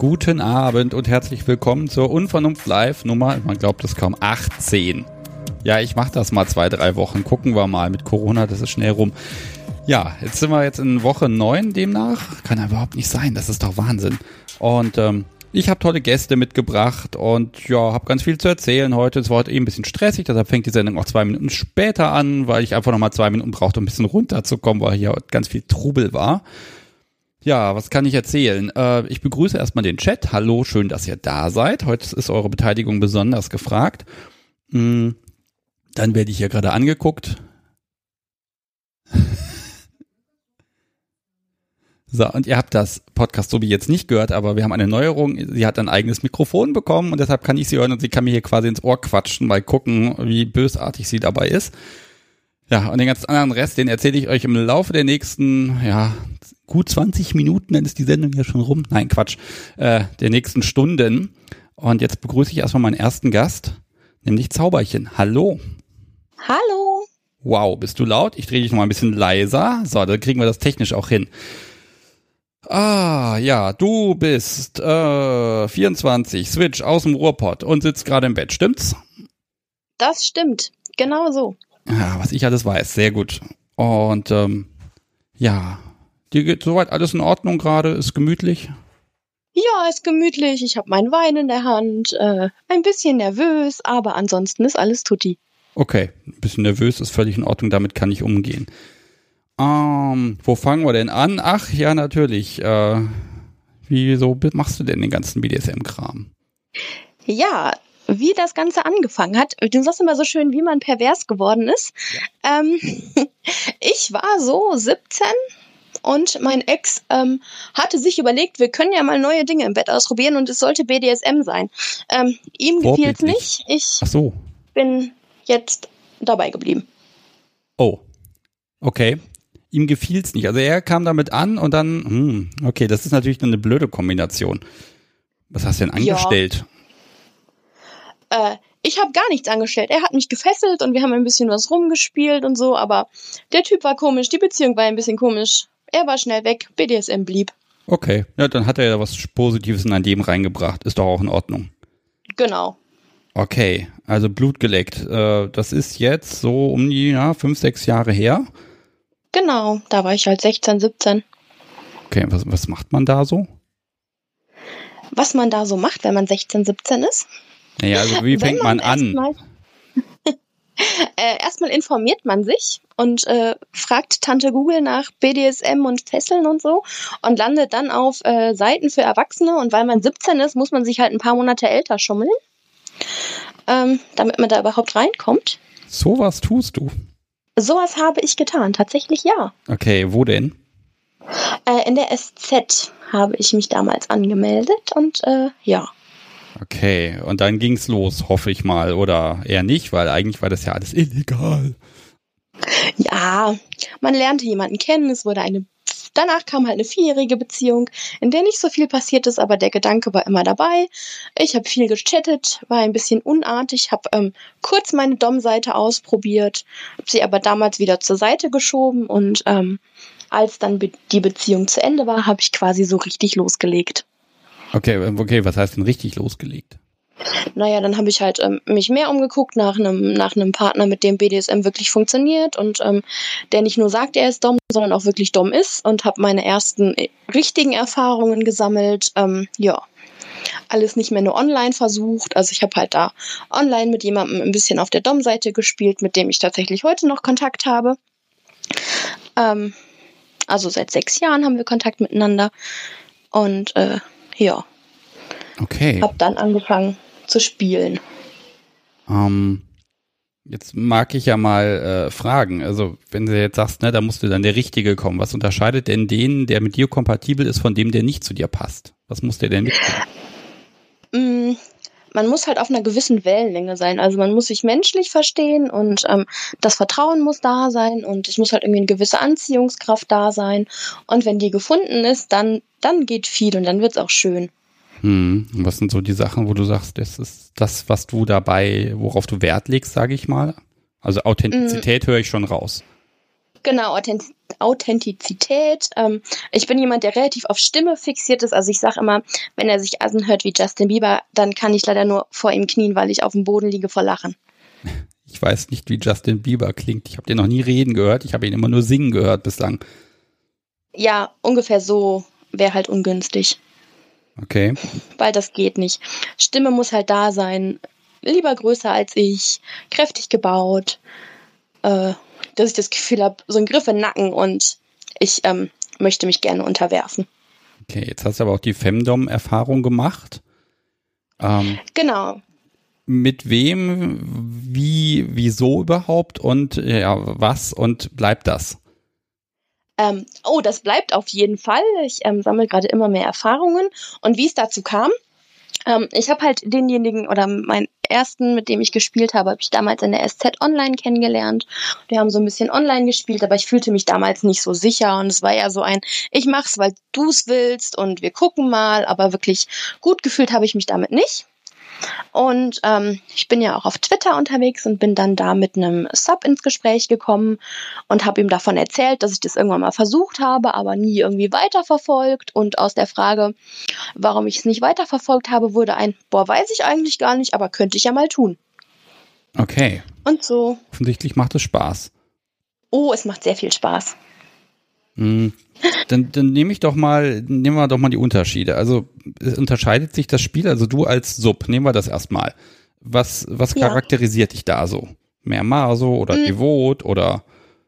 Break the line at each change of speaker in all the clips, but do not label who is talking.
Guten Abend und herzlich willkommen zur Unvernunft Live Nummer, man glaubt es kaum, 18. Ja, ich mache das mal 2-3 Wochen, gucken wir mal mit Corona, das ist schnell rum. Ja, jetzt sind wir in Woche 9 demnach, kann ja überhaupt nicht sein, das ist doch Wahnsinn. Und ich habe tolle Gäste mitgebracht und ja, habe ganz viel zu erzählen heute. Es war heute ein bisschen stressig, deshalb fängt die Sendung auch 2 Minuten später an, weil ich einfach nochmal 2 Minuten brauchte, um ein bisschen runterzukommen, weil hier ganz viel Trubel war. Ja, was kann ich erzählen? Ich begrüße erstmal den Chat. Hallo, schön, dass ihr da seid. Heute ist eure Beteiligung besonders gefragt. Dann werde ich hier gerade angeguckt. So, und ihr habt das Podcast so wie jetzt nicht gehört, aber wir haben eine Neuerung. Sie hat ein eigenes Mikrofon bekommen und deshalb kann ich sie hören und sie kann mir hier quasi ins Ohr quatschen, mal gucken, wie bösartig sie dabei ist. Ja, und den ganzen anderen Rest, den erzähle ich euch im Laufe der nächsten, gut 20 Minuten, dann ist die Sendung ja schon rum. Nein, Quatsch, der nächsten Stunden. Und jetzt begrüße ich erstmal meinen ersten Gast, nämlich Zauberchen. Hallo.
Hallo.
Wow, bist du laut? Ich drehe dich noch mal ein bisschen leiser. So, dann kriegen wir das technisch auch hin. Ah, ja, du bist 24, Switch aus dem Ruhrpott und sitzt gerade im Bett, stimmt's?
Das stimmt, genau so.
Ja, was ich alles weiß, sehr gut. Und ja, dir geht soweit alles in Ordnung gerade, ist gemütlich?
Ja, ist gemütlich, ich habe meinen Wein in der Hand, ein bisschen nervös, aber ansonsten ist alles tutti.
Okay, ein bisschen nervös ist völlig in Ordnung, damit kann ich umgehen. Wo fangen wir denn an? Ach, ja, natürlich. Wieso machst du denn den ganzen BDSM-Kram?
Ja, wie das Ganze angefangen hat. Du sagst immer so schön, wie man pervers geworden ist. Ja. Ich war so 17 und mein Ex hatte sich überlegt, wir können ja mal neue Dinge im Bett ausprobieren und es sollte BDSM sein. Ihm gefiel es nicht. Ich bin jetzt dabei geblieben.
Oh, okay. Ihm gefiel's nicht. Also er kam damit an und dann, okay, das ist natürlich eine blöde Kombination. Was hast du denn angestellt?
Ja. Ich habe gar nichts angestellt. Er hat mich gefesselt und wir haben ein bisschen was rumgespielt und so, aber der Typ war komisch, die Beziehung war ein bisschen komisch. Er war schnell weg, BDSM blieb. Okay,
ja, dann hat er ja was Positives in dein Leben reingebracht. Ist doch auch in Ordnung.
Genau.
Okay, also Blut geleckt. Das ist jetzt so um die 5-6 Jahre her.
Genau, da war ich halt 16, 17.
Okay, was macht man da so?
Was man da so macht, wenn man 16, 17 ist?
Naja, also wie fängt man an?
Erstmal informiert man sich und fragt Tante Google nach BDSM und Fesseln und so und landet dann auf Seiten für Erwachsene. Und weil man 17 ist, muss man sich halt ein paar Monate älter schummeln, damit man da überhaupt reinkommt.
Sowas tust du?
Sowas habe ich getan, tatsächlich ja.
Okay, wo denn?
In der SZ habe ich mich damals angemeldet und ja.
Okay, und dann ging's los, hoffe ich mal, oder eher nicht, weil eigentlich war das ja alles illegal.
Ja, man lernte jemanden kennen, danach kam halt eine 4-jährige Beziehung, in der nicht so viel passiert ist, aber der Gedanke war immer dabei. Ich habe viel gechattet, war ein bisschen unartig, habe kurz meine Dom-Seite ausprobiert, habe sie aber damals wieder zur Seite geschoben und als dann die Beziehung zu Ende war, habe ich quasi so richtig losgelegt. Okay,
was heißt denn richtig losgelegt?
Naja, dann habe ich halt mich mehr umgeguckt nach einem Partner, mit dem BDSM wirklich funktioniert und der nicht nur sagt, er ist Dom, sondern auch wirklich Dom ist und habe meine ersten richtigen Erfahrungen gesammelt. Ja, alles nicht mehr nur online versucht. Also ich habe halt da online mit jemandem ein bisschen auf der Dom-Seite gespielt, mit dem ich tatsächlich heute noch Kontakt habe. Also seit 6 Jahren haben wir Kontakt miteinander und ja.
Okay.
Hab dann angefangen zu spielen.
Jetzt mag ich ja mal fragen, also wenn du jetzt sagst, da musst du dann der Richtige kommen, was unterscheidet denn den, der mit dir kompatibel ist, von dem, der nicht zu dir passt? Was muss der denn mitbringen?
Man muss halt auf einer gewissen Wellenlänge sein, also man muss sich menschlich verstehen und das Vertrauen muss da sein und es muss halt irgendwie eine gewisse Anziehungskraft da sein und wenn die gefunden ist, dann geht viel und dann wird's auch schön.
Und was sind so die Sachen, wo du sagst, das ist das, was du dabei, worauf du Wert legst, sage ich mal? Also Authentizität höre ich schon raus.
Genau, Authentizität. Ich bin jemand, der relativ auf Stimme fixiert ist. Also ich sage immer, wenn er sich anhört wie Justin Bieber, dann kann ich leider nur vor ihm knien, weil ich auf dem Boden liege vor Lachen.
Ich weiß nicht, wie Justin Bieber klingt. Ich habe den noch nie reden gehört. Ich habe ihn immer nur singen gehört bislang.
Ja, ungefähr so wäre halt ungünstig.
Okay.
Weil das geht nicht. Stimme muss halt da sein. Lieber größer als ich, kräftig gebaut, dass ich das Gefühl habe, so ein Griff in den Nacken und ich möchte mich gerne unterwerfen.
Okay, jetzt hast du aber auch die Femdom-Erfahrung gemacht.
Genau.
Mit wem, wie, wieso überhaupt und ja, was und bleibt das?
Das bleibt auf jeden Fall. Ich sammle gerade immer mehr Erfahrungen. Und wie es dazu kam, ich habe halt denjenigen oder meinen ersten, mit dem ich gespielt habe ich damals in der SZ Online kennengelernt. Wir haben so ein bisschen online gespielt, aber ich fühlte mich damals nicht so sicher und es war ja so ich mach's, weil du es willst und wir gucken mal, aber wirklich gut gefühlt habe ich mich damit nicht. Und ich bin ja auch auf Twitter unterwegs und bin dann da mit einem Sub ins Gespräch gekommen und habe ihm davon erzählt, dass ich das irgendwann mal versucht habe, aber nie irgendwie weiterverfolgt. Und aus der Frage, warum ich es nicht weiterverfolgt habe, wurde weiß ich eigentlich gar nicht, aber könnte ich ja mal tun.
Okay.
Und so.
Offensichtlich macht es Spaß.
Oh, es macht sehr viel Spaß.
Dann nehmen wir doch mal die Unterschiede. Also unterscheidet sich das Spiel, also du als Sub, nehmen wir das erstmal. Was charakterisiert dich da so? Mehr Maso oder Devot oder?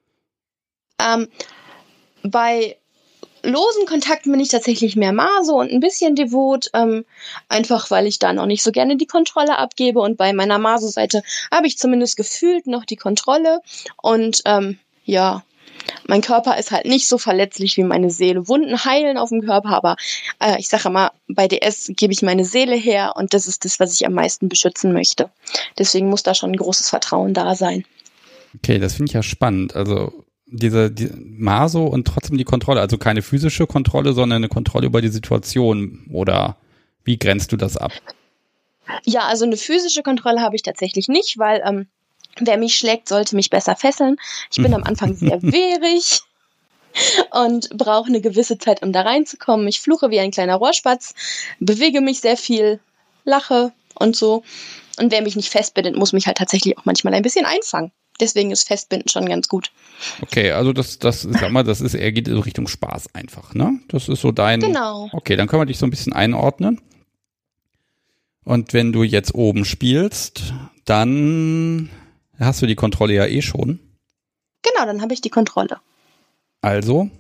Bei losen Kontakten bin ich tatsächlich mehr Maso und ein bisschen Devot, einfach weil ich da noch nicht so gerne die Kontrolle abgebe und bei meiner Maso-Seite habe ich zumindest gefühlt noch die Kontrolle und mein Körper ist halt nicht so verletzlich wie meine Seele. Wunden heilen auf dem Körper, aber ich sage immer, bei DS gebe ich meine Seele her und das ist das, was ich am meisten beschützen möchte. Deswegen muss da schon ein großes Vertrauen da sein.
Okay, das finde ich ja spannend. Also diese Maso und trotzdem die Kontrolle, also keine physische Kontrolle, sondern eine Kontrolle über die Situation oder wie grenzt du das ab?
Ja, also eine physische Kontrolle habe ich tatsächlich nicht, weil wer mich schlägt, sollte mich besser fesseln. Ich bin am Anfang sehr wehrig und brauche eine gewisse Zeit, um da reinzukommen. Ich fluche wie ein kleiner Rohrspatz, bewege mich sehr viel, lache und so. Und wer mich nicht festbindet, muss mich halt tatsächlich auch manchmal ein bisschen einfangen. Deswegen ist Festbinden schon ganz gut.
Okay, also das ist eher geht in Richtung Spaß einfach, ne? Das ist so dein.
Genau.
Okay, dann können wir dich so ein bisschen einordnen. Und wenn du jetzt oben spielst, dann hast du die Kontrolle ja eh schon.
Genau, dann habe ich die Kontrolle.
Also?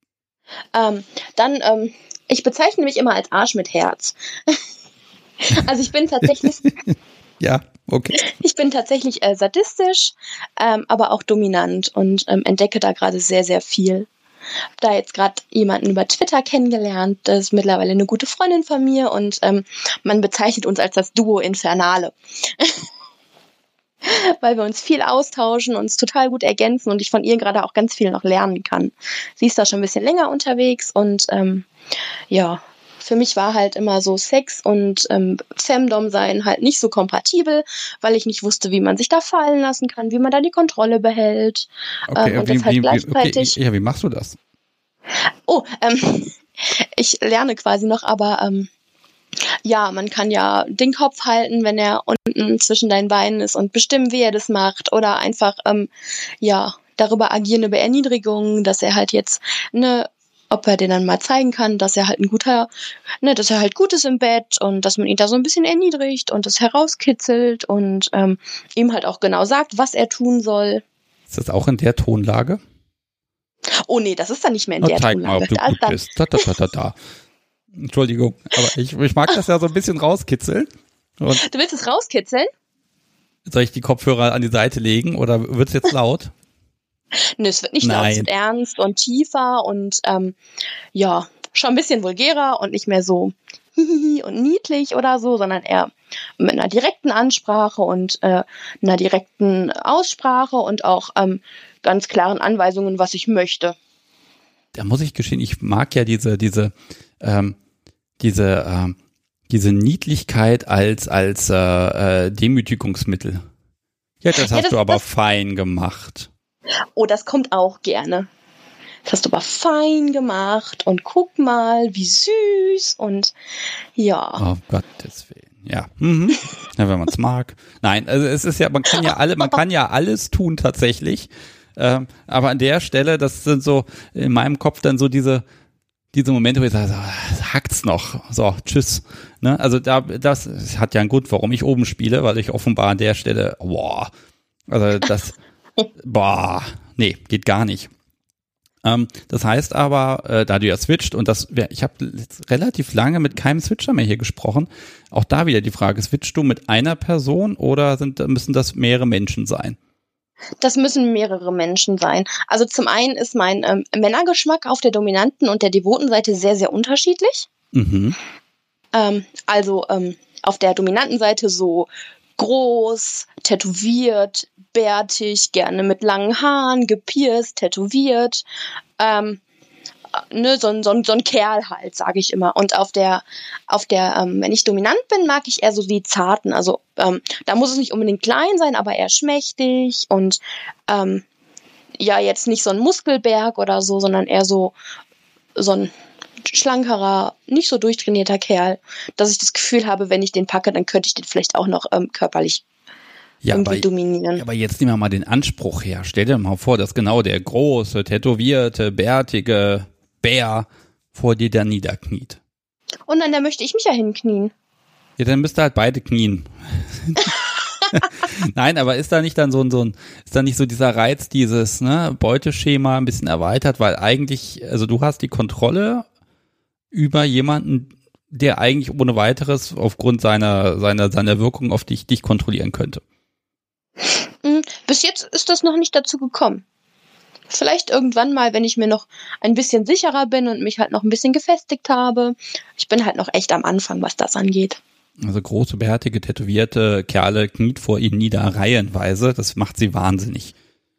Ich bezeichne mich immer als Arsch mit Herz. Also ich bin tatsächlich...
Ja, okay.
Ich bin tatsächlich sadistisch, aber auch dominant und entdecke da gerade sehr, sehr viel. Hab da jetzt gerade jemanden über Twitter kennengelernt, das ist mittlerweile eine gute Freundin von mir und man bezeichnet uns als das Duo Infernale. Weil wir uns viel austauschen, uns total gut ergänzen und ich von ihr gerade auch ganz viel noch lernen kann. Sie ist da schon ein bisschen länger unterwegs und für mich war halt immer so Sex und Femdom sein halt nicht so kompatibel, weil ich nicht wusste, wie man sich da fallen lassen kann, wie man da die Kontrolle behält.
Okay,
und das halt gleichzeitig.
Wie machst du das?
Ich lerne quasi noch, aber man kann ja den Kopf halten, wenn er unten zwischen deinen Beinen ist und bestimmen, wie er das macht oder einfach darüber agieren über Erniedrigung, dass er halt jetzt ob er den dann mal zeigen kann, dass er halt dass er halt gut ist im Bett und dass man ihn da so ein bisschen erniedrigt und das herauskitzelt und ihm halt auch genau sagt, was er tun soll.
Ist das auch in der Tonlage?
Oh nee, das ist dann nicht mehr in der
Zeig
Tonlage.
mal, ob du gut bist. Da. Entschuldigung, aber ich mag das ja so ein bisschen rauskitzeln. Und
du willst es rauskitzeln?
soll ich die Kopfhörer an die Seite legen oder wird es jetzt laut?
Nö, es wird nicht laut, es wird ernst und tiefer und schon ein bisschen vulgärer und nicht mehr so hihihi und niedlich oder so, sondern eher mit einer direkten Ansprache und einer direkten Aussprache und auch ganz klaren Anweisungen, was ich möchte.
Da muss ich gestehen, ich mag ja diese Niedlichkeit als Demütigungsmittel. Ja, das hast du aber fein gemacht.
Oh, das kommt auch gerne. Das hast du aber fein gemacht und guck mal, wie süß und ja.
Oh Gottes Willen. Ja. Ja, wenn man es mag. Nein, also es ist ja, man kann ja alles tun tatsächlich. Aber an der Stelle, das sind so in meinem Kopf dann so diese Momente, wo ich sage, hackt's noch. So, tschüss. Ne? Also das hat ja einen Grund, warum ich oben spiele, weil ich offenbar an der Stelle, nee, geht gar nicht. Das heißt aber, da du ja switcht und ich habe relativ lange mit keinem Switcher mehr hier gesprochen, auch da wieder die Frage, switchst du mit einer Person oder müssen das mehrere Menschen sein?
Das müssen mehrere Menschen sein. Also zum einen ist mein Männergeschmack auf der dominanten und der devoten Seite sehr, sehr unterschiedlich.
Mhm.
Auf der dominanten Seite so groß, tätowiert, bärtig, gerne mit langen Haaren, gepierst, tätowiert. So ein Kerl halt, sage ich immer. Und auf der, wenn ich dominant bin, mag ich eher so die Zarten. Also da muss es nicht unbedingt klein sein, aber eher schmächtig und jetzt nicht so ein Muskelberg oder so, sondern eher so ein schlankerer, nicht so durchtrainierter Kerl, dass ich das Gefühl habe, wenn ich den packe, dann könnte ich den vielleicht auch noch körperlich irgendwie dominieren.
Aber jetzt nehmen wir mal den Anspruch her. Stell dir mal vor, dass genau der große, tätowierte, bärtige Bär vor dir da niederkniet.
Und dann, da möchte ich mich ja hinknien.
Ja, dann müsst ihr halt beide knien. Nein, aber ist da nicht dann ist da nicht so dieser Reiz, dieses Beuteschema ein bisschen erweitert, weil eigentlich, also du hast die Kontrolle über jemanden, der eigentlich ohne weiteres aufgrund seiner Wirkung auf dich kontrollieren könnte.
Bis jetzt ist das noch nicht dazu gekommen. Vielleicht irgendwann mal, wenn ich mir noch ein bisschen sicherer bin und mich halt noch ein bisschen gefestigt habe. Ich bin halt noch echt am Anfang, was das angeht.
Also große, bärtige, tätowierte Kerle kniet vor ihnen nieder reihenweise. Das macht sie wahnsinnig.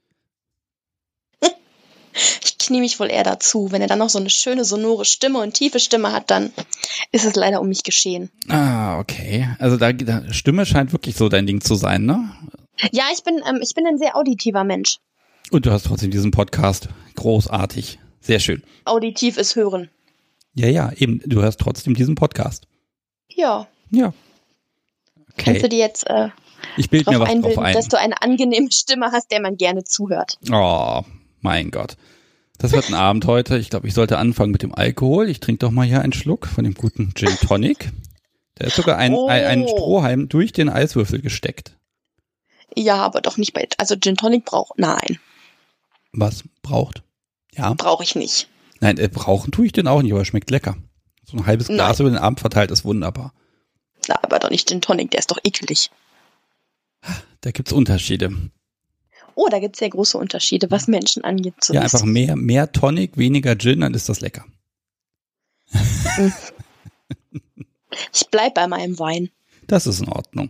Ich knie mich wohl eher dazu. Wenn er dann noch so eine schöne, sonore Stimme und tiefe Stimme hat, dann ist es leider um mich geschehen.
Ah, okay. Also da Stimme scheint wirklich so dein Ding zu sein, ne?
Ja, ich bin ein sehr auditiver Mensch.
Und du hast trotzdem diesen Podcast. Großartig. Sehr schön.
Auditiv ist hören.
Ja, eben. Du hörst trotzdem diesen Podcast.
Ja.
Ja. Okay.
Kannst du dir jetzt
ich bild mir was drauf ein,
dass du eine angenehme Stimme hast, der man gerne zuhört?
Oh, mein Gott. Das wird ein Abend heute. Ich glaube, ich sollte anfangen mit dem Alkohol. Ich trinke doch mal hier einen Schluck von dem guten Gin Tonic. Da ist sogar ein Strohhalm durch den Eiswürfel gesteckt.
Ja, aber doch nicht also Gin Tonic nein.
Was? Braucht? Ja.
Brauche ich nicht.
Nein, brauchen tue ich den auch nicht, aber er schmeckt lecker. So ein halbes Glas über den Abend verteilt ist wunderbar.
Na, aber doch nicht Gin Tonic, der ist doch ekelig.
Da gibt's Unterschiede.
Oh, da gibt's sehr große Unterschiede, was Menschen angeht.
Ja, einfach mehr Tonic, weniger Gin, dann ist das lecker.
Ich bleib bei meinem Wein.
Das ist in Ordnung.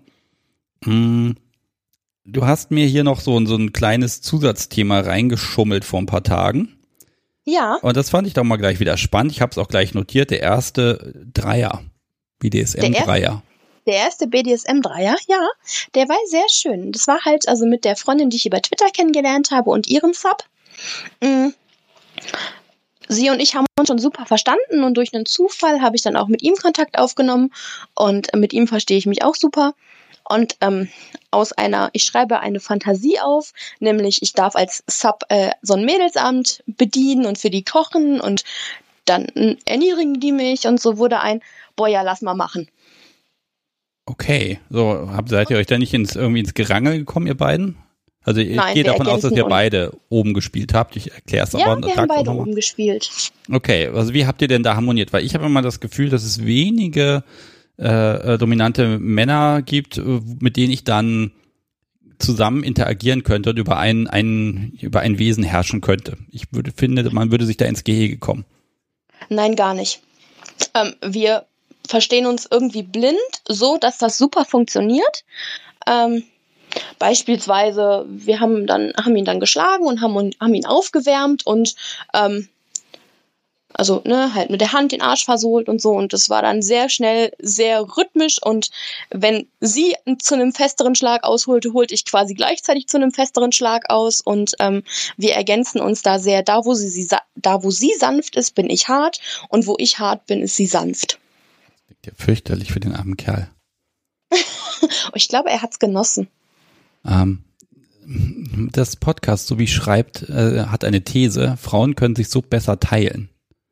Du hast mir hier noch so ein kleines Zusatzthema reingeschummelt vor ein paar Tagen.
Ja.
Und das fand ich doch mal gleich wieder spannend. Ich habe es auch gleich notiert. Der erste Dreier. BDSM-Dreier.
Der erste BDSM-Dreier, ja. Der war sehr schön. Das war halt also mit der Freundin, die ich über Twitter kennengelernt habe und ihrem Sub. Sie und ich haben uns schon super verstanden und durch einen Zufall habe ich dann auch mit ihm Kontakt aufgenommen und mit ihm verstehe ich mich auch super. Und ich schreibe eine Fantasie auf, nämlich ich darf als Sub so ein Mädelsabend bedienen und für die kochen und dann erniedrigen die mich und so wurde lass mal machen.
Okay, so seid ihr euch da nicht irgendwie ins Gerangel gekommen, ihr beiden? Also ich gehe davon aus, dass ihr beide oben gespielt habt. Ich erkläre es aber.
Ja, wir haben beide oben gespielt.
Okay, also wie habt ihr denn da harmoniert? Weil ich habe immer das Gefühl, dass es wenige dominante Männer gibt, mit denen ich dann zusammen interagieren könnte und über ein Wesen herrschen könnte. Ich finde, man würde sich da ins Gehege kommen.
Nein, gar nicht. Wir verstehen uns irgendwie blind, so dass das super funktioniert. Beispielsweise, wir haben ihn dann geschlagen und haben ihn aufgewärmt und Also, ne, halt mit der Hand den Arsch versohlt und so. Und das war dann sehr schnell, sehr rhythmisch. Und wenn sie zu einem festeren Schlag ausholte, holte ich quasi gleichzeitig zu einem festeren Schlag aus. Und wir ergänzen uns da sehr. Da, wo sie sanft ist, bin ich hart. Und wo ich hart bin, ist sie sanft.
Ja, fürchterlich für den armen Kerl.
Ich glaube, er hat's genossen.
Das Podcast, so wie schreibt, hat eine These, Frauen können sich so besser teilen.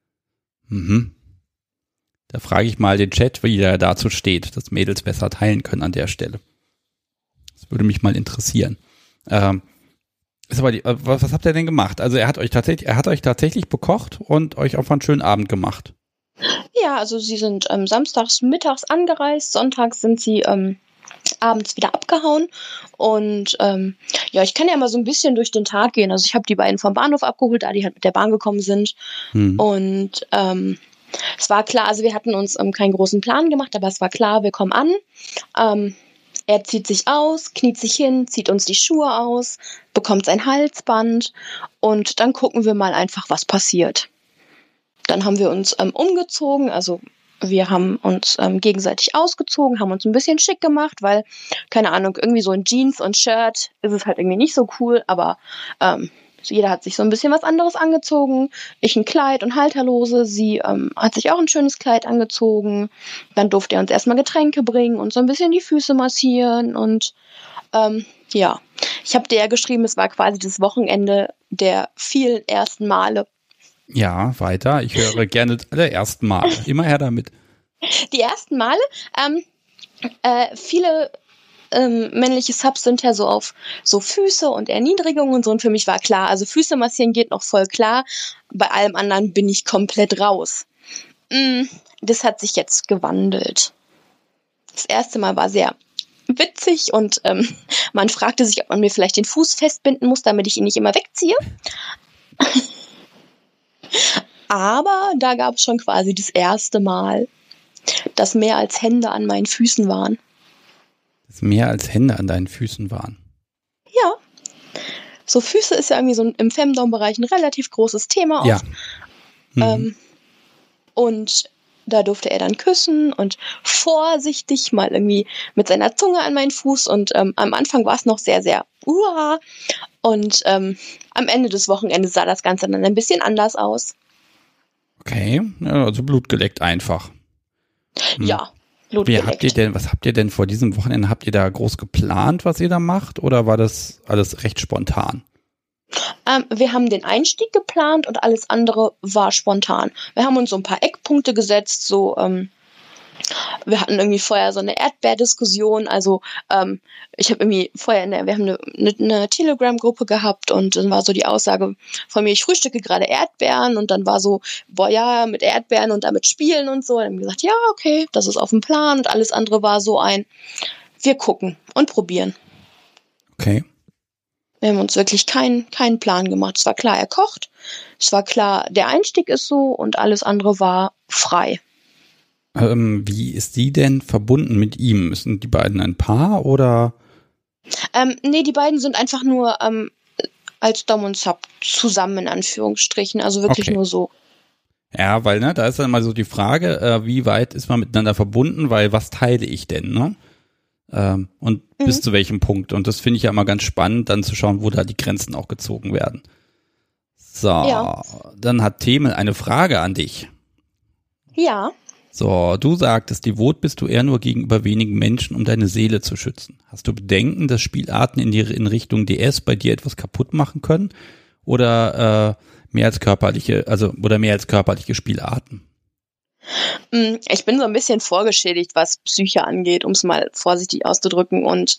Da frage ich mal den Chat, wie der dazu steht, dass Mädels besser teilen können an der Stelle. Das würde mich mal interessieren. Ist aber was habt ihr denn gemacht? Also er hat euch tatsächlich bekocht und euch auf einen schönen Abend gemacht.
Ja, also sie sind samstags mittags angereist, sonntags sind sie abends wieder abgehauen und ja, ich kann ja mal so ein bisschen durch den Tag gehen. Also ich habe die beiden vom Bahnhof abgeholt, da die halt mit der Bahn gekommen sind und es war klar, also wir hatten uns keinen großen Plan gemacht, aber es war klar, wir kommen an. Er zieht sich aus, kniet sich hin, zieht uns die Schuhe aus, bekommt sein Halsband und dann gucken wir mal einfach, was passiert. Dann haben wir uns umgezogen, also wir haben uns gegenseitig ausgezogen, haben uns ein bisschen schick gemacht, weil, keine Ahnung, irgendwie so in Jeans und Shirt ist es halt irgendwie nicht so cool, aber jeder hat sich so ein bisschen was anderes angezogen. Ich ein Kleid und Halterlose, sie hat sich auch ein schönes Kleid angezogen. Dann durfte er uns erstmal Getränke bringen und so ein bisschen die Füße massieren und ja, ich habe dir ja geschrieben, es war quasi das Wochenende der vielen ersten Male.
Ja, weiter. Ich höre gerne alle ersten Male. Immer her damit.
Die ersten Male, viele männliche Subs sind ja so auf so Füße und Erniedrigung und so. Und für mich war klar, also Füße massieren geht noch voll klar. Bei allem anderen bin ich komplett raus. Das hat sich jetzt gewandelt. Das erste Mal war sehr witzig und man fragte sich, ob man mir vielleicht den Fuß festbinden muss, damit ich ihn nicht immer wegziehe. Aber da gab es schon quasi das erste Mal, dass mehr als Hände an meinen Füßen waren.
Dass mehr als Hände an deinen Füßen waren?
Ja. So Füße ist ja irgendwie so im Femdom-Bereich ein relativ großes Thema oft. Ja. Und da durfte er dann küssen und vorsichtig mal irgendwie mit seiner Zunge an meinen Fuß. Und am Anfang war es noch sehr, sehr und am Ende des Wochenendes sah das Ganze dann ein bisschen anders aus.
Okay, ja, also Blut geleckt einfach.
Ja, Blut geleckt.
Was habt ihr denn vor diesem Wochenende? Habt ihr da groß geplant, was ihr da macht? Oder war das alles recht spontan?
Wir haben den Einstieg geplant und alles andere war spontan. Wir haben uns so ein paar Eckpunkte gesetzt, so wir hatten irgendwie vorher so eine Erdbeerdiskussion, also ich habe irgendwie vorher wir haben eine Telegram-Gruppe gehabt und dann war so die Aussage von mir, ich frühstücke gerade Erdbeeren und dann war so, boah ja, mit Erdbeeren und damit spielen und so. Und dann haben wir gesagt, ja, okay, das ist auf dem Plan und alles andere war so wir gucken und probieren.
Okay.
Wir haben uns wirklich keinen Plan gemacht. Es war klar, er kocht, es war klar, der Einstieg ist so und alles andere war frei.
Wie ist sie denn verbunden mit ihm? Sind die beiden ein Paar oder?
Nee, die beiden sind einfach nur als Dom und Sub zusammen in Anführungsstrichen, also wirklich nur so.
Ja, weil da ist dann mal so die Frage, wie weit ist man miteinander verbunden, weil was teile ich denn, ne? Und bis zu welchem Punkt? Und das finde ich ja immer ganz spannend, dann zu schauen, wo da die Grenzen auch gezogen werden. So, ja. Dann hat Themel eine Frage an dich.
Ja.
So, du sagtest, devot bist du eher nur gegenüber wenigen Menschen, um deine Seele zu schützen. Hast du Bedenken, dass Spielarten in Richtung DS bei dir etwas kaputt machen können? Oder mehr als körperliche Spielarten?
Ich bin so ein bisschen vorgeschädigt, was Psyche angeht, um es mal vorsichtig auszudrücken und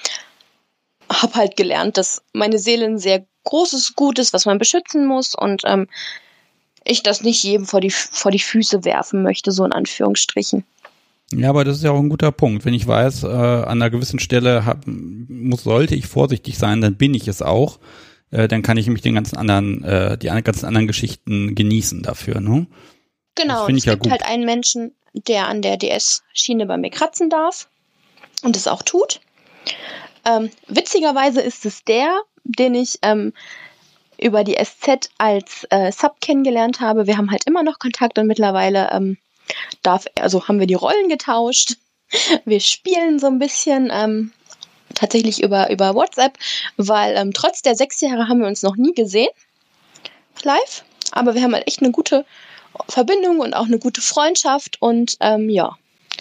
habe halt gelernt, dass meine Seele ein sehr großes Gut ist, was man beschützen muss und ich das nicht jedem vor die Füße werfen möchte, so in Anführungsstrichen.
Ja, aber das ist ja auch ein guter Punkt. Wenn ich weiß, an einer gewissen Stelle sollte ich vorsichtig sein, dann bin ich es auch. Dann kann ich nämlich die ganzen anderen Geschichten genießen dafür, ne?
Genau, es gibt halt einen Menschen, der an der DS-Schiene bei mir kratzen darf und es auch tut. Witzigerweise ist es der, den ich über die SZ als Sub kennengelernt habe. Wir haben halt immer noch Kontakt und mittlerweile haben wir die Rollen getauscht. Wir spielen so ein bisschen tatsächlich über WhatsApp, weil trotz der 6 Jahre haben wir uns noch nie gesehen live. Aber wir haben halt echt eine gute Verbindung und auch eine gute Freundschaft und ja.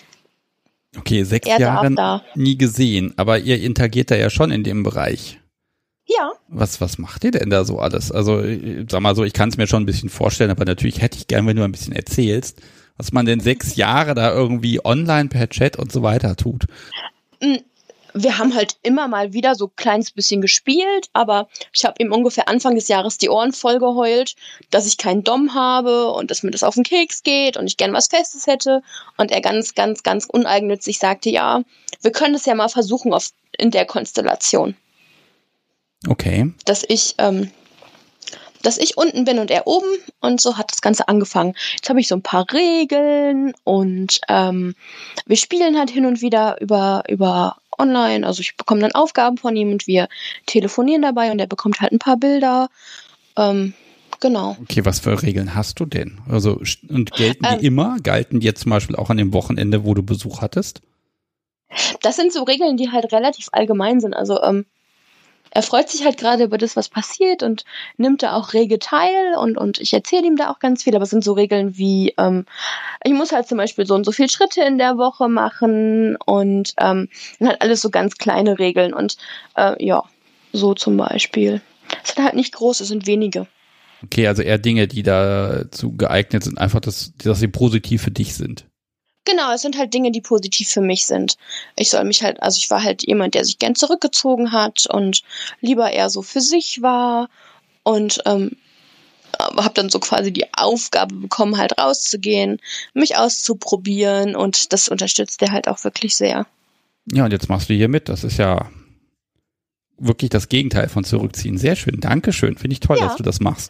Okay, 6 Jahre nie gesehen, aber ihr interagiert da ja schon in dem Bereich.
Ja.
Was macht ihr denn da so alles? Also, sag mal so, ich kann es mir schon ein bisschen vorstellen, aber natürlich hätte ich gern, wenn du ein bisschen erzählst, was man denn 6 Jahre da irgendwie online per Chat und so weiter tut.
Wir haben halt immer mal wieder so ein kleines bisschen gespielt, aber ich habe ihm ungefähr Anfang des Jahres die Ohren voll geheult, dass ich keinen Dom habe und dass mir das auf den Keks geht und ich gern was Festes hätte. Und er ganz, ganz, ganz uneigennützig sagte, ja, wir können es ja mal versuchen in der Konstellation.
Okay.
Dass ich unten bin und er oben und so hat das Ganze angefangen. Jetzt habe ich so ein paar Regeln und wir spielen halt hin und wieder über online. Also ich bekomme dann Aufgaben von ihm und wir telefonieren dabei und er bekommt halt ein paar Bilder. Genau.
Okay, was für Regeln hast du denn? Also und gelten die immer? Galten die jetzt zum Beispiel auch an dem Wochenende, wo du Besuch hattest?
Das sind so Regeln, die halt relativ allgemein sind. Also er freut sich halt gerade über das, was passiert und nimmt da auch rege teil und ich erzähle ihm da auch ganz viel, aber es sind so Regeln wie, ich muss halt zum Beispiel so und so viele Schritte in der Woche machen und dann halt alles so ganz kleine Regeln und ja, so zum Beispiel. Es sind halt nicht groß, es sind wenige.
Okay, also eher Dinge, die dazu geeignet sind, einfach, dass sie positiv für dich sind.
Genau, es sind halt Dinge, die positiv für mich sind. Ich war halt jemand, der sich gern zurückgezogen hat und lieber eher so für sich war und habe dann so quasi die Aufgabe bekommen, halt rauszugehen, mich auszuprobieren und das unterstützt er halt auch wirklich sehr.
Ja, und jetzt machst du hier mit. Das ist ja wirklich das Gegenteil von zurückziehen. Sehr schön, Dankeschön. Finde ich toll, dass du das machst.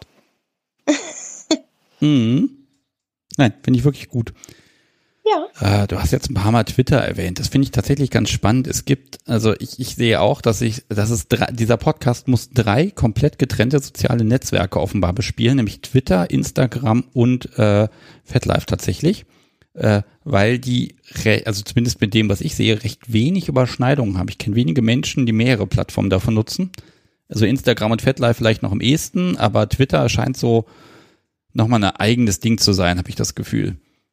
Nein, finde ich wirklich gut.
Ja.
Du hast jetzt ein paar Mal Twitter erwähnt. Das finde ich tatsächlich ganz spannend. Es gibt, also ich sehe auch, dieser Podcast muss 3 komplett getrennte soziale Netzwerke offenbar bespielen, nämlich Twitter, Instagram und FetLife tatsächlich, weil die, also zumindest mit dem, was ich sehe, recht wenig Überschneidungen haben. Ich kenne wenige Menschen, die mehrere Plattformen davon nutzen. Also Instagram und FetLife vielleicht noch am ehesten, aber Twitter scheint so nochmal ein eigenes Ding zu sein, habe ich das Gefühl.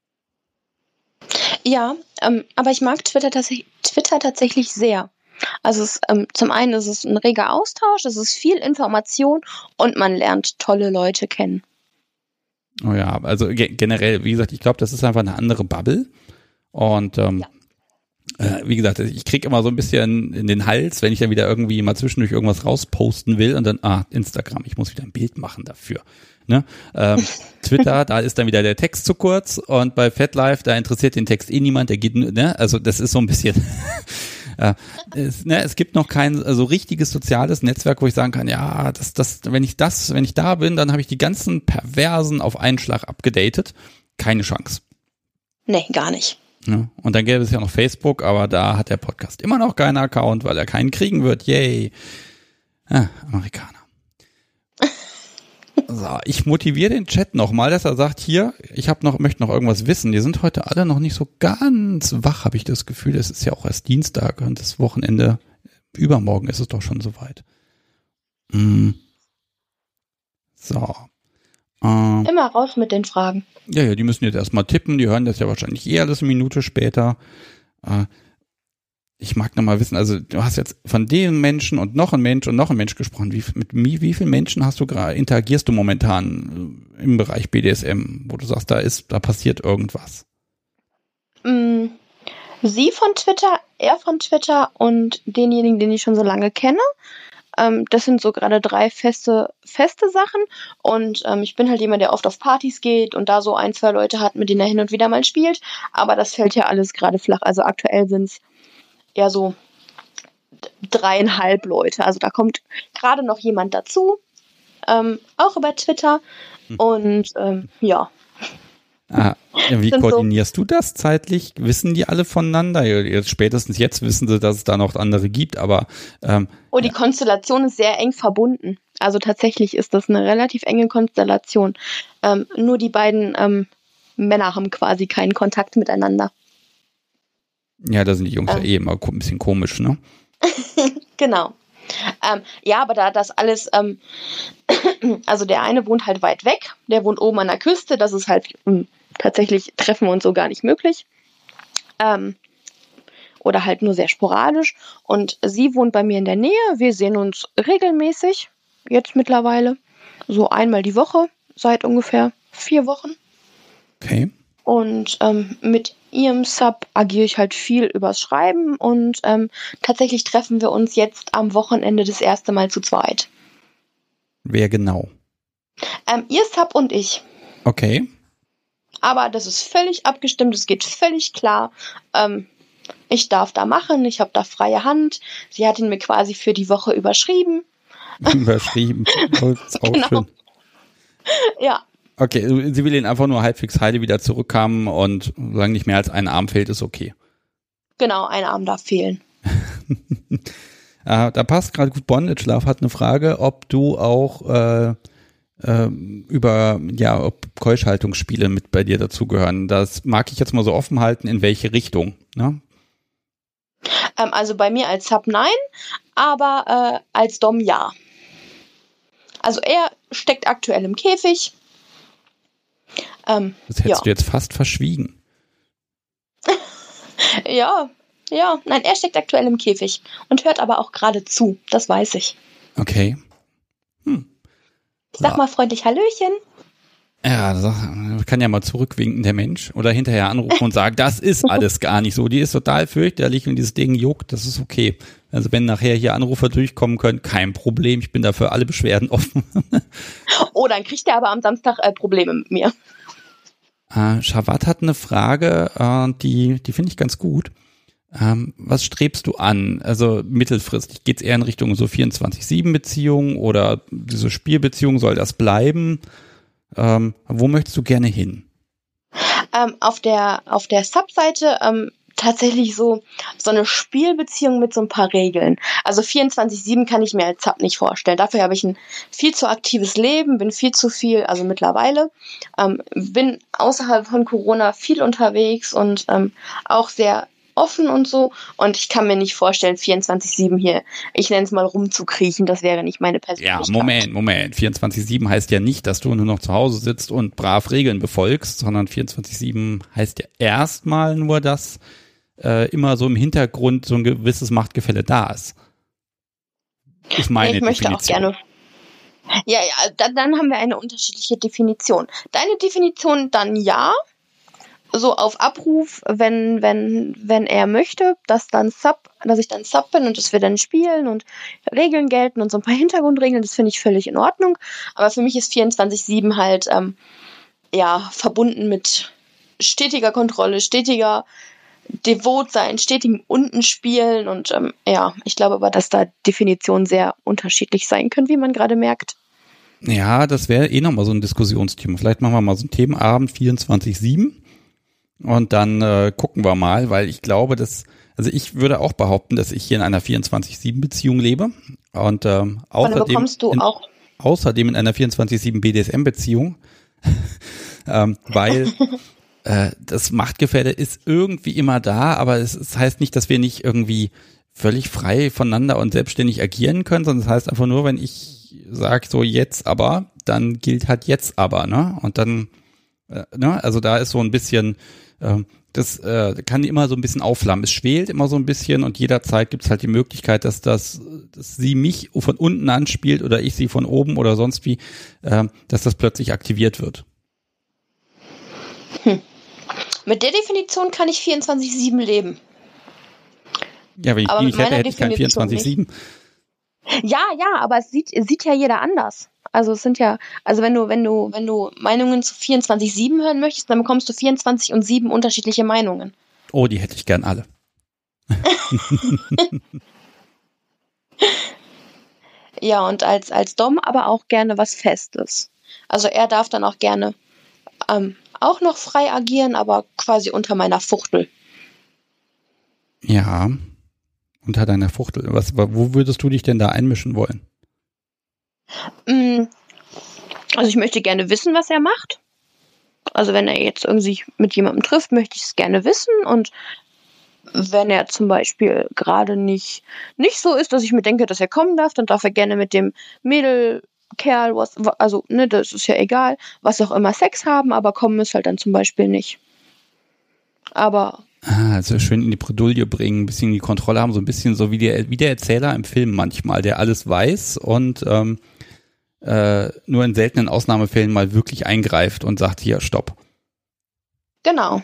Ja, aber ich mag Twitter tatsächlich sehr. Also zum einen ist es ein reger Austausch, es ist viel Information und man lernt tolle Leute kennen.
Oh ja, also generell, wie gesagt, ich glaube, das ist einfach eine andere Bubble. Und wie gesagt, ich kriege immer so ein bisschen in den Hals, wenn ich dann wieder irgendwie mal zwischendurch irgendwas rausposten will und dann, Instagram, ich muss wieder ein Bild machen dafür. Ne? Twitter, da ist dann wieder der Text zu kurz und bei FetLife, da interessiert den Text niemand, der geht, ne? Also das ist so ein bisschen, es gibt noch kein so richtiges soziales Netzwerk, wo ich sagen kann, ja, wenn ich da bin, dann habe ich die ganzen Perversen auf einen Schlag abgedatet. Keine Chance.
Nee, gar nicht.
Ja, und dann gäbe es ja noch Facebook, aber da hat der Podcast immer noch keinen Account, weil er keinen kriegen wird. Yay. Amerikaner. So, ich motiviere den Chat nochmal, dass er sagt, hier, möchte noch irgendwas wissen. Die sind heute alle noch nicht so ganz wach, habe ich das Gefühl. Es ist ja auch erst Dienstag und das Wochenende, übermorgen ist es doch schon soweit. So.
Immer raus mit den Fragen.
Ja, die müssen jetzt erstmal tippen, die hören das ja wahrscheinlich alles eine Minute später. Ich mag noch mal wissen, also du hast jetzt von dem Menschen und noch ein Mensch gesprochen. Mit wie vielen Menschen interagierst du momentan im Bereich BDSM, wo du sagst, da passiert irgendwas?
Sie von Twitter, er von Twitter und denjenigen, den ich schon so lange kenne. Das sind so gerade 3 feste Sachen und ich bin halt jemand, der oft auf Partys geht und da so 1, 2 Leute hat, mit denen er hin und wieder mal spielt, aber das fällt ja alles gerade flach. Also aktuell sind es eher so 3,5 Leute. Also da kommt gerade noch jemand dazu, auch über Twitter und ja.
Ja, wie
Sind so-
koordinierst du das zeitlich? Wissen die alle voneinander? Jetzt, spätestens jetzt wissen sie, dass es da noch andere gibt, aber
Oh, die Konstellation ist sehr eng verbunden. Also tatsächlich ist das eine relativ enge Konstellation. Nur die beiden Männer haben quasi keinen Kontakt miteinander.
ja, da sind die Jungs ja eh immer ein bisschen komisch, ne?
Genau. Ja, aber da das alles, also der eine wohnt halt weit weg, der wohnt oben an der Küste, das ist halt tatsächlich Treffen und so gar nicht möglich. Oder halt nur sehr sporadisch. Und sie wohnt bei mir in der Nähe. Wir sehen uns regelmäßig, jetzt mittlerweile, so einmal die Woche, seit ungefähr 4 Wochen.
Okay.
Und mit ihrem Sub agiere ich halt viel übers Schreiben und tatsächlich treffen wir uns jetzt am Wochenende das erste Mal zu zweit.
Wer genau?
Ihr Sub und ich.
Okay.
Aber das ist völlig abgestimmt, es geht völlig klar. Ich darf da machen, ich habe da freie Hand. Sie hat ihn mir quasi für die Woche überschrieben.
Überschrieben. Das ist auch
Genau.
schön.
Ja,
Okay, sie will ihn einfach nur halbwegs heile wieder zurückhaben und sagen, nicht mehr als ein Arm fehlt, ist okay.
genau, ein Arm darf fehlen.
Da passt gerade gut. Bondage Love hat eine Frage, ob du auch ob Keuschhaltungsspiele mit bei dir dazugehören. Das mag ich jetzt mal so offen halten, in welche Richtung, ne?
Also bei mir als Sub nein, aber als Dom ja. Also er steckt aktuell im Käfig.
Das hättest du jetzt fast verschwiegen.
Ja, nein, er steckt aktuell im Käfig und hört aber auch gerade zu, das weiß ich.
Okay.
Ich sag mal freundlich Hallöchen.
Ja, das kann ja mal zurückwinken, der Mensch. Oder hinterher anrufen und sagen, das ist alles gar nicht so. Die ist total fürchterlich und dieses Ding juckt, das ist okay. Also wenn nachher hier Anrufer durchkommen können, kein Problem. Ich bin dafür alle Beschwerden offen.
Oh, dann kriegt er aber am Samstag Probleme mit mir.
Shawat hat eine Frage, die finde ich ganz gut. Was strebst du an? Also mittelfristig geht's eher in Richtung so 24/7-Beziehung oder diese Spielbeziehung, soll das bleiben? Wo möchtest du gerne hin?
Auf der Subseite tatsächlich so eine Spielbeziehung mit so ein paar Regeln. Also 24/7 kann ich mir als Sub nicht vorstellen. Dafür habe ich ein viel zu aktives Leben, bin viel zu viel, also mittlerweile, bin außerhalb von Corona viel unterwegs und auch sehr offen und so. Und ich kann mir nicht vorstellen, 24/7 hier, ich nenne es mal rumzukriechen, das wäre nicht meine Persönlichkeit.
Ja, Moment. 24/7 heißt ja nicht, dass du nur noch zu Hause sitzt und brav Regeln befolgst, sondern 24/7 heißt ja erstmal nur, dass immer so im Hintergrund so ein gewisses Machtgefälle da ist. Ist meine
Ich möchte
Definition.
auch gerne. Ja, dann haben wir eine unterschiedliche Definition. Deine Definition dann ja, so auf Abruf, wenn er möchte, dass ich dann Sub bin und dass wir dann spielen und Regeln gelten und so ein paar Hintergrundregeln, das finde ich völlig in Ordnung. Aber für mich ist 24/7 halt verbunden mit stetiger Kontrolle, stetiger devot sein, stetigem Untenspielen und ich glaube aber, dass da Definitionen sehr unterschiedlich sein können, wie man gerade merkt.
Ja, das wäre eh nochmal so ein Diskussionsthema. Vielleicht machen wir mal so einen Themenabend 24/7 und dann gucken wir mal, weil ich glaube, also ich würde auch behaupten, dass ich hier in einer 24/7-Beziehung lebe und außerdem in einer 24/7 BDSM-Beziehung, weil das Machtgefälle ist irgendwie immer da, aber es heißt nicht, dass wir nicht irgendwie völlig frei voneinander und selbstständig agieren können, sondern es heißt einfach nur, wenn ich sage so jetzt aber, dann gilt halt jetzt aber, ne? Und dann, also da ist so ein bisschen, das kann immer so ein bisschen aufflammen. Es schwelt immer so ein bisschen und jederzeit gibt es halt die Möglichkeit, dass sie mich von unten anspielt oder ich sie von oben oder sonst wie, dass das plötzlich aktiviert wird.
Mit der Definition kann ich 24/7 leben.
Ja, wenn ich die nicht hätte, hätte ich kein 24/7.
Ja, aber es sieht ja jeder anders. Also es sind ja, also wenn du Meinungen zu 24/7 hören möchtest, dann bekommst du 24 und 7 unterschiedliche Meinungen.
Oh, die hätte ich gern alle.
Ja, und als Dom aber auch gerne was Festes. Also er darf dann auch gerne auch noch frei agieren, aber quasi unter meiner Fuchtel.
Ja, unter deiner Fuchtel. Wo würdest du dich denn da einmischen wollen?
Also ich möchte gerne wissen, was er macht. Also wenn er jetzt irgendwie mit jemandem trifft, möchte ich es gerne wissen. Und wenn er zum Beispiel gerade nicht so ist, dass ich mir denke, dass er kommen darf, dann darf er gerne mit dem Mädel, Kerl, das ist ja egal, was auch immer, Sex haben, aber kommen ist halt dann zum Beispiel nicht. Aber
Also schön in die Bredouille bringen, ein bisschen die Kontrolle haben, so ein bisschen so wie der Erzähler im Film manchmal, der alles weiß und nur in seltenen Ausnahmefällen mal wirklich eingreift und sagt, hier, stopp.
Genau.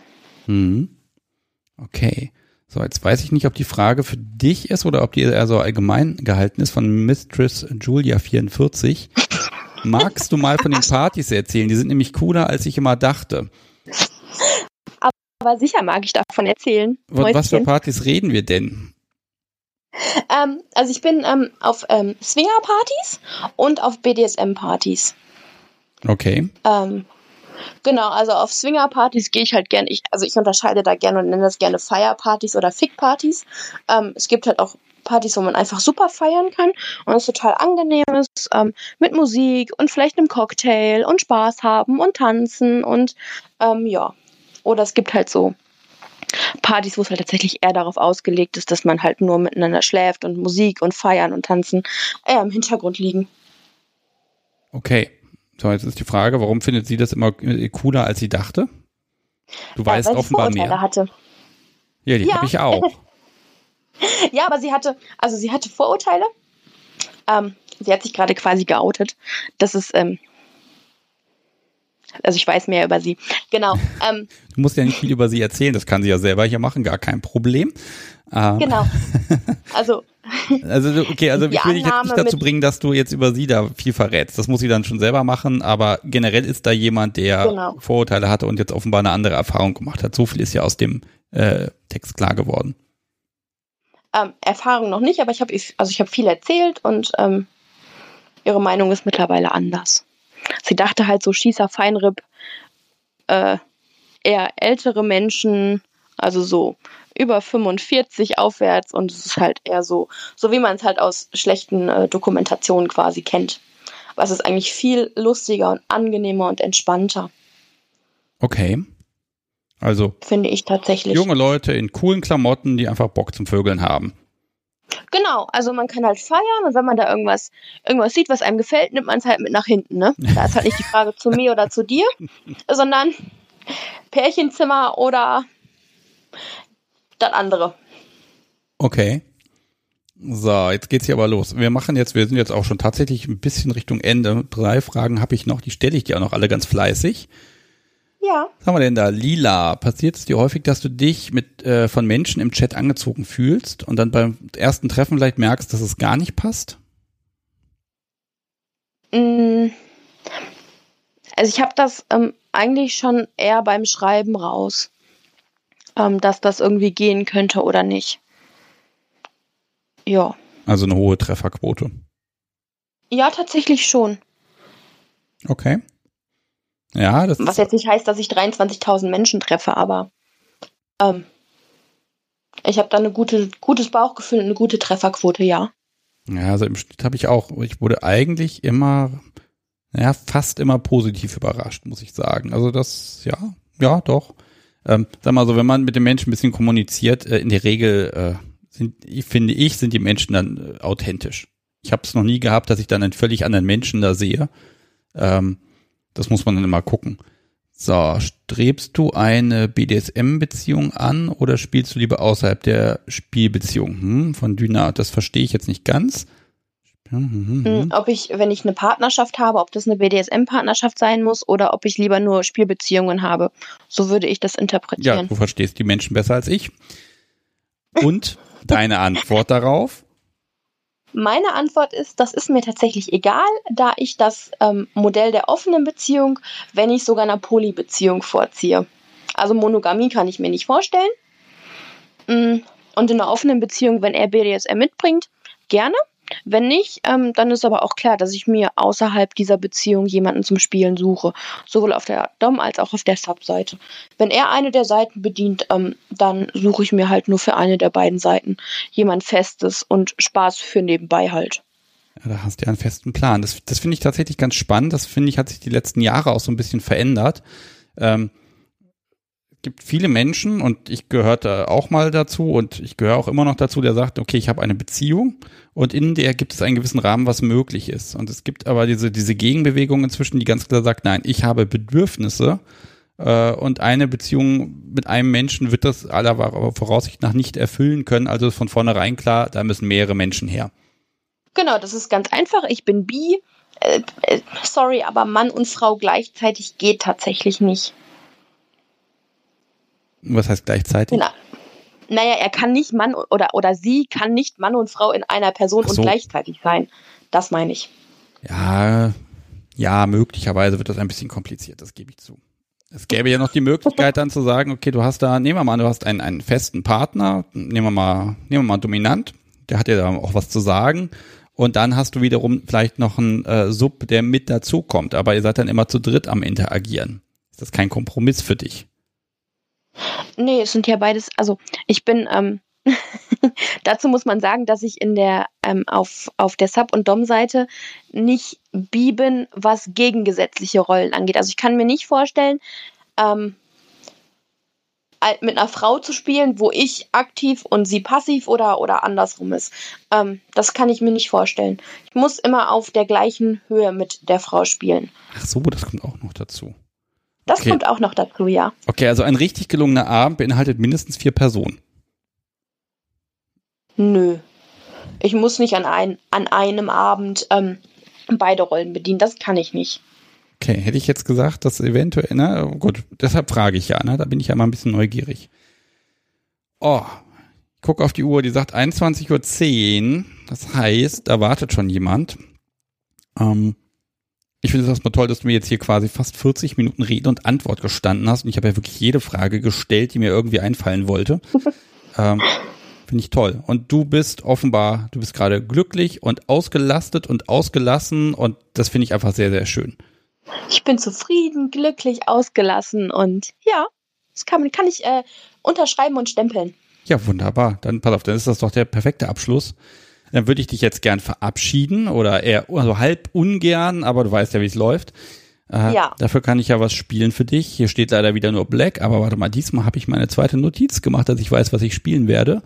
Okay. So, jetzt weiß ich nicht, ob die Frage für dich ist oder ob die eher so allgemein gehalten ist von Mistress Julia 44. Magst du mal von den Partys erzählen? Die sind nämlich cooler, als ich immer dachte.
Aber sicher mag ich davon erzählen.
Was für Partys reden wir denn?
Also ich bin auf Swinger-Partys und auf BDSM-Partys.
Okay.
Genau, also auf Swinger-Partys gehe ich halt gerne. Ich unterscheide da gerne und nenne das gerne Fire-Partys oder Fick-Partys. Es gibt halt auch Partys, wo man einfach super feiern kann und es total angenehm ist, mit Musik und vielleicht einem Cocktail und Spaß haben und tanzen und ja. Oder es gibt halt so Partys, wo es halt tatsächlich eher darauf ausgelegt ist, dass man halt nur miteinander schläft und Musik und Feiern und Tanzen eher im Hintergrund liegen.
Okay. So, jetzt ist die Frage, warum findet sie das immer cooler, als sie dachte? Du weißt offenbar mehr.
Hatte.
Ja, die habe ich auch.
Ja, aber sie hatte Vorurteile. Sie hat sich gerade quasi geoutet. Das ist, also ich weiß mehr über sie. Genau.
Du musst ja nicht viel über sie erzählen, das kann sie ja selber hier machen, gar kein Problem.
Genau.
Okay, also ich will dich jetzt nicht dazu bringen, dass du jetzt über sie da viel verrätst. Das muss sie dann schon selber machen, aber generell ist da jemand, der Vorurteile hatte und jetzt offenbar eine andere Erfahrung gemacht hat. So viel ist ja aus dem Text klar geworden.
Erfahrung noch nicht, aber ich habe viel erzählt und ihre Meinung ist mittlerweile anders. Sie dachte halt so Schießer, Feinripp, eher ältere Menschen, also so über 45 aufwärts und es ist halt eher so wie man es halt aus schlechten Dokumentationen quasi kennt. Was ist eigentlich viel lustiger und angenehmer und entspannter.
Okay. Also
finde ich tatsächlich.
Junge Leute in coolen Klamotten, die einfach Bock zum Vögeln haben.
Genau, also man kann halt feiern und wenn man da irgendwas sieht, was einem gefällt, nimmt man es halt mit nach hinten, ne? Da ist halt nicht die Frage zu mir oder zu dir, sondern Pärchenzimmer oder das andere.
Okay. So, jetzt geht's hier aber los. Wir sind jetzt auch schon tatsächlich ein bisschen Richtung Ende. 3 Fragen habe ich noch, die stelle ich dir auch noch alle ganz fleißig.
Ja.
Was haben wir denn da? Lila, passiert es dir häufig, dass du dich von Menschen im Chat angezogen fühlst und dann beim ersten Treffen vielleicht merkst, dass es gar nicht passt?
Also ich habe das eigentlich schon eher beim Schreiben raus, dass das irgendwie gehen könnte oder nicht. Ja.
Also eine hohe Trefferquote.
Ja, tatsächlich schon.
Okay. Ja,
was jetzt nicht heißt, dass ich 23.000 Menschen treffe, aber ich habe da ein gutes Bauchgefühl und eine gute Trefferquote, ja.
Ja, also im Schnitt ich wurde eigentlich fast immer positiv überrascht, muss ich sagen. Also das, ja, doch. Sag mal so, wenn man mit den Menschen ein bisschen kommuniziert, in der Regel sind die Menschen dann authentisch. Ich habe es noch nie gehabt, dass ich dann einen völlig anderen Menschen da sehe. Das muss man dann immer gucken. So, strebst du eine BDSM-Beziehung an oder spielst du lieber außerhalb der Spielbeziehung? Von Dyna, das verstehe ich jetzt nicht ganz.
Wenn ich eine Partnerschaft habe, ob das eine BDSM-Partnerschaft sein muss oder ob ich lieber nur Spielbeziehungen habe. So würde ich das interpretieren.
Ja, du verstehst die Menschen besser als ich. Und deine Antwort darauf?
Meine Antwort ist, das ist mir tatsächlich egal, da ich das Modell der offenen Beziehung, wenn nicht sogar einer Polybeziehung vorziehe. Also Monogamie kann ich mir nicht vorstellen. Und in einer offenen Beziehung, wenn er BDSM mitbringt, gerne. Wenn nicht, dann ist aber auch klar, dass ich mir außerhalb dieser Beziehung jemanden zum Spielen suche. Sowohl auf der Dom- als auch auf der Sub-Seite. Wenn er eine der Seiten bedient, dann suche ich mir halt nur für eine der beiden Seiten jemand Festes und Spaß für nebenbei halt.
Ja, da hast du ja einen festen Plan. Das finde ich tatsächlich ganz spannend. Das finde ich, hat sich die letzten Jahre auch so ein bisschen verändert. Gibt viele Menschen und ich gehörte auch mal dazu und ich gehöre auch immer noch dazu, der sagt, okay, ich habe eine Beziehung und in der gibt es einen gewissen Rahmen, was möglich ist. Und es gibt aber diese Gegenbewegung inzwischen, die ganz klar sagt, nein, ich habe Bedürfnisse und eine Beziehung mit einem Menschen wird das aller Voraussicht nach nicht erfüllen können. Also ist von vornherein klar, da müssen mehrere Menschen her.
Genau, das ist ganz einfach. Ich bin bi. Sorry, aber Mann und Frau gleichzeitig geht tatsächlich nicht.
Was heißt gleichzeitig?
Naja, er kann nicht Mann oder sie kann nicht Mann und Frau in einer Person und gleichzeitig sein. Das meine ich.
Ja, möglicherweise wird das ein bisschen kompliziert, das gebe ich zu. Es gäbe ja noch die Möglichkeit dann zu sagen, okay, du hast einen festen Partner, nehmen wir mal dominant, der hat ja da auch was zu sagen und dann hast du wiederum vielleicht noch einen Sub, der mit dazukommt, aber ihr seid dann immer zu dritt am Interagieren. Ist das kein Kompromiss für dich?
Nee, es sind ja beides, also ich bin, dazu muss man sagen, dass ich in der, auf der Sub- und Dom-Seite nicht bi bin, was gegengesetzliche Rollen angeht. Also ich kann mir nicht vorstellen, mit einer Frau zu spielen, wo ich aktiv und sie passiv oder andersrum ist. Das kann ich mir nicht vorstellen. Ich muss immer auf der gleichen Höhe mit der Frau spielen.
Ach so, das kommt auch noch dazu.
Das kommt auch noch dazu, ja.
Okay, also ein richtig gelungener Abend beinhaltet mindestens 4 Personen.
Nö. Ich muss nicht an einem Abend beide Rollen bedienen. Das kann ich nicht.
Okay, hätte ich jetzt gesagt, dass eventuell, ne, gut, deshalb frage ich ja, ne, da bin ich ja mal ein bisschen neugierig. Oh, ich gucke auf die Uhr, die sagt 21:10 Uhr, das heißt, da wartet schon jemand. Ich finde es erstmal toll, dass du mir jetzt hier quasi fast 40 Minuten Rede und Antwort gestanden hast und ich habe ja wirklich jede Frage gestellt, die mir irgendwie einfallen wollte. Finde ich toll. Und du bist gerade glücklich und ausgelastet und ausgelassen und das finde ich einfach sehr, sehr schön.
Ich bin zufrieden, glücklich, ausgelassen und ja, das kann ich unterschreiben und stempeln.
Ja, wunderbar. Dann pass auf, dann ist das doch der perfekte Abschluss. Dann würde ich dich jetzt gern verabschieden oder eher also halb ungern, aber du weißt ja, wie es läuft. Ja. Dafür kann ich ja was spielen für dich. Hier steht leider wieder nur Black, aber warte mal, diesmal habe ich meine zweite Notiz gemacht, dass ich weiß, was ich spielen werde.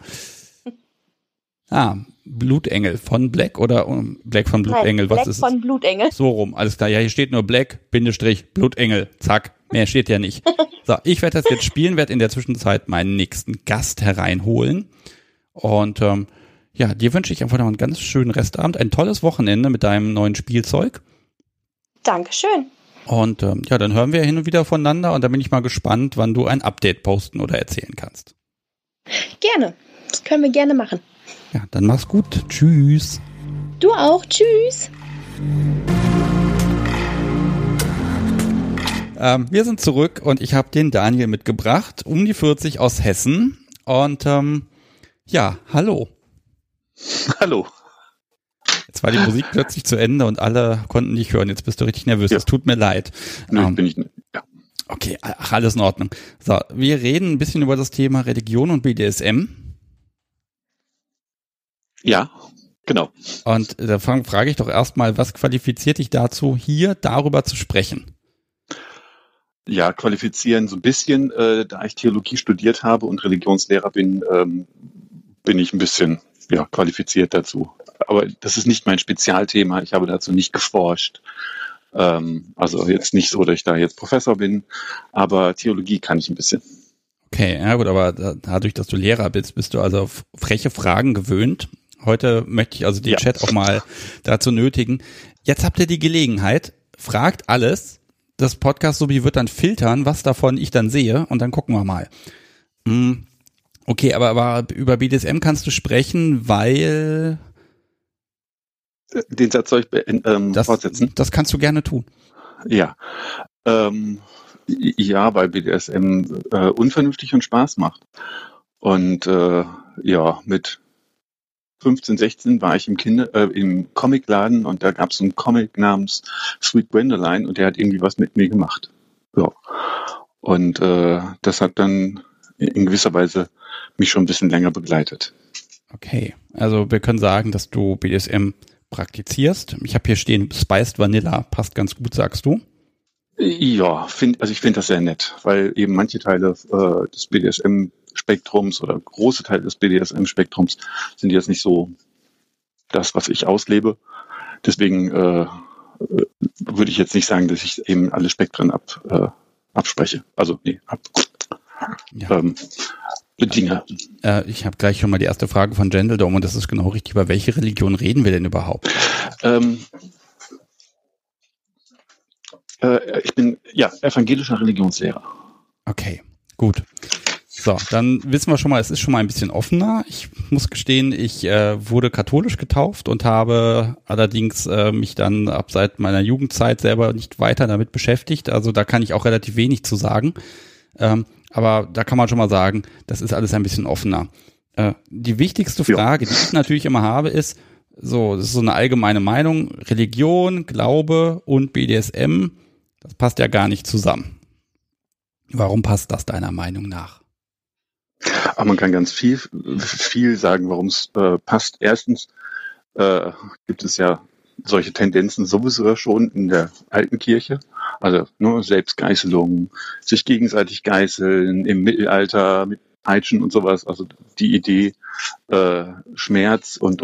Blutengel von Black oder Black von Blutengel?
Nein,
was ist es?
Black von Blutengel.
So rum, alles klar. Ja, hier steht nur Black, Bindestrich, Blutengel, zack. Mehr steht ja nicht. So, ich werde das jetzt spielen, werde in der Zwischenzeit meinen nächsten Gast hereinholen. Und dir wünsche ich einfach noch einen ganz schönen Restabend, ein tolles Wochenende mit deinem neuen Spielzeug.
Dankeschön.
Und dann hören wir hin und wieder voneinander und da bin ich mal gespannt, wann du ein Update posten oder erzählen kannst.
Gerne. Das können wir gerne machen.
Ja, dann mach's gut. Tschüss.
Du auch. Tschüss.
Wir sind zurück und ich habe den Daniel mitgebracht, um die 40 aus Hessen. Und hallo.
Hallo.
Jetzt war die Musik plötzlich zu Ende und alle konnten dich hören. Jetzt bist du richtig nervös. Es tut mir leid.
Nö, bin ich nicht. Ja.
Okay, alles in Ordnung. So, wir reden ein bisschen über das Thema Religion und BDSM.
Ja, genau.
Und da frage ich doch erstmal, was qualifiziert dich dazu, hier darüber zu sprechen?
Ja, qualifizieren so ein bisschen, da ich Theologie studiert habe und Religionslehrer bin, bin ich ein bisschen qualifiziert dazu. Aber das ist nicht mein Spezialthema. Ich habe dazu nicht geforscht. Also jetzt nicht so, dass ich da jetzt Professor bin, aber Theologie kann ich ein bisschen.
Okay, ja gut, aber dadurch, dass du Lehrer bist, bist du also auf freche Fragen gewöhnt. Heute möchte ich also den Chat auch mal dazu nötigen. Jetzt habt ihr die Gelegenheit, fragt alles. Das Podcast-Subi wird dann filtern, was davon ich dann sehe und dann gucken wir mal. Okay, aber über BDSM kannst du sprechen, weil...
Den Satz soll ich fortsetzen?
Das kannst du gerne tun.
Ja. Weil BDSM unvernünftig und Spaß macht. Und mit 15, 16 war ich im Comicladen und da gab es einen Comic namens Sweet Gwendoline und der hat irgendwie was mit mir gemacht. Ja. Und das hat dann in gewisser Weise mich schon ein bisschen länger begleitet.
Okay, also wir können sagen, dass du BDSM praktizierst. Ich habe hier stehen, Spiced Vanilla, passt ganz gut, sagst du?
Ja, ich finde das sehr nett, weil eben manche Teile des BDSM-Spektrums oder große Teile des BDSM-Spektrums sind jetzt nicht so das, was ich auslebe. Deswegen würde ich jetzt nicht sagen, dass ich eben alle Spektren abspreche. Also, nee, bedinge.
Ich habe gleich schon mal die erste Frage von Genderdom und das ist genau richtig. Über welche Religion reden wir denn überhaupt?
Ich bin evangelischer Religionslehrer.
Okay, gut. So, dann wissen wir schon mal, es ist schon mal ein bisschen offener. Ich muss gestehen, ich wurde katholisch getauft und habe allerdings mich dann ab seit meiner Jugendzeit selber nicht weiter damit beschäftigt. Also da kann ich auch relativ wenig zu sagen. Aber da kann man schon mal sagen, das ist alles ein bisschen offener. Die wichtigste Frage, die ich natürlich immer habe, ist, das ist so eine allgemeine Meinung, Religion, Glaube und BDSM, das passt ja gar nicht zusammen. Warum passt das deiner Meinung nach?
Aber man kann ganz viel sagen, warum es passt. Erstens gibt es ja solche Tendenzen sowieso schon in der alten Kirche. Also Selbstgeißelung, sich gegenseitig geißeln, im Mittelalter mit Peitschen und sowas. Also die Idee Schmerz und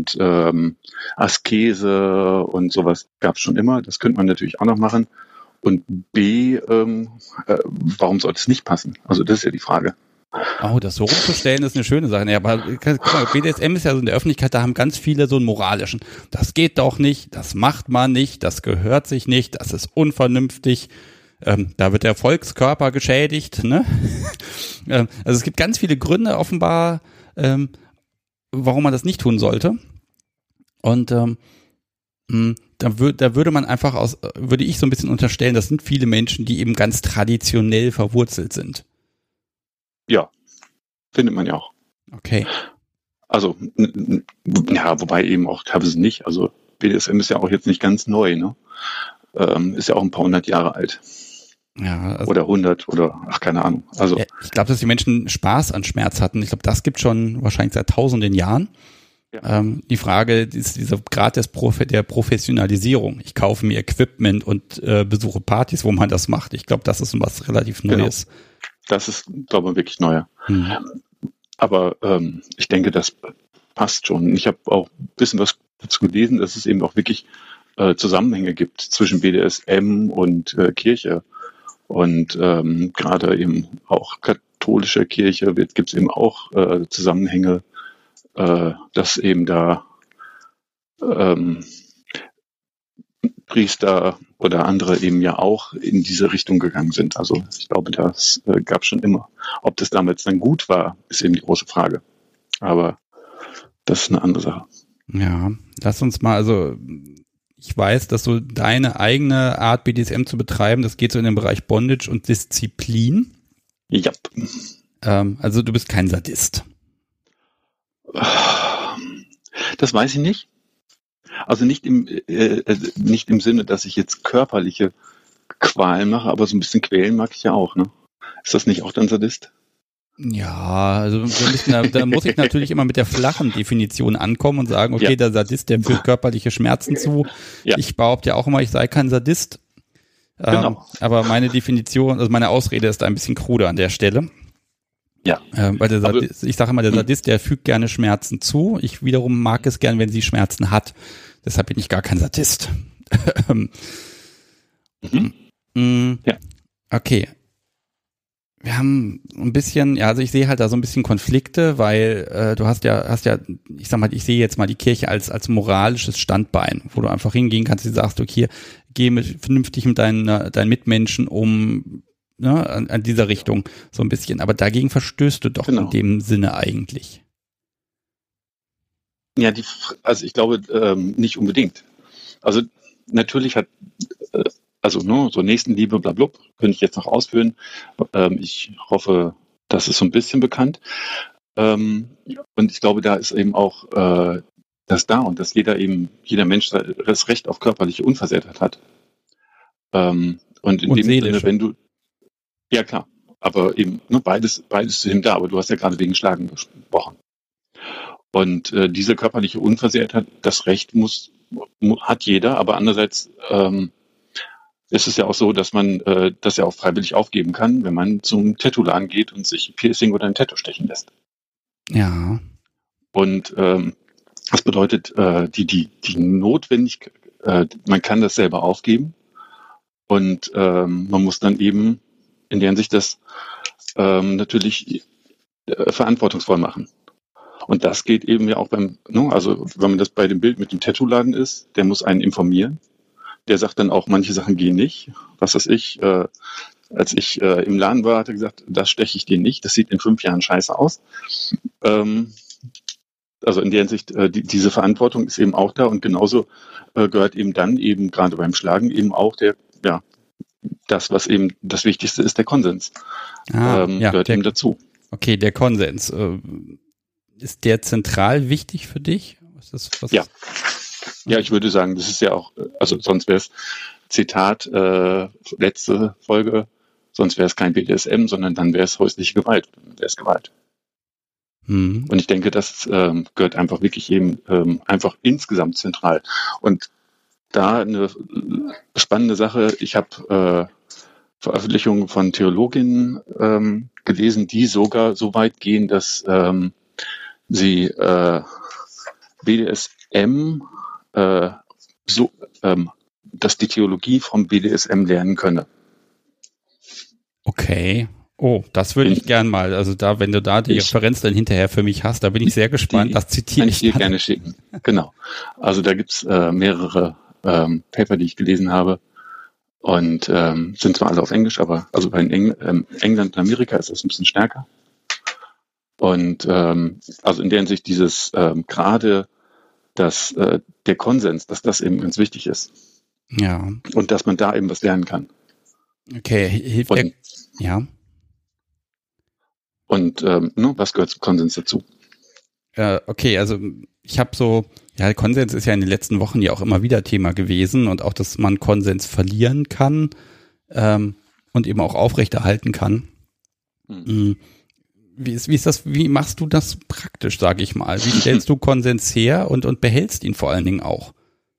Askese und sowas gab es schon immer. Das könnte man natürlich auch noch machen. Und B, warum sollte es nicht passen? Also das ist ja die Frage.
Oh, das so rumzustellen ist eine schöne Sache. Ja, aber guck mal, BDSM ist ja so in der Öffentlichkeit, da haben ganz viele so einen moralischen. Das geht doch nicht, das macht man nicht, das gehört sich nicht, das ist unvernünftig. Da wird der Volkskörper geschädigt, ne? Also es gibt ganz viele Gründe offenbar, warum man das nicht tun sollte. Und da würde man einfach würde ich so ein bisschen unterstellen, das sind viele Menschen, die eben ganz traditionell verwurzelt sind.
Ja, findet man ja auch.
Okay.
Also, wobei eben auch teilweise nicht. Also BDSM ist ja auch jetzt nicht ganz neu, ne? Ist ja auch ein paar 100 Jahre alt.
Ja. Also,
oder 100 oder keine Ahnung. Also
ja, ich glaube, dass die Menschen Spaß an Schmerz hatten. Ich glaube, das gibt schon wahrscheinlich seit tausenden Jahren. Ja. Die Frage ist dieser Grad der Professionalisierung. Ich kaufe mir Equipment und besuche Partys, wo man das macht. Ich glaube, das ist was relativ Neues.
Genau. Das ist, glaube ich, wirklich neuer. Aber ich denke, das passt schon. Ich habe auch ein bisschen was dazu gelesen, dass es eben auch wirklich Zusammenhänge gibt zwischen BDSM und Kirche. Und gerade eben auch katholischer Kirche gibt es eben auch Zusammenhänge, dass eben da Priester oder andere eben ja auch in diese Richtung gegangen sind. Also ich glaube, das gab es schon immer. Ob das damals dann gut war, ist eben die große Frage. Aber das ist eine andere Sache.
Ja, lass uns mal, also ich weiß, dass so deine eigene Art BDSM zu betreiben, das geht so in den Bereich Bondage und Disziplin.
Ja.
Also du bist kein Sadist.
Das weiß ich nicht. Also nicht im Sinne, dass ich jetzt körperliche Qualen mache, aber so ein bisschen quälen mag ich ja auch, ne? Ist das nicht auch dann Sadist?
Ja, also da muss ich natürlich immer mit der flachen Definition ankommen und sagen, okay, der Sadist, der führt körperliche Schmerzen zu. Ja. Ich behaupte ja auch immer, ich sei kein Sadist. Genau. Aber meine Definition, also meine Ausrede ist ein bisschen kruder an der Stelle.
Ja.
Weil der Sadist, ich sage immer, der Sadist, der fügt gerne Schmerzen zu. Ich wiederum mag es gern, wenn sie Schmerzen hat. Deshalb bin ich gar kein Sadist. Ja. Okay. Wir haben ein bisschen, ja, also ich sehe halt da so ein bisschen Konflikte, weil du hast ja, ich sag mal, ich sehe jetzt mal die Kirche als moralisches Standbein, wo du einfach hingehen kannst und sagst, okay, geh vernünftig mit deinen Mitmenschen um, ne, an dieser Richtung so ein bisschen. Aber dagegen verstößt du doch in dem Sinne eigentlich.
Ja, also ich glaube nicht unbedingt. Also natürlich hat so Nächstenliebe, blablabla, könnte ich jetzt noch ausführen. Ich hoffe, das ist so ein bisschen bekannt. Und ich glaube, da ist eben auch das da und dass jeder Mensch das Recht auf körperliche Unversehrtheit hat. Und in
Und
dem
seelische.
Sinne, wenn du, ja klar, aber eben beides ist eben da, aber du hast ja gerade wegen Schlagen gesprochen. Und diese körperliche Unversehrtheit, das Recht hat jeder, aber andererseits ist es ja auch so, dass man das ja auch freiwillig aufgeben kann, wenn man zum Tattoo-Laden geht und sich ein Piercing oder ein Tattoo stechen lässt.
Ja.
Und das bedeutet, die Notwendigkeit, man kann das selber aufgeben und man muss dann eben in der Hinsicht das natürlich verantwortungsvoll machen. Und das geht eben ja auch also wenn man das bei dem Bild mit dem Tattoo-Laden ist, der muss einen informieren. Der sagt dann auch, manche Sachen gehen nicht. Was weiß ich, als ich im Laden war, hat er gesagt, das steche ich dir nicht, das sieht in 5 Jahren scheiße aus. Also in der Hinsicht, diese Verantwortung ist eben auch da und genauso gehört eben dann eben gerade beim Schlagen eben auch das, was eben das Wichtigste ist, der Konsens. Gehört eben dazu.
Okay, der Konsens. Ist der zentral wichtig für dich?
Ja. Ja, ich würde sagen, das ist ja auch, also sonst wäre es Zitat, letzte Folge, sonst wäre es kein BDSM, sondern dann wäre es häusliche Gewalt, dann wäre es Gewalt. Und ich denke, das gehört einfach wirklich eben einfach insgesamt zentral. Und da eine spannende Sache, ich habe Veröffentlichungen von Theologinnen gelesen, die sogar so weit gehen, dass sie BDSM dass die Theologie vom BDSM lernen könne.
Okay. Oh, das würde ich gern mal. Also da, wenn du da die Referenz dann hinterher für mich hast, da bin ich sehr gespannt. Das zitiere ich
dir gerne schicken. Genau. Also da gibt's mehrere Paper, die ich gelesen habe. Und sind zwar alle auf Englisch, aber also bei England und Amerika ist das ein bisschen stärker. Und also in der Hinsicht dieses gerade dass der Konsens, dass das eben ganz wichtig ist.
Ja.
Und dass man da eben was lernen kann.
Okay, hilft der, ja.
Und was gehört zum Konsens dazu?
Okay, also ich habe Konsens ist ja in den letzten Wochen ja auch immer wieder Thema gewesen und auch, dass man Konsens verlieren kann und eben auch aufrechterhalten kann. Wie machst du das praktisch, sage ich mal? Wie stellst du Konsens her und behältst ihn vor allen Dingen auch?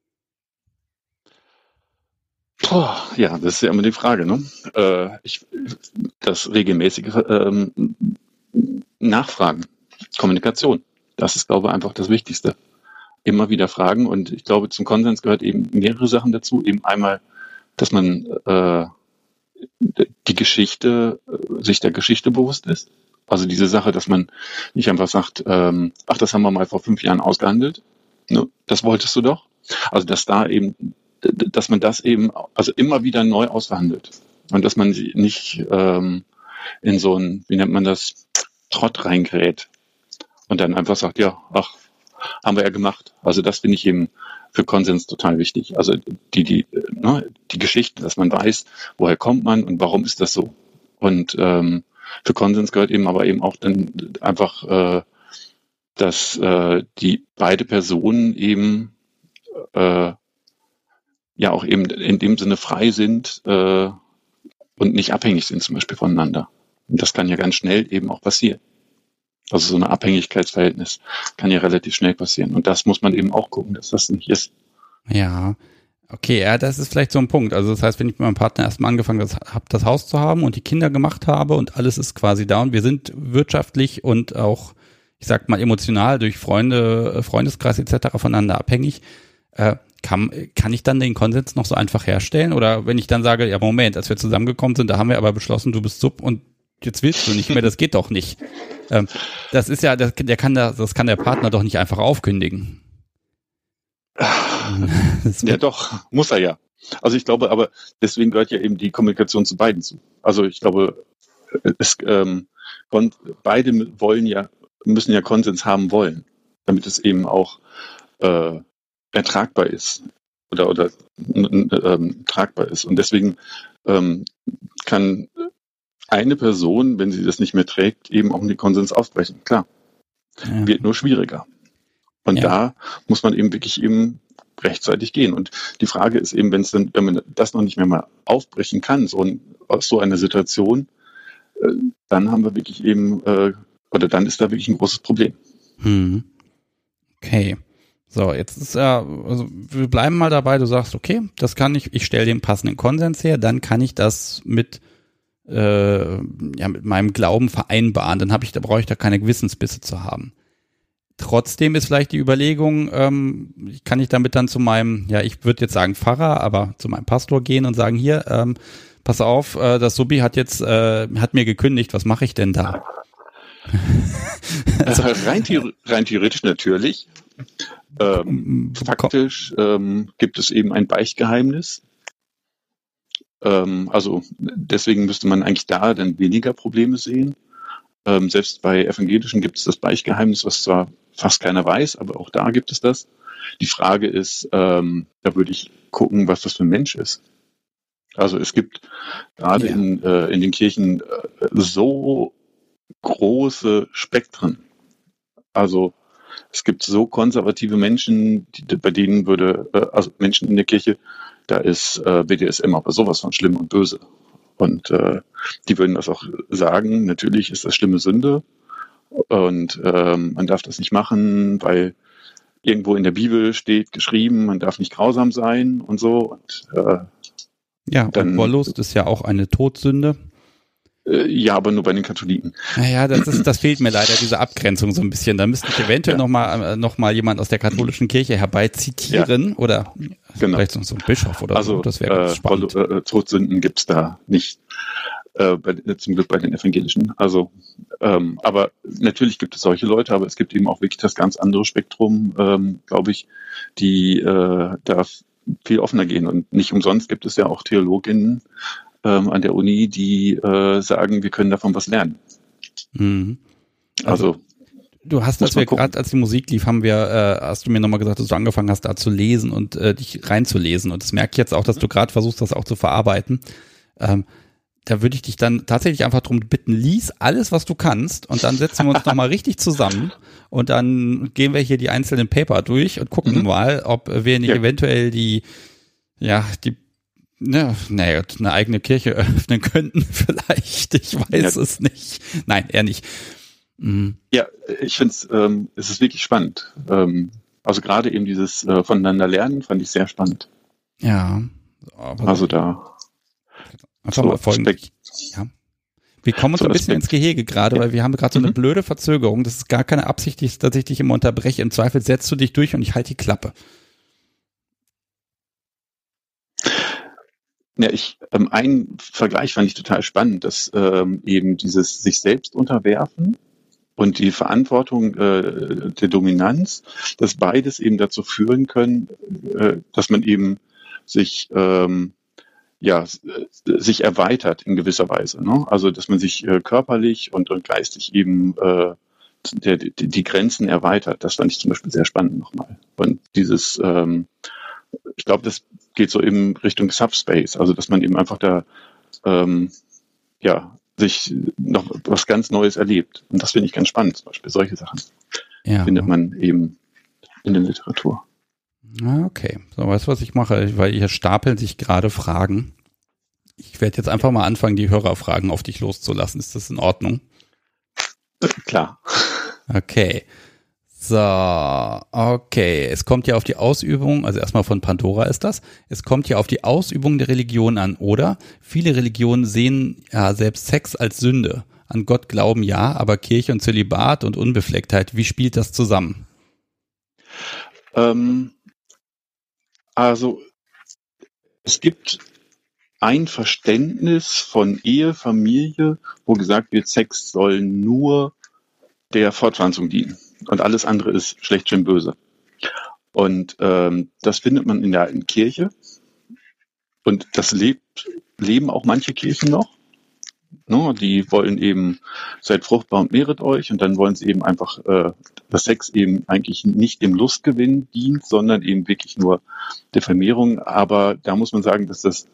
Ja, das ist ja immer die Frage, ne? Das regelmäßige Nachfragen, Kommunikation, das ist, glaube ich, einfach das Wichtigste. Immer wieder fragen und ich glaube, zum Konsens gehört eben mehrere Sachen dazu. Eben einmal, dass man sich der Geschichte bewusst ist. Also diese Sache, dass man nicht einfach sagt, das haben wir mal vor 5 Jahren ausgehandelt. Ne, das wolltest du doch. Also dass man das eben also immer wieder neu ausverhandelt. Und dass man nicht in so ein, wie nennt man das, Trott reingerät. Und dann einfach sagt, haben wir ja gemacht. Also das finde ich eben für Konsens total wichtig. Also die Geschichte, dass man weiß, woher kommt man und warum ist das so. Und für Konsens gehört eben aber eben auch dann einfach, dass die beide Personen eben auch eben in dem Sinne frei sind und nicht abhängig sind zum Beispiel voneinander. Und das kann ja ganz schnell eben auch passieren. Also so ein Abhängigkeitsverhältnis kann ja relativ schnell passieren. Und das muss man eben auch gucken, dass das nicht ist.
Ja, okay, ja, das ist vielleicht so ein Punkt. Also das heißt, wenn ich mit meinem Partner erstmal angefangen habe, das Haus zu haben und die Kinder gemacht habe und alles ist quasi da und wir sind wirtschaftlich und auch, ich sag mal, emotional durch Freunde, Freundeskreis etc. voneinander abhängig, kann ich dann den Konsens noch so einfach herstellen? Oder wenn ich dann sage, ja Moment, als wir zusammengekommen sind, da haben wir aber beschlossen, du bist Sub und jetzt willst du nicht mehr, das geht doch nicht. Das ist ja, das kann der Partner doch nicht einfach aufkündigen.
Ja doch, muss er ja. Also ich glaube, aber deswegen gehört ja eben die Kommunikation zu beiden zu. Also ich glaube, beide müssen ja Konsens haben wollen, damit es eben auch ertragbar ist oder tragbar ist. Und deswegen kann eine Person, wenn sie das nicht mehr trägt, eben auch den Konsens aufbrechen. Klar,
Ja.
wird nur schwieriger. Und da muss man eben wirklich eben rechtzeitig gehen. Und die Frage ist eben, wenn man das noch nicht mehr mal aufbrechen kann, aus so einer Situation, dann haben wir wirklich eben, oder dann ist da wirklich ein großes Problem.
Okay. So, jetzt ist also wir bleiben mal dabei, du sagst, okay, das kann ich stelle den passenden Konsens her, dann kann ich das mit meinem Glauben vereinbaren, dann brauche ich da keine Gewissensbisse zu haben. Trotzdem ist vielleicht die Überlegung, kann ich damit dann zu meinem, ich würde jetzt sagen Pfarrer, aber zu meinem Pastor gehen und sagen, hier, pass auf, das Subi hat mir gekündigt, was mache ich denn da?
Also, rein theoretisch natürlich. Faktisch gibt es eben ein Beichtgeheimnis. Also deswegen müsste man eigentlich da dann weniger Probleme sehen. Selbst bei Evangelischen gibt es das Beichtgeheimnis, was zwar fast keiner weiß, aber auch da gibt es das. Die Frage ist, da würde ich gucken, was das für ein Mensch ist. Also es gibt gerade in den Kirchen so große Spektren. Also es gibt so konservative Menschen, bei denen also Menschen in der Kirche, da ist BDSM aber sowas von schlimm und böse. Und die würden das auch sagen, natürlich ist das schlimme Sünde und man darf das nicht machen, weil irgendwo in der Bibel steht geschrieben, man darf nicht grausam sein und so. Und,
und Wollust ist ja auch eine Todsünde.
Ja, aber nur bei den Katholiken.
Naja, das fehlt mir leider, diese Abgrenzung so ein bisschen. Da müsste ich eventuell noch mal jemand aus der katholischen Kirche herbeizitieren oder vielleicht so ein Bischof oder so. Das wäre spannend.
Todsünden gibt's da nicht. Zum Glück bei den Evangelischen. Also, aber natürlich gibt es solche Leute, aber es gibt eben auch wirklich das ganz andere Spektrum, glaube ich, die da viel offener gehen. Und nicht umsonst gibt es ja auch Theologinnen an der Uni, die sagen, wir können davon was lernen.
Mhm. Also du hast, als die Musik lief, hast du mir nochmal gesagt, dass du angefangen hast, da zu lesen und dich reinzulesen. Und das merke ich jetzt auch, dass du gerade versuchst, das auch zu verarbeiten. Da würde ich dich dann tatsächlich einfach darum bitten, lies alles, was du kannst und dann setzen wir uns nochmal richtig zusammen und dann gehen wir hier die einzelnen Paper durch und gucken mal, ob wir nicht eventuell eine eigene Kirche öffnen könnten vielleicht. Ich weiß es nicht. Nein, eher nicht.
Ja, ich finde es ist wirklich spannend. Also gerade eben dieses voneinander lernen fand ich sehr spannend.
Ja.
Also da
einfach mal folgendes. Ja. Wir kommen uns ein bisschen ins Gehege gerade, weil wir haben gerade so eine blöde Verzögerung. Das ist gar keine Absicht, dass ich dich immer unterbreche. Im Zweifel setzt du dich durch und ich halte die Klappe.
Ja, einen Vergleich fand ich total spannend, dass eben dieses sich selbst unterwerfen und die Verantwortung der Dominanz, dass beides eben dazu führen können, dass man eben sich sich erweitert in gewisser Weise. Ne? Also dass man sich körperlich und geistig eben die Grenzen erweitert. Das fand ich zum Beispiel sehr spannend nochmal. Und dieses ich glaube, das geht so eben Richtung Subspace, also dass man eben einfach da sich noch was ganz Neues erlebt. Und das finde ich ganz spannend, zum Beispiel solche Sachen findet man eben in der Literatur.
Okay, so, weißt du, was ich mache? Weil hier stapeln sich gerade Fragen. Ich werde jetzt einfach mal anfangen, die Hörerfragen auf dich loszulassen. Ist das in Ordnung?
Klar.
Okay. So, okay. Es kommt ja auf die Ausübung, also erstmal von Pandora ist das. Es kommt ja auf die Ausübung der Religion an, oder? Viele Religionen sehen ja selbst Sex als Sünde. An Gott glauben ja, aber Kirche und Zölibat und Unbeflecktheit, wie spielt das zusammen?
Also, es gibt ein Verständnis von Ehe, Familie, wo gesagt wird, Sex soll nur der Fortpflanzung dienen. Und alles andere ist schlecht, schön, böse. Und das findet man in der alten Kirche. Und das leben auch manche Kirchen noch. No, die wollen eben, seid fruchtbar und mehret euch. Und dann wollen sie eben einfach, dass Sex eben eigentlich nicht dem Lustgewinn dient, sondern eben wirklich nur der Vermehrung. Aber da muss man sagen, dass das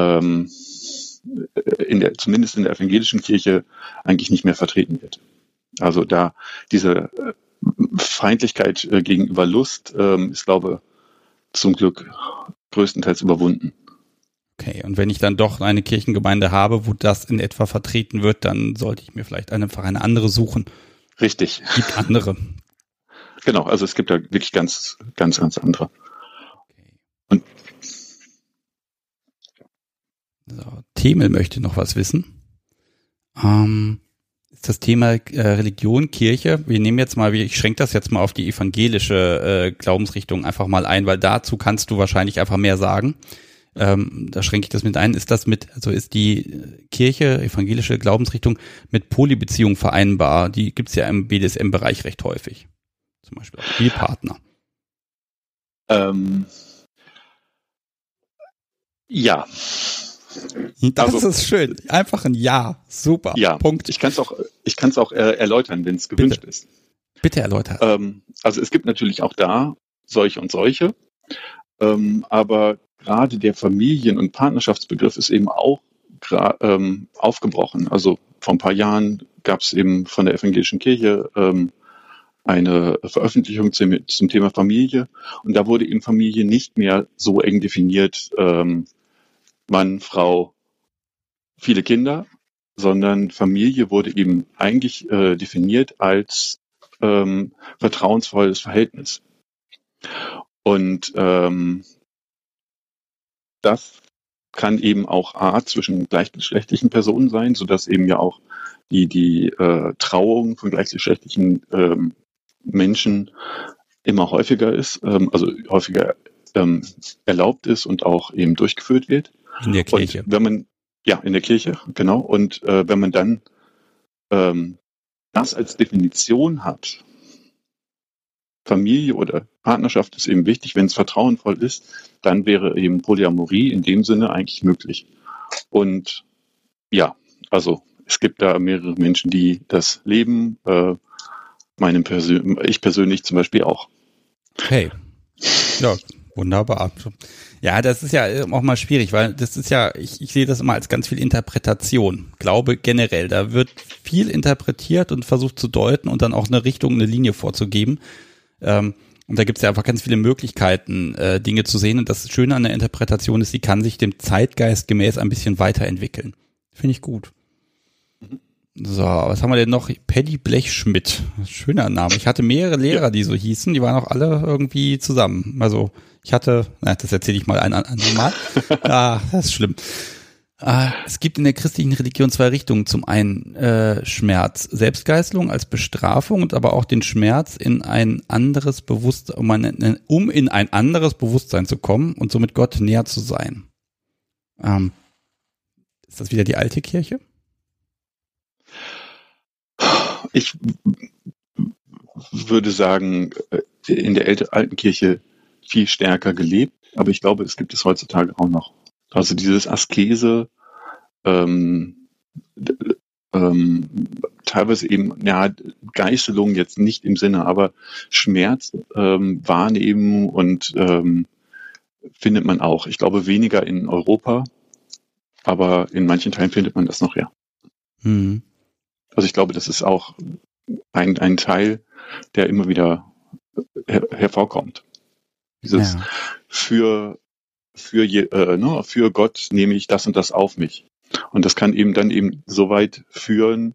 zumindest in der evangelischen Kirche eigentlich nicht mehr vertreten wird. Also da diese Feindlichkeit gegenüber Lust ist, glaube ich, zum Glück größtenteils überwunden.
Okay, und wenn ich dann doch eine Kirchengemeinde habe, wo das in etwa vertreten wird, dann sollte ich mir vielleicht einfach eine andere suchen.
Richtig.
Gibt andere.
Genau, also es gibt da wirklich ganz andere.
Okay.
Und
so, Themel möchte noch was wissen. Ist das Thema Religion, Kirche? Wir nehmen jetzt mal, ich schränke das jetzt mal auf die evangelische Glaubensrichtung einfach mal ein, weil dazu kannst du wahrscheinlich einfach mehr sagen. Da schränke ich das mit ein. Ist die Kirche, evangelische Glaubensrichtung mit Polybeziehung vereinbar? Die gibt's ja im BDSM-Bereich recht häufig. Zum Beispiel auch Spielpartner.
Ja.
Das ist schön. Einfach ein Ja. Super.
Ja.
Punkt.
Ich kann es auch erläutern, wenn es gewünscht ist.
Bitte erläutern.
Also es gibt natürlich auch da solche und solche. Aber gerade der Familien- und Partnerschaftsbegriff ist eben auch aufgebrochen. Also vor ein paar Jahren gab es eben von der evangelischen Kirche eine Veröffentlichung zum Thema Familie. Und da wurde eben Familie nicht mehr so eng definiert, Mann, Frau, viele Kinder, sondern Familie wurde eben eigentlich definiert als vertrauensvolles Verhältnis. Und das kann eben auch zwischen gleichgeschlechtlichen Personen sein, sodass eben ja auch die Trauung von gleichgeschlechtlichen Menschen immer häufiger ist, also häufiger erlaubt ist und auch eben durchgeführt wird.
In der Kirche.
Und wenn man, in der Kirche, genau. Und wenn man dann das als Definition hat, Familie oder Partnerschaft ist eben wichtig, wenn es vertrauensvoll ist, dann wäre eben Polyamorie in dem Sinne eigentlich möglich. Und ja, also es gibt da mehrere Menschen, die das leben, ich persönlich zum Beispiel auch.
Okay. Ja, wunderbar. Ja, das ist ja auch mal schwierig, weil das ist ja, ich sehe das immer als ganz viel Interpretation. Glaube generell, da wird viel interpretiert und versucht zu deuten und dann auch eine Richtung, eine Linie vorzugeben. Und da gibt es ja einfach ganz viele Möglichkeiten, Dinge zu sehen. Und das Schöne an der Interpretation ist, sie kann sich dem Zeitgeist gemäß ein bisschen weiterentwickeln. Finde ich gut. So, was haben wir denn noch? Paddy Blechschmidt. Schöner Name. Ich hatte mehrere Lehrer, die so hießen. Die waren auch alle irgendwie zusammen. Also das erzähle ich mal ein andermal. Das ist schlimm. Es gibt in der christlichen Religion zwei Richtungen. Zum einen Schmerz, Selbstgeißelung als Bestrafung und aber auch den Schmerz in ein anderes Bewusstsein, um in ein anderes Bewusstsein zu kommen und somit Gott näher zu sein. Ist das wieder die alte Kirche?
Ich würde sagen, in der alten Kirche viel stärker gelebt, aber ich glaube, es gibt es heutzutage auch noch. Also dieses Askese, teilweise eben, Geißelung jetzt nicht im Sinne, aber Schmerz wahrnehmen und findet man auch. Ich glaube weniger in Europa, aber in manchen Teilen findet man das noch, ja.
Mhm.
Also ich glaube, das ist auch ein Teil, der immer wieder hervorkommt. Dieses für Gott nehme ich das und das auf mich. Und das kann eben dann eben so weit führen,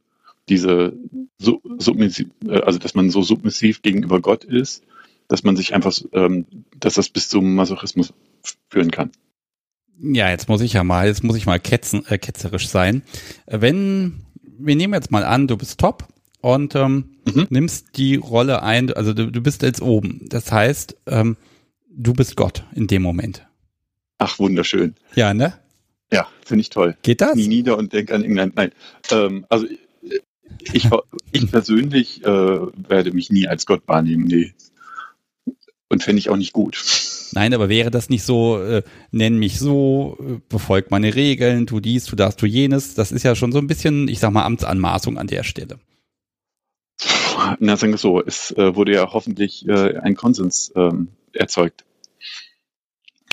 also dass man so submissiv gegenüber Gott ist, dass man sich einfach, dass das bis zum Masochismus führen kann.
Ja, jetzt muss ich mal ketzerisch sein. Wir nehmen jetzt mal an, du bist top und nimmst die Rolle ein, also du bist jetzt oben. Das heißt, du bist Gott in dem Moment.
Ach, wunderschön.
Ja, ne?
Ja, finde ich toll.
Geht das?
Nie nieder und denk an England. Nein, also ich persönlich werde mich nie als Gott wahrnehmen, nee. Und fände ich auch nicht gut.
Nein, aber wäre das nicht so, nenn mich so, befolg meine Regeln, tu dies, tu das, tu jenes. Das ist ja schon so ein bisschen, ich sag mal, Amtsanmaßung an der Stelle.
Na, sagen wir so, es wurde ja hoffentlich ein Konsens erzeugt.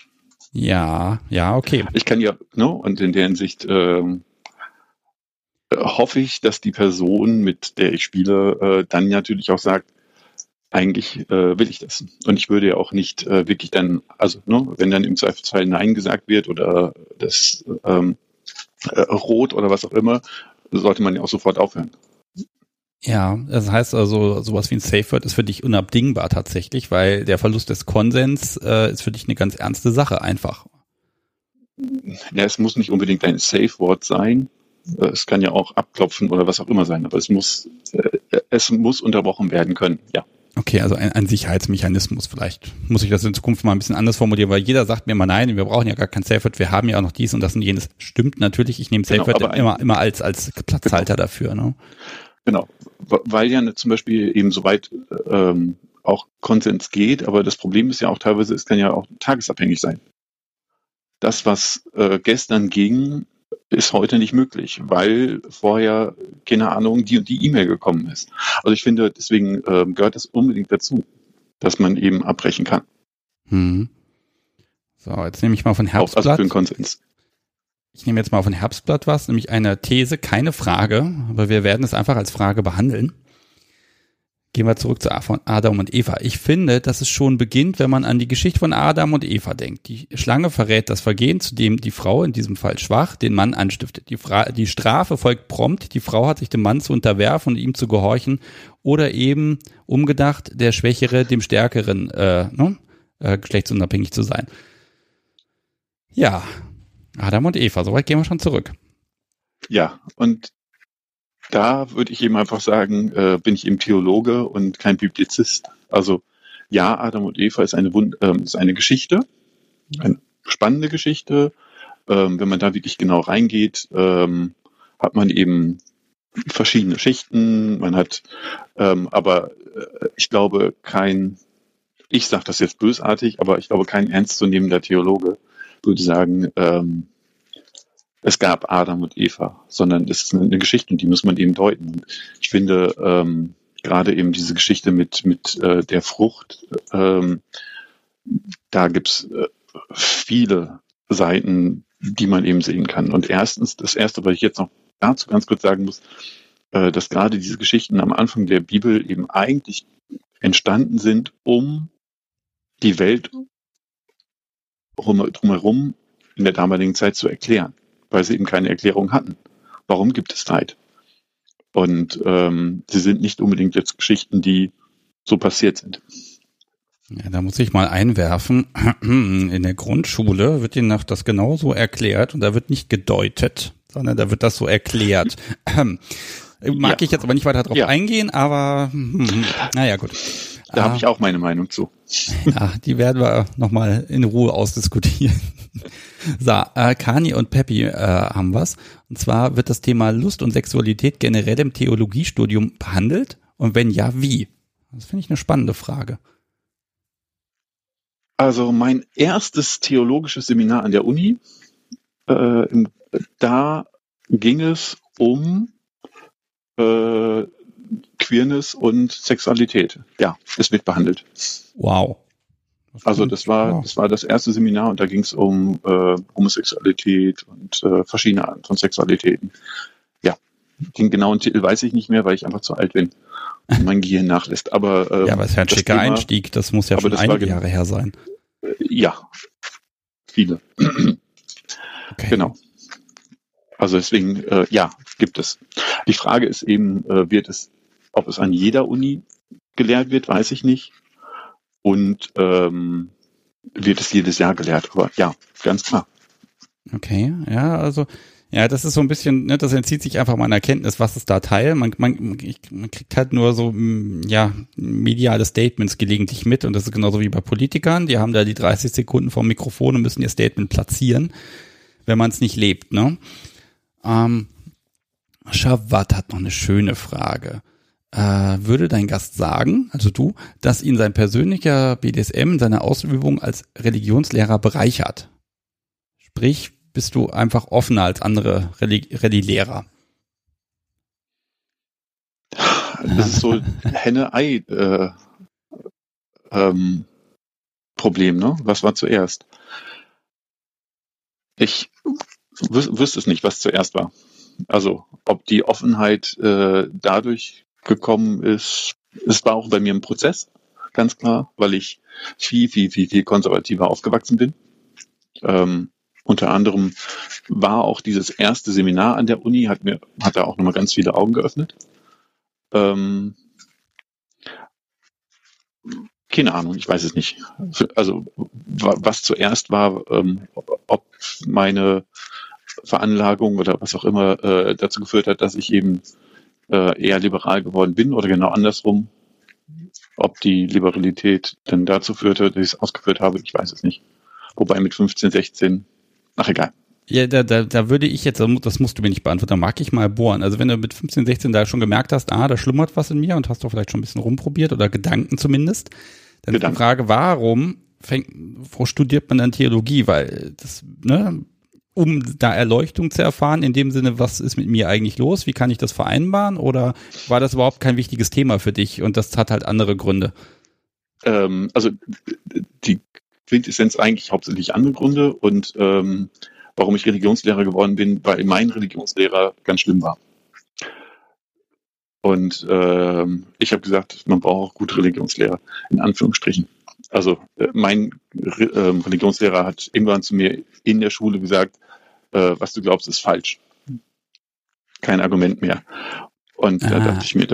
Ja, okay.
Ich kann ja, und in der Hinsicht hoffe ich, dass die Person, mit der ich spiele, dann natürlich auch sagt, eigentlich will ich das. Und ich würde ja auch nicht wirklich dann, also wenn dann im Zweifelsfall Nein gesagt wird oder das Rot oder was auch immer, sollte man ja auch sofort aufhören.
Ja, das heißt also, sowas wie ein Safe Word ist für dich unabdingbar tatsächlich, weil der Verlust des Konsens ist für dich eine ganz ernste Sache einfach.
Ja, es muss nicht unbedingt ein Safe Word sein. Es kann ja auch abklopfen oder was auch immer sein, aber es muss unterbrochen werden können, ja.
Okay, also ein Sicherheitsmechanismus vielleicht. Muss ich das in Zukunft mal ein bisschen anders formulieren, weil jeder sagt mir immer, nein, wir brauchen ja gar kein Safe Word, wir haben ja auch noch dies und das und jenes. Stimmt natürlich, ich nehme Safe Word immer als Platzhalter dafür. Ne?
Genau, weil ja zum Beispiel eben soweit auch Konsens geht, aber das Problem ist ja auch teilweise, es kann ja auch tagesabhängig sein. Das, was gestern ging, ist heute nicht möglich, weil vorher, keine Ahnung, die und die E-Mail gekommen ist. Also ich finde, deswegen gehört es unbedingt dazu, dass man eben abbrechen kann.
So, jetzt nehme ich mal von Herbstblatt.
Auch also für den Konsens.
Ich nehme jetzt mal von Herbstblatt was, nämlich eine These, keine Frage, aber wir werden es einfach als Frage behandeln. Gehen wir zurück zu Adam und Eva. Ich finde, dass es schon beginnt, wenn man an die Geschichte von Adam und Eva denkt. Die Schlange verrät das Vergehen, zu dem die Frau, in diesem Fall schwach, den Mann anstiftet. Die Strafe folgt prompt. Die Frau hat sich dem Mann zu unterwerfen und ihm zu gehorchen. Oder eben, umgedacht, der Schwächere dem Stärkeren geschlechtsunabhängig zu sein. Ja, Adam und Eva, soweit gehen wir schon zurück.
Ja, und da würde ich eben einfach sagen, bin ich eben Theologe und kein Biblizist. Also ja, Adam und Eva ist eine Geschichte, eine spannende Geschichte. Wenn man da wirklich genau reingeht, hat man eben verschiedene Schichten. Man hat aber ich glaube ich sage das jetzt bösartig, aber ich glaube kein ernstzunehmender Theologe würde sagen, es gab Adam und Eva, sondern es ist eine Geschichte und die muss man eben deuten. Und ich finde gerade eben diese Geschichte mit der Frucht, da gibt's viele Seiten, die man eben sehen kann. Und erstens, das Erste, was ich jetzt noch dazu ganz kurz sagen muss, dass gerade diese Geschichten am Anfang der Bibel eben eigentlich entstanden sind, um die Welt drumherum in der damaligen Zeit zu erklären, weil sie eben keine Erklärung hatten. Warum gibt es Leid? Und sie sind nicht unbedingt jetzt Geschichten, die so passiert sind.
Ja, da muss ich mal einwerfen, in der Grundschule wird Ihnen das genauso erklärt und da wird nicht gedeutet, sondern da wird das so erklärt. Mag ich jetzt aber nicht weiter drauf eingehen, aber naja, gut.
Da habe ich auch meine Meinung zu.
Ja, die werden wir nochmal in Ruhe ausdiskutieren. So, Kani und Peppi haben was. Und zwar wird das Thema Lust und Sexualität generell im Theologiestudium behandelt? Und wenn ja, wie? Das finde ich eine spannende Frage.
Also mein erstes theologisches Seminar an der Uni, da ging es um Queerness und Sexualität. Ja, es wird behandelt.
Wow.
Also das war das erste Seminar und da ging es um Homosexualität und verschiedene Arten von Sexualitäten. Ja, den genauen Titel weiß ich nicht mehr, weil ich einfach zu alt bin und mein Gehirn nachlässt. Aber
aber es ist ja ein schicker Einstieg, das muss ja schon einige Jahre her sein.
Ja, viele. Okay. Genau. Also deswegen, gibt es. Die Frage ist eben, ob es an jeder Uni gelehrt wird, weiß ich nicht. Und wird es jedes Jahr gelehrt. Aber ja, ganz klar.
Okay, ja, also ja, das ist so ein bisschen, ne, das entzieht sich einfach meiner Kenntnis, was ist da Teil. Man kriegt halt nur so, mediale Statements gelegentlich mit und das ist genauso wie bei Politikern. Die haben da die 30 Sekunden vom Mikrofon und müssen ihr Statement platzieren, wenn man es nicht lebt, ne? Shawat hat noch eine schöne Frage. Würde dein Gast sagen, also du, dass ihn sein persönlicher BDSM seine Ausübung als Religionslehrer bereichert? Sprich, bist du einfach offener als andere Rallye-Lehrer?
Das ist so Henne-Ei Problem, ne? Was war zuerst? Ich wüsste es nicht, was zuerst war. Also ob die Offenheit dadurch gekommen ist, es war auch bei mir ein Prozess, ganz klar, weil ich viel konservativer aufgewachsen bin. Unter anderem war auch dieses erste Seminar an der Uni, hat da auch nochmal ganz viele Augen geöffnet. Keine Ahnung, ich weiß es nicht. Also was zuerst war, ob meine Veranlagung oder was auch immer dazu geführt hat, dass ich eben eher liberal geworden bin oder genau andersrum. Ob die Liberalität denn dazu führte, dass ich es ausgeführt habe, ich weiß es nicht. Wobei mit 15, 16, ach egal.
Ja, da würde ich jetzt, das musst du mir nicht beantworten, da mag ich mal bohren. Also wenn du mit 15, 16 da schon gemerkt hast, da schlummert was in mir und hast doch vielleicht schon ein bisschen rumprobiert oder Gedanken zumindest, dann ist die Frage, warum studiert man dann Theologie? Weil das, ne, um da Erleuchtung zu erfahren, in dem Sinne, was ist mit mir eigentlich los? Wie kann ich das vereinbaren? Oder war das überhaupt kein wichtiges Thema für dich und das hat halt andere Gründe?
Also die Quintessenz eigentlich hauptsächlich andere Gründe und warum ich Religionslehrer geworden bin, weil mein Religionslehrer ganz schlimm war. Und ich habe gesagt, man braucht auch gute Religionslehrer, in Anführungsstrichen. Also mein Religionslehrer hat irgendwann zu mir in der Schule gesagt, was du glaubst, ist falsch. Kein Argument mehr. Und da dachte ich mir,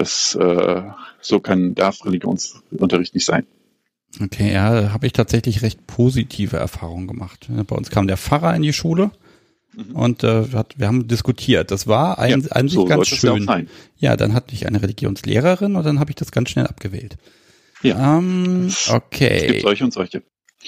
darf Religionsunterricht nicht sein.
Okay, ja, da habe ich tatsächlich recht positive Erfahrungen gemacht. Bei uns kam der Pfarrer in die Schule und wir haben diskutiert. Das war an sich
so
ganz schön.
Ja,
ja, dann hatte ich eine Religionslehrerin und dann habe ich das ganz schnell abgewählt.
Ja.
Okay.
Es gibt solche und solche.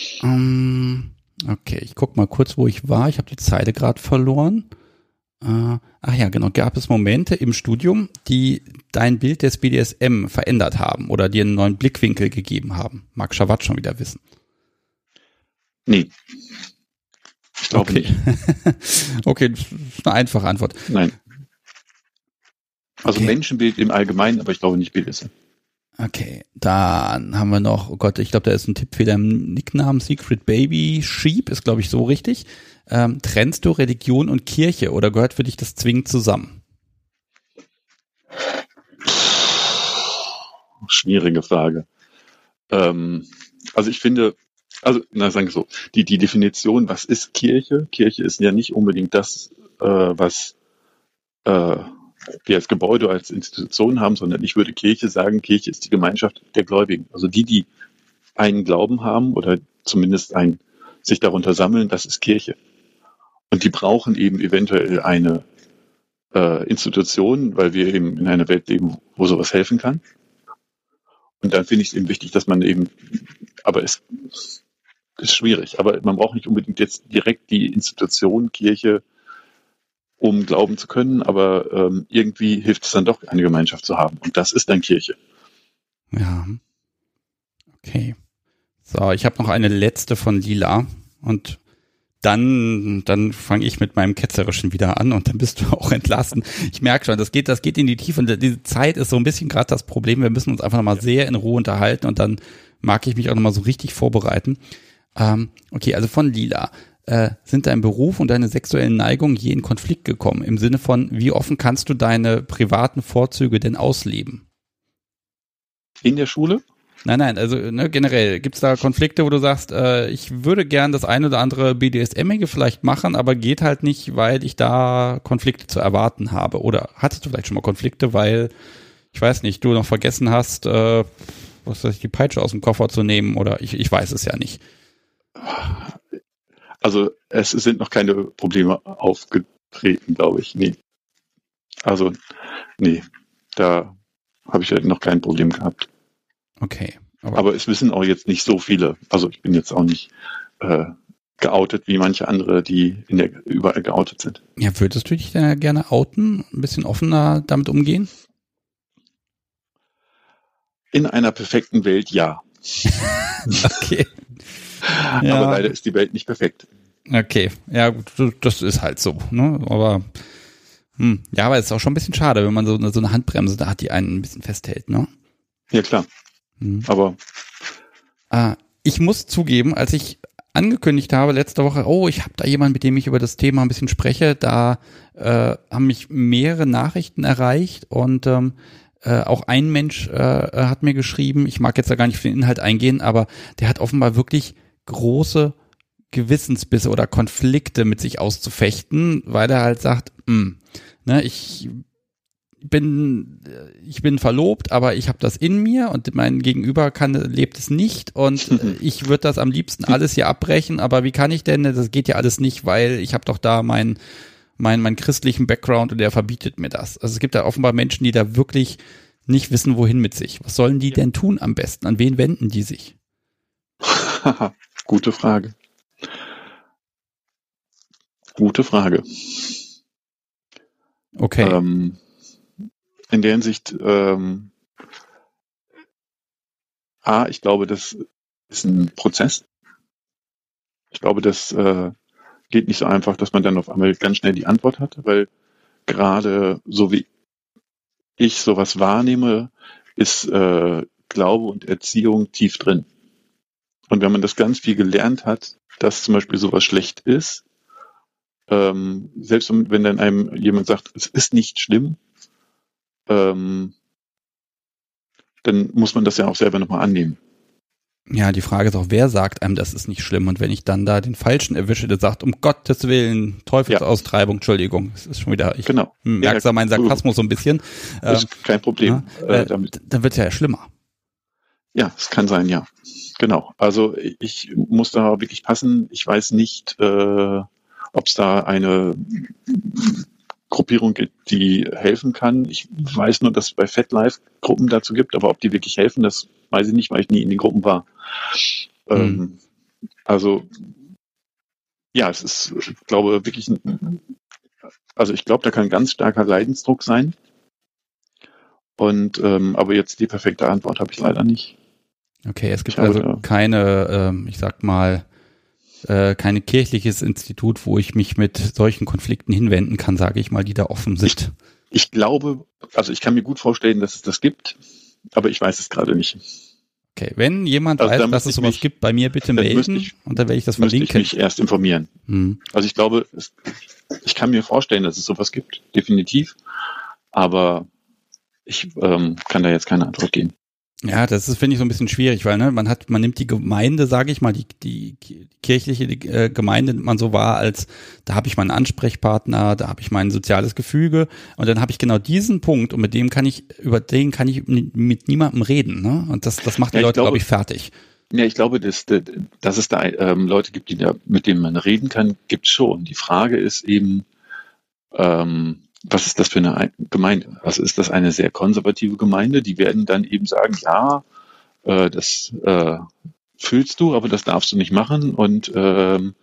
Okay, ich guck mal kurz, wo ich war. Ich habe die Zeile gerade verloren. Ach ja, genau. Gab es Momente im Studium, die dein Bild des BDSM verändert haben oder dir einen neuen Blickwinkel gegeben haben? Mag Schawat schon wieder wissen.
Nee. Ich glaube nicht.
Okay, das ist eine einfache Antwort.
Nein. Also
Okay.
Menschenbild im Allgemeinen, aber ich glaube nicht BDSM.
Okay, dann haben wir noch, oh Gott, ich glaube, da ist ein Tippfehler im Nicknamen, Secret Baby Sheep, ist glaube ich so richtig. Trennst du Religion und Kirche oder gehört für dich das zwingend zusammen?
Schwierige Frage. Also ich finde, sagen wir so, die Definition, was ist Kirche? Kirche ist ja nicht unbedingt das, was wir als Gebäude, als Institution haben, sondern ich würde Kirche sagen, Kirche ist die Gemeinschaft der Gläubigen. Also die einen Glauben haben oder zumindest sich darunter sammeln, das ist Kirche. Und die brauchen eben eventuell eine Institution, weil wir eben in einer Welt leben, wo sowas helfen kann. Und dann finde ich es eben wichtig, dass man eben, aber es ist schwierig, aber man braucht nicht unbedingt jetzt direkt die Institution Kirche, um glauben zu können, aber irgendwie hilft es dann doch, eine Gemeinschaft zu haben. Und das ist dann Kirche.
Ja. Okay. So, ich habe noch eine letzte von Lila und dann fange ich mit meinem Ketzerischen wieder an und dann bist du auch entlassen. Ich merke schon, das geht in die Tiefe und diese Zeit ist so ein bisschen gerade das Problem. Wir müssen uns einfach nochmal sehr in Ruhe unterhalten und dann mag ich mich auch nochmal so richtig vorbereiten. Okay, also von Lila. Sind dein Beruf und deine sexuellen Neigungen je in Konflikt gekommen? Im Sinne von, wie offen kannst du deine privaten Vorzüge denn ausleben?
In der Schule?
Nein, also generell, gibt es da Konflikte, wo du sagst, ich würde gern das eine oder andere BDSM-ige vielleicht machen, aber geht halt nicht, weil ich da Konflikte zu erwarten habe? Oder hattest du vielleicht schon mal Konflikte, weil, ich weiß nicht, du noch vergessen hast, die Peitsche aus dem Koffer zu nehmen oder ich weiß es ja nicht.
Also es sind noch keine Probleme aufgetreten, glaube ich. Nee. Also, nee, da habe ich noch kein Problem gehabt.
Okay.
Aber es wissen auch jetzt nicht so viele. Also ich bin jetzt auch nicht geoutet wie manche andere, die überall geoutet sind.
Ja, würdest du dich denn gerne outen? Ein bisschen offener damit umgehen?
In einer perfekten Welt, ja.
Okay. Ja.
Aber leider ist die Welt nicht perfekt.
Okay, ja gut, das ist halt so, ne? Aber ja, aber es ist auch schon ein bisschen schade, wenn man so eine Handbremse da hat, die einen ein bisschen festhält, ne?
Ja, klar. Aber
ich muss zugeben, als ich angekündigt habe letzte Woche, ich habe da jemanden, mit dem ich über das Thema ein bisschen spreche, da haben mich mehrere Nachrichten erreicht und auch ein Mensch hat mir geschrieben, ich mag jetzt da gar nicht auf den Inhalt eingehen, aber der hat offenbar wirklich große Gewissensbisse oder Konflikte mit sich auszufechten, weil er halt sagt, ich bin verlobt, aber ich habe das in mir und mein Gegenüber lebt es nicht und ich würde das am liebsten alles hier abbrechen, aber wie kann ich denn? Das geht ja alles nicht, weil ich habe doch da meinen christlichen Background und der verbietet mir das. Also es gibt da offenbar Menschen, die da wirklich nicht wissen, wohin mit sich. Was sollen die denn tun am besten? An wen wenden die sich?
Gute Frage.
Okay.
In der Hinsicht, ich glaube, das ist ein Prozess. Ich glaube, das geht nicht so einfach, dass man dann auf einmal ganz schnell die Antwort hat, weil gerade so wie ich sowas wahrnehme, ist Glaube und Erziehung tief drin. Und wenn man das ganz viel gelernt hat, dass zum Beispiel sowas schlecht ist, selbst wenn dann einem jemand sagt, es ist nicht schlimm, dann muss man das ja auch selber nochmal annehmen.
Ja, die Frage ist auch, wer sagt einem, das ist nicht schlimm? Und wenn ich dann da den Falschen erwische, der sagt, um Gottes Willen, Teufelsaustreibung, Entschuldigung, das ist schon wieder, ich merke da meinen Sarkasmus so ein bisschen.
Das ist kein Problem.
Dann wird es ja schlimmer.
Ja, es kann sein, ja. Genau. Also ich muss da wirklich passen. Ich weiß nicht, ob es da eine Gruppierung gibt, die helfen kann. Ich weiß nur, dass es bei FatLife Gruppen dazu gibt, aber ob die wirklich helfen, das weiß ich nicht, weil ich nie in den Gruppen war. Also ja, es ist, ich glaube, wirklich, ich glaube, da kann ganz starker Leidensdruck sein. Und aber jetzt die perfekte Antwort habe ich leider nicht.
Okay, es gibt also keine, kein kirchliches Institut, wo ich mich mit solchen Konflikten hinwenden kann, sage ich mal, die da offen sind.
Ich glaube, also ich kann mir gut vorstellen, dass es das gibt, aber ich weiß es gerade nicht.
Okay, wenn jemand weiß, dass es sowas gibt, bei mir bitte melden und dann werde ich das verlinken.
Müsste ich mich erst informieren. Also ich glaube, ich kann mir vorstellen, dass es sowas gibt, definitiv, aber ich kann da jetzt keine Antwort geben.
Ja, das ist, finde ich, so ein bisschen schwierig, weil man nimmt die Gemeinde, sage ich mal, die kirchliche Gemeinde nimmt man so wahr, als da habe ich meinen Ansprechpartner, da habe ich mein soziales Gefüge und dann habe ich genau diesen Punkt und über den kann ich mit niemandem reden, ne? Und das macht die Leute, glaube ich, fertig.
Ja, ich glaube, dass es da Leute gibt, mit denen man reden kann, gibt es schon. Die Frage ist eben, was ist das für eine Gemeinde? Also ist das eine sehr konservative Gemeinde? Die werden dann eben sagen, ja, das fühlst du, aber das darfst du nicht machen und werden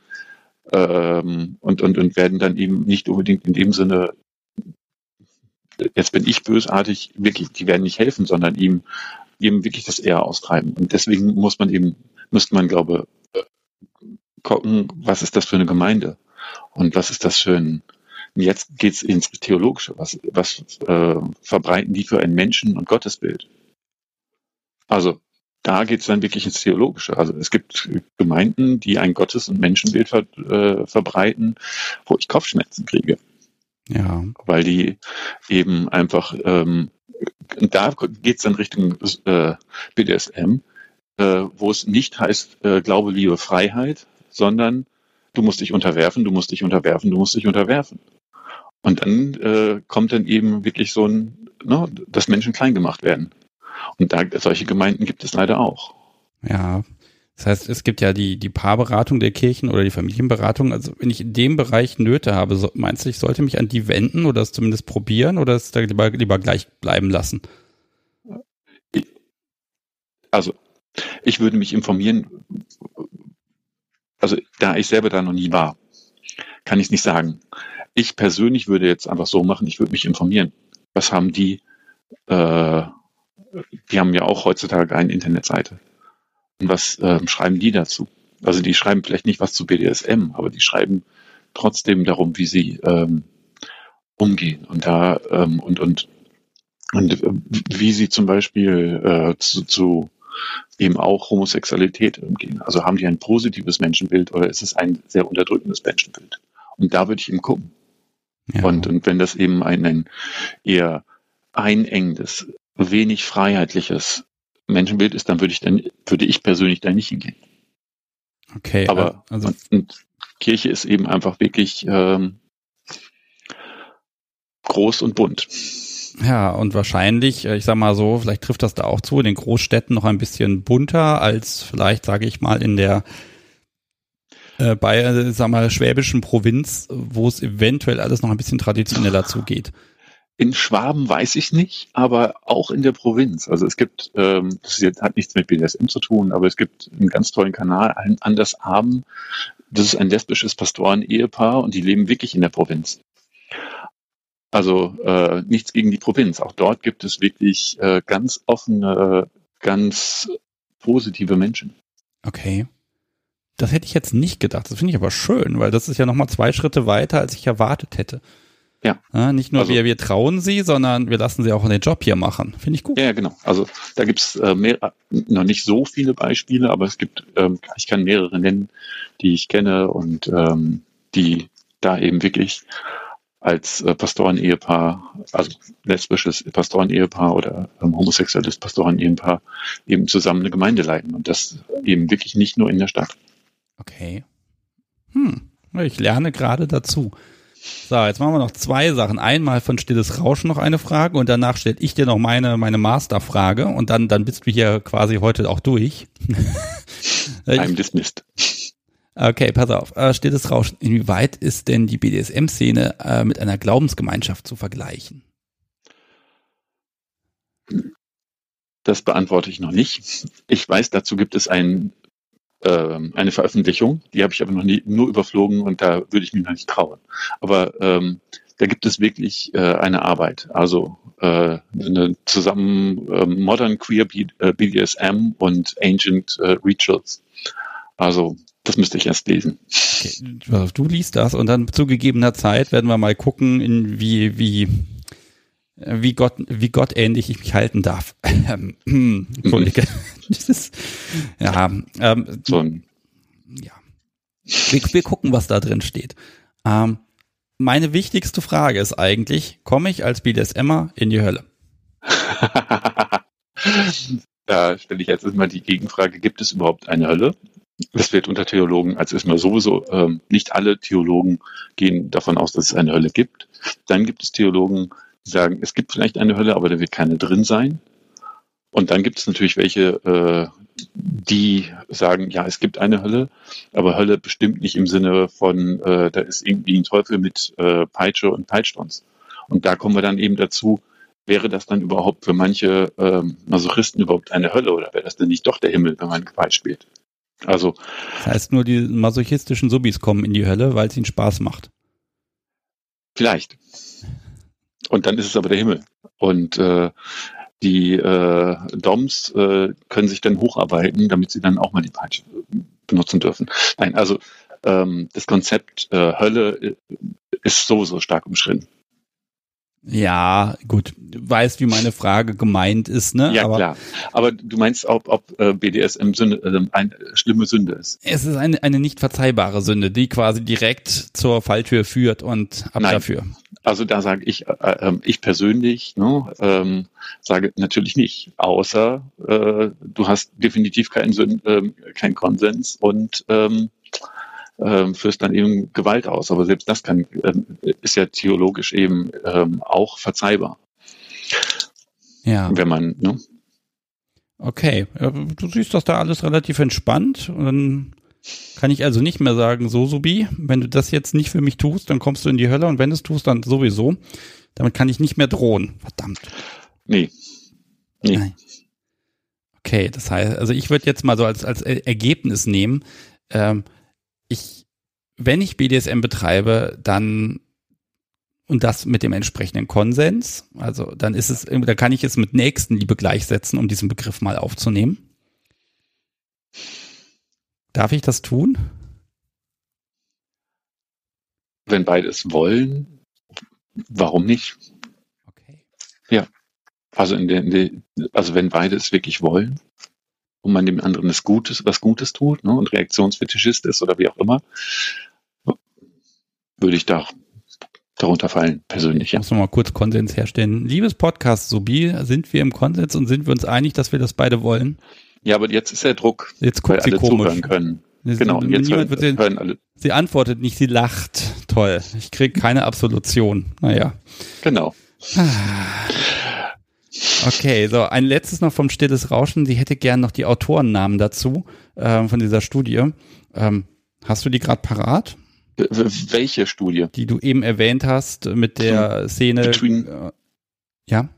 dann eben nicht unbedingt in dem Sinne, jetzt bin ich bösartig, wirklich, die werden nicht helfen, sondern ihm wirklich das eher austreiben. Und deswegen müsste man, glaube gucken, was ist das für eine Gemeinde? Und was ist das für ein jetzt geht's ins Theologische. Was verbreiten die für ein Menschen- und Gottesbild? Also da geht's dann wirklich ins Theologische. Also es gibt Gemeinden, die ein Gottes- und Menschenbild verbreiten, wo ich Kopfschmerzen kriege.
Ja.
Weil die eben einfach, da geht's dann Richtung BDSM, wo es nicht heißt Glaube, Liebe, Freiheit, sondern du musst dich unterwerfen, du musst dich unterwerfen, du musst dich unterwerfen. Und dann kommt dann eben wirklich so dass Menschen klein gemacht werden. Und solche Gemeinden gibt es leider auch.
Ja, das heißt, es gibt ja die Paarberatung der Kirchen oder die Familienberatung. Also wenn ich in dem Bereich Nöte habe, meinst du, ich sollte mich an die wenden oder es zumindest probieren oder es da lieber gleich bleiben lassen?
Also ich würde mich informieren, also da ich selber da noch nie war, kann ich es nicht sagen. Ich persönlich würde jetzt einfach so machen, ich würde mich informieren. Was haben die? Die haben ja auch heutzutage eine Internetseite. Und was schreiben die dazu? Also die schreiben vielleicht nicht was zu BDSM, aber die schreiben trotzdem darum, wie sie umgehen und und wie sie zum Beispiel zu eben auch Homosexualität umgehen? Also haben die ein positives Menschenbild oder ist es ein sehr unterdrückendes Menschenbild? Und da würde ich eben gucken.
Ja.
Und wenn das eben ein eher einengendes, wenig freiheitliches Menschenbild ist, dann würde ich persönlich da nicht hingehen.
Okay,
Aber
also
und Kirche ist eben einfach wirklich groß und bunt.
ja, und wahrscheinlich, ich sag mal so, vielleicht trifft das da auch zu, in den Großstädten noch ein bisschen bunter als vielleicht, sage ich mal, in der sag mal, schwäbischen Provinz, wo es eventuell alles noch ein bisschen traditioneller zugeht.
In Schwaben weiß ich nicht, aber auch in der Provinz. Also es gibt, hat nichts mit BDSM zu tun, aber es gibt einen ganz tollen Kanal, Andersarben. Das ist ein lesbisches Pastoren-Ehepaar und die leben wirklich in der Provinz. Also nichts gegen die Provinz. Auch dort gibt es wirklich ganz offene, ganz positive Menschen.
Okay. Das hätte ich jetzt nicht gedacht. Das finde ich aber schön, weil das ist ja nochmal 2 Schritte weiter, als ich erwartet hätte.
Ja.
Nicht nur
Also,
wir trauen sie, sondern wir lassen sie auch den Job hier machen. Finde ich gut.
Ja, genau. Also da gibt es noch nicht so viele Beispiele, aber es gibt, ich kann mehrere nennen, die ich kenne und die da eben wirklich als Pastoren-Ehepaar, also lesbisches Pastoren-Ehepaar oder homosexuelles Pastoren-Ehepaar eben zusammen eine Gemeinde leiten und das eben wirklich nicht nur in der Stadt.
Okay. Ich lerne gerade dazu. So, jetzt machen wir noch 2 Sachen. Einmal von Stilles Rauschen noch eine Frage und danach stelle ich dir noch meine Masterfrage und dann bist du hier quasi heute auch durch.
I'm dismissed.
Okay, pass auf. Stilles Rauschen. Inwieweit ist denn die BDSM-Szene mit einer Glaubensgemeinschaft zu vergleichen?
Das beantworte ich noch nicht. Ich weiß, dazu gibt es eine Veröffentlichung, die habe ich aber noch nur überflogen und da würde ich mich noch nicht trauen. Aber da gibt es wirklich eine Arbeit, also eine zusammen Modern Queer BDSM und Ancient Rituals. Also das müsste ich erst lesen.
Okay, du liest das und dann zu gegebener Zeit werden wir mal gucken, wie gottähnlich ich mich halten darf. Entschuldige. Das ist, ja, wir gucken, was da drin steht. Meine wichtigste Frage ist eigentlich, komme ich als BDSMer in die Hölle?
Da stelle ich jetzt erstmal die Gegenfrage, gibt es überhaupt eine Hölle? Das wird unter Theologen, also erstmal sowieso, nicht alle Theologen gehen davon aus, dass es eine Hölle gibt. Dann gibt es Theologen, die sagen, es gibt vielleicht eine Hölle, aber da wird keine drin sein. Und dann gibt es natürlich welche, die sagen, ja, es gibt eine Hölle, aber Hölle bestimmt nicht im Sinne von, da ist irgendwie ein Teufel mit Peitsche und peitscht uns. Und da kommen wir dann eben dazu, wäre das dann überhaupt für manche Masochisten überhaupt eine Hölle oder wäre das denn nicht doch der Himmel, wenn man gepeitscht wird? Also,
das heißt, nur die masochistischen Subis kommen in die Hölle, weil es ihnen Spaß macht.
Vielleicht. Und dann ist es aber der Himmel. Und die Doms können sich dann hocharbeiten, damit sie dann auch mal die Peitsche benutzen dürfen. Nein, also das Konzept Hölle ist sowieso stark umschritten.
Ja, gut. Du weißt, wie meine Frage gemeint ist, ne?
Ja, aber, klar. Aber du meinst, ob BDSM eine schlimme Sünde ist?
Es ist eine nicht verzeihbare Sünde, die quasi direkt zur Falltür führt und ab
Nein.
dafür.
Also da sage ich persönlich, sage natürlich nicht, außer du hast definitiv keinen Konsens und führst dann eben Gewalt aus. Aber selbst das ist ja theologisch eben auch verzeihbar.
Ja.
Wenn man, ne?
Okay, du siehst das da alles relativ entspannt und dann kann ich also nicht mehr sagen, so Subi, wenn du das jetzt nicht für mich tust, dann kommst du in die Hölle und wenn du es tust, dann sowieso. Damit kann ich nicht mehr drohen. Verdammt.
Nee.
Nein. Okay, das heißt, also ich würde jetzt mal so als Ergebnis nehmen, wenn ich BDSM betreibe, dann und das mit dem entsprechenden Konsens, also dann kann ich es mit Nächstenliebe gleichsetzen, um diesen Begriff mal aufzunehmen. Darf ich das tun?
Wenn beide es wollen, warum nicht?
Okay.
Ja. Also also wenn beide es wirklich wollen. und man dem anderen was Gutes tut, ne, und Reaktionsfetischist ist oder wie auch immer, würde ich darunter fallen, persönlich.
Ich muss noch mal kurz Konsens herstellen. Liebes Podcast, Sobi, sind wir im Konsens und sind wir uns einig, dass wir das beide wollen?
Ja, aber jetzt ist der Druck,
jetzt guckt
weil
sie
alle
komisch.
zuhören können.
Genau, und jetzt hören alle. Sie antwortet nicht, sie lacht. Toll, ich kriege keine Absolution. Naja.
Genau.
Okay, so ein letztes noch vom Stilles Rauschen. Sie hätte gern noch die Autorennamen dazu, von dieser Studie. Hast du die gerade parat?
Welche Studie?
Die du eben erwähnt hast mit der Szene. Ja?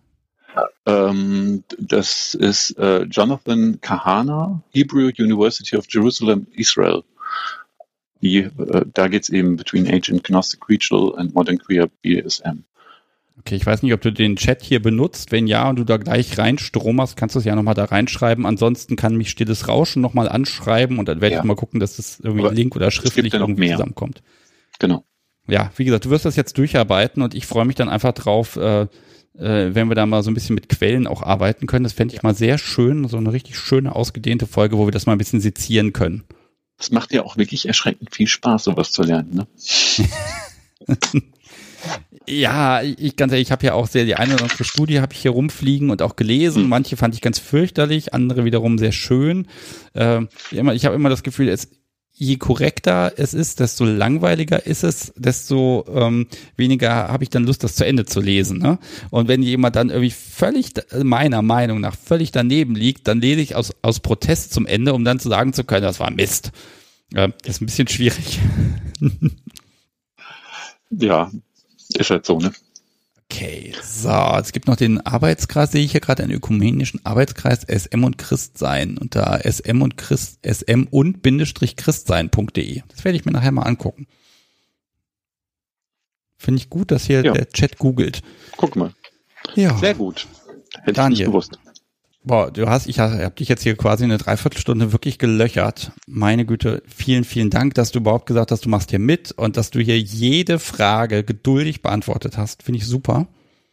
Das ist Jonathan Kahana, Hebrew University of Jerusalem, Israel. Da geht es eben between Ancient Gnostic Ritual and Modern Queer BDSM.
Okay, ich weiß nicht, ob du den Chat hier benutzt. Wenn ja und du da gleich reinstromerst, kannst du es ja nochmal da reinschreiben. Ansonsten kann mich Stilles Rauschen nochmal anschreiben und dann werde ich mal gucken, dass das irgendwie Link oder schriftlich irgendwie zusammenkommt.
Genau.
Ja, wie gesagt, du wirst das jetzt durcharbeiten und ich freue mich dann einfach drauf, wenn wir da mal so ein bisschen mit Quellen auch arbeiten können. Das fände ich mal sehr schön, so eine richtig schöne, ausgedehnte Folge, wo wir das mal ein bisschen sezieren können.
Das macht ja auch wirklich erschreckend viel Spaß, sowas zu lernen, ne?
Ja, ganz ehrlich, ich habe ja auch die eine oder andere Studie habe ich hier rumfliegen und auch gelesen. Manche fand ich ganz fürchterlich, andere wiederum sehr schön. Ich habe immer das Gefühl, je korrekter es ist, desto langweiliger ist es, desto weniger habe ich dann Lust, das zu Ende zu lesen. Ne? Und wenn jemand dann irgendwie völlig, meiner Meinung nach, völlig daneben liegt, dann lese ich aus Protest zum Ende, um dann sagen zu können, das war Mist. Das ist ein bisschen schwierig.
Ja, ist halt so, ne?
Okay, so, es gibt noch den Arbeitskreis, sehe ich hier gerade, einen ökumenischen Arbeitskreis SM und Christsein unter sm-christsein.de. Das werde ich mir nachher mal angucken. Finde ich gut, dass hier der Chat googelt.
Guck mal.
Ja.
Sehr gut. Hätte
Daniel.
Ich nicht gewusst.
Boah, ich habe dich jetzt hier quasi eine Dreiviertelstunde wirklich gelöchert. Meine Güte, vielen, vielen Dank, dass du überhaupt gesagt hast, du machst hier mit und dass du hier jede Frage geduldig beantwortet hast. Finde ich super.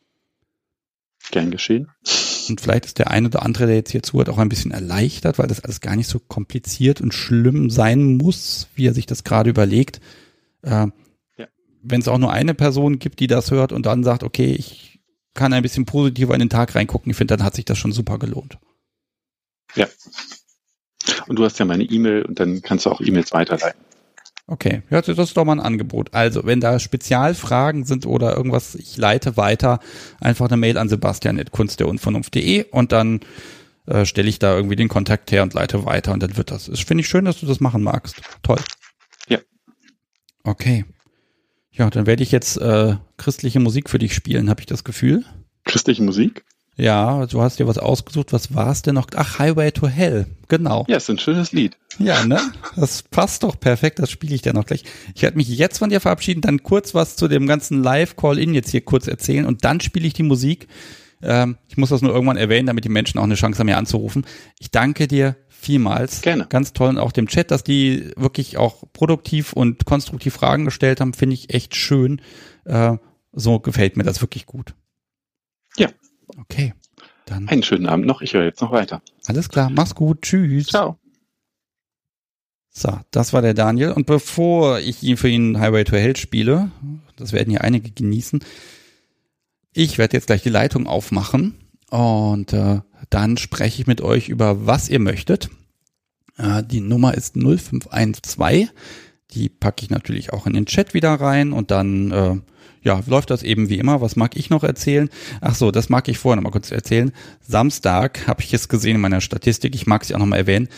Gern geschehen.
Und vielleicht ist der eine oder andere, der jetzt hier zuhört, auch ein bisschen erleichtert, weil das alles gar nicht so kompliziert und schlimm sein muss, wie er sich das gerade überlegt. Wenn es auch nur eine Person gibt, die das hört und dann sagt, okay, ich kann ein bisschen positiver in den Tag reingucken. Ich finde, dann hat sich das schon super gelohnt.
Ja. Und du hast ja meine E-Mail und dann kannst du auch E-Mails weiterleiten.
Okay, ja, das ist doch mal ein Angebot. Also, wenn da Spezialfragen sind oder irgendwas, ich leite weiter, einfach eine Mail an sebastian@kunstderunvernunft.de und dann stelle ich da irgendwie den Kontakt her und leite weiter und dann wird das. Das finde ich schön, dass du das machen magst. Toll.
Ja.
Okay. Ja, dann werde ich jetzt christliche Musik für dich spielen, habe ich das Gefühl.
Christliche Musik?
Ja, du hast dir was ausgesucht. Was war es denn noch? Ach, Highway to Hell. Genau.
Ja, ist ein schönes Lied.
Ja, ne? Das passt doch perfekt. Das spiele ich dann noch gleich. Ich werde mich jetzt von dir verabschieden, dann kurz was zu dem ganzen Live-Call-In jetzt hier kurz erzählen und dann spiele ich die Musik. Ich muss das nur irgendwann erwähnen, damit die Menschen auch eine Chance haben, mir anzurufen. Ich danke dir vielmals.
Gerne.
Ganz toll und auch dem Chat, dass die wirklich auch produktiv und konstruktiv Fragen gestellt haben, finde ich echt schön. So gefällt mir das wirklich gut.
Ja.
Okay. Dann
einen schönen Abend noch. Ich höre jetzt noch weiter.
Alles klar. Mach's gut. Tschüss.
Ciao.
So, das war der Daniel. Und bevor ich für ihn Highway to Hell spiele, das werden ja einige genießen, ich werde jetzt gleich die Leitung aufmachen und dann spreche ich mit euch über was ihr möchtet. Die Nummer ist 0512. Die packe ich natürlich auch in den Chat wieder rein und dann läuft das eben wie immer. Was mag ich noch erzählen? Ach so, das mag ich vorher noch mal kurz erzählen. Samstag habe ich es gesehen in meiner Statistik, ich mag es ja auch noch mal erwähnen,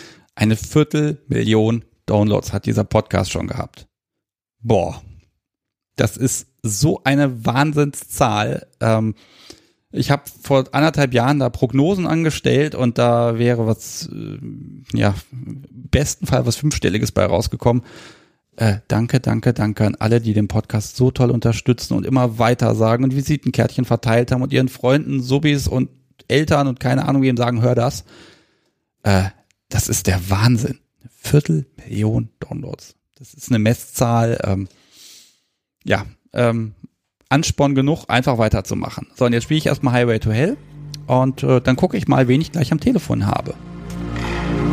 250.000 Downloads hat dieser Podcast schon gehabt. Boah, das ist so eine Wahnsinnszahl. Ich habe vor 1,5 Jahren da Prognosen angestellt und da wäre im besten Fall was 5-Stelliges bei rausgekommen. Danke an alle, die den Podcast so toll unterstützen und immer weiter sagen und Visitenkärtchen verteilt haben und ihren Freunden, Subis und Eltern und keine Ahnung, wem sagen, hör das. Das ist der Wahnsinn. 250.000 Downloads. Das ist eine Messzahl. Ansporn genug, einfach weiterzumachen. So, und jetzt spiele ich erstmal Highway to Hell und dann gucke ich mal, wen ich gleich am Telefon habe.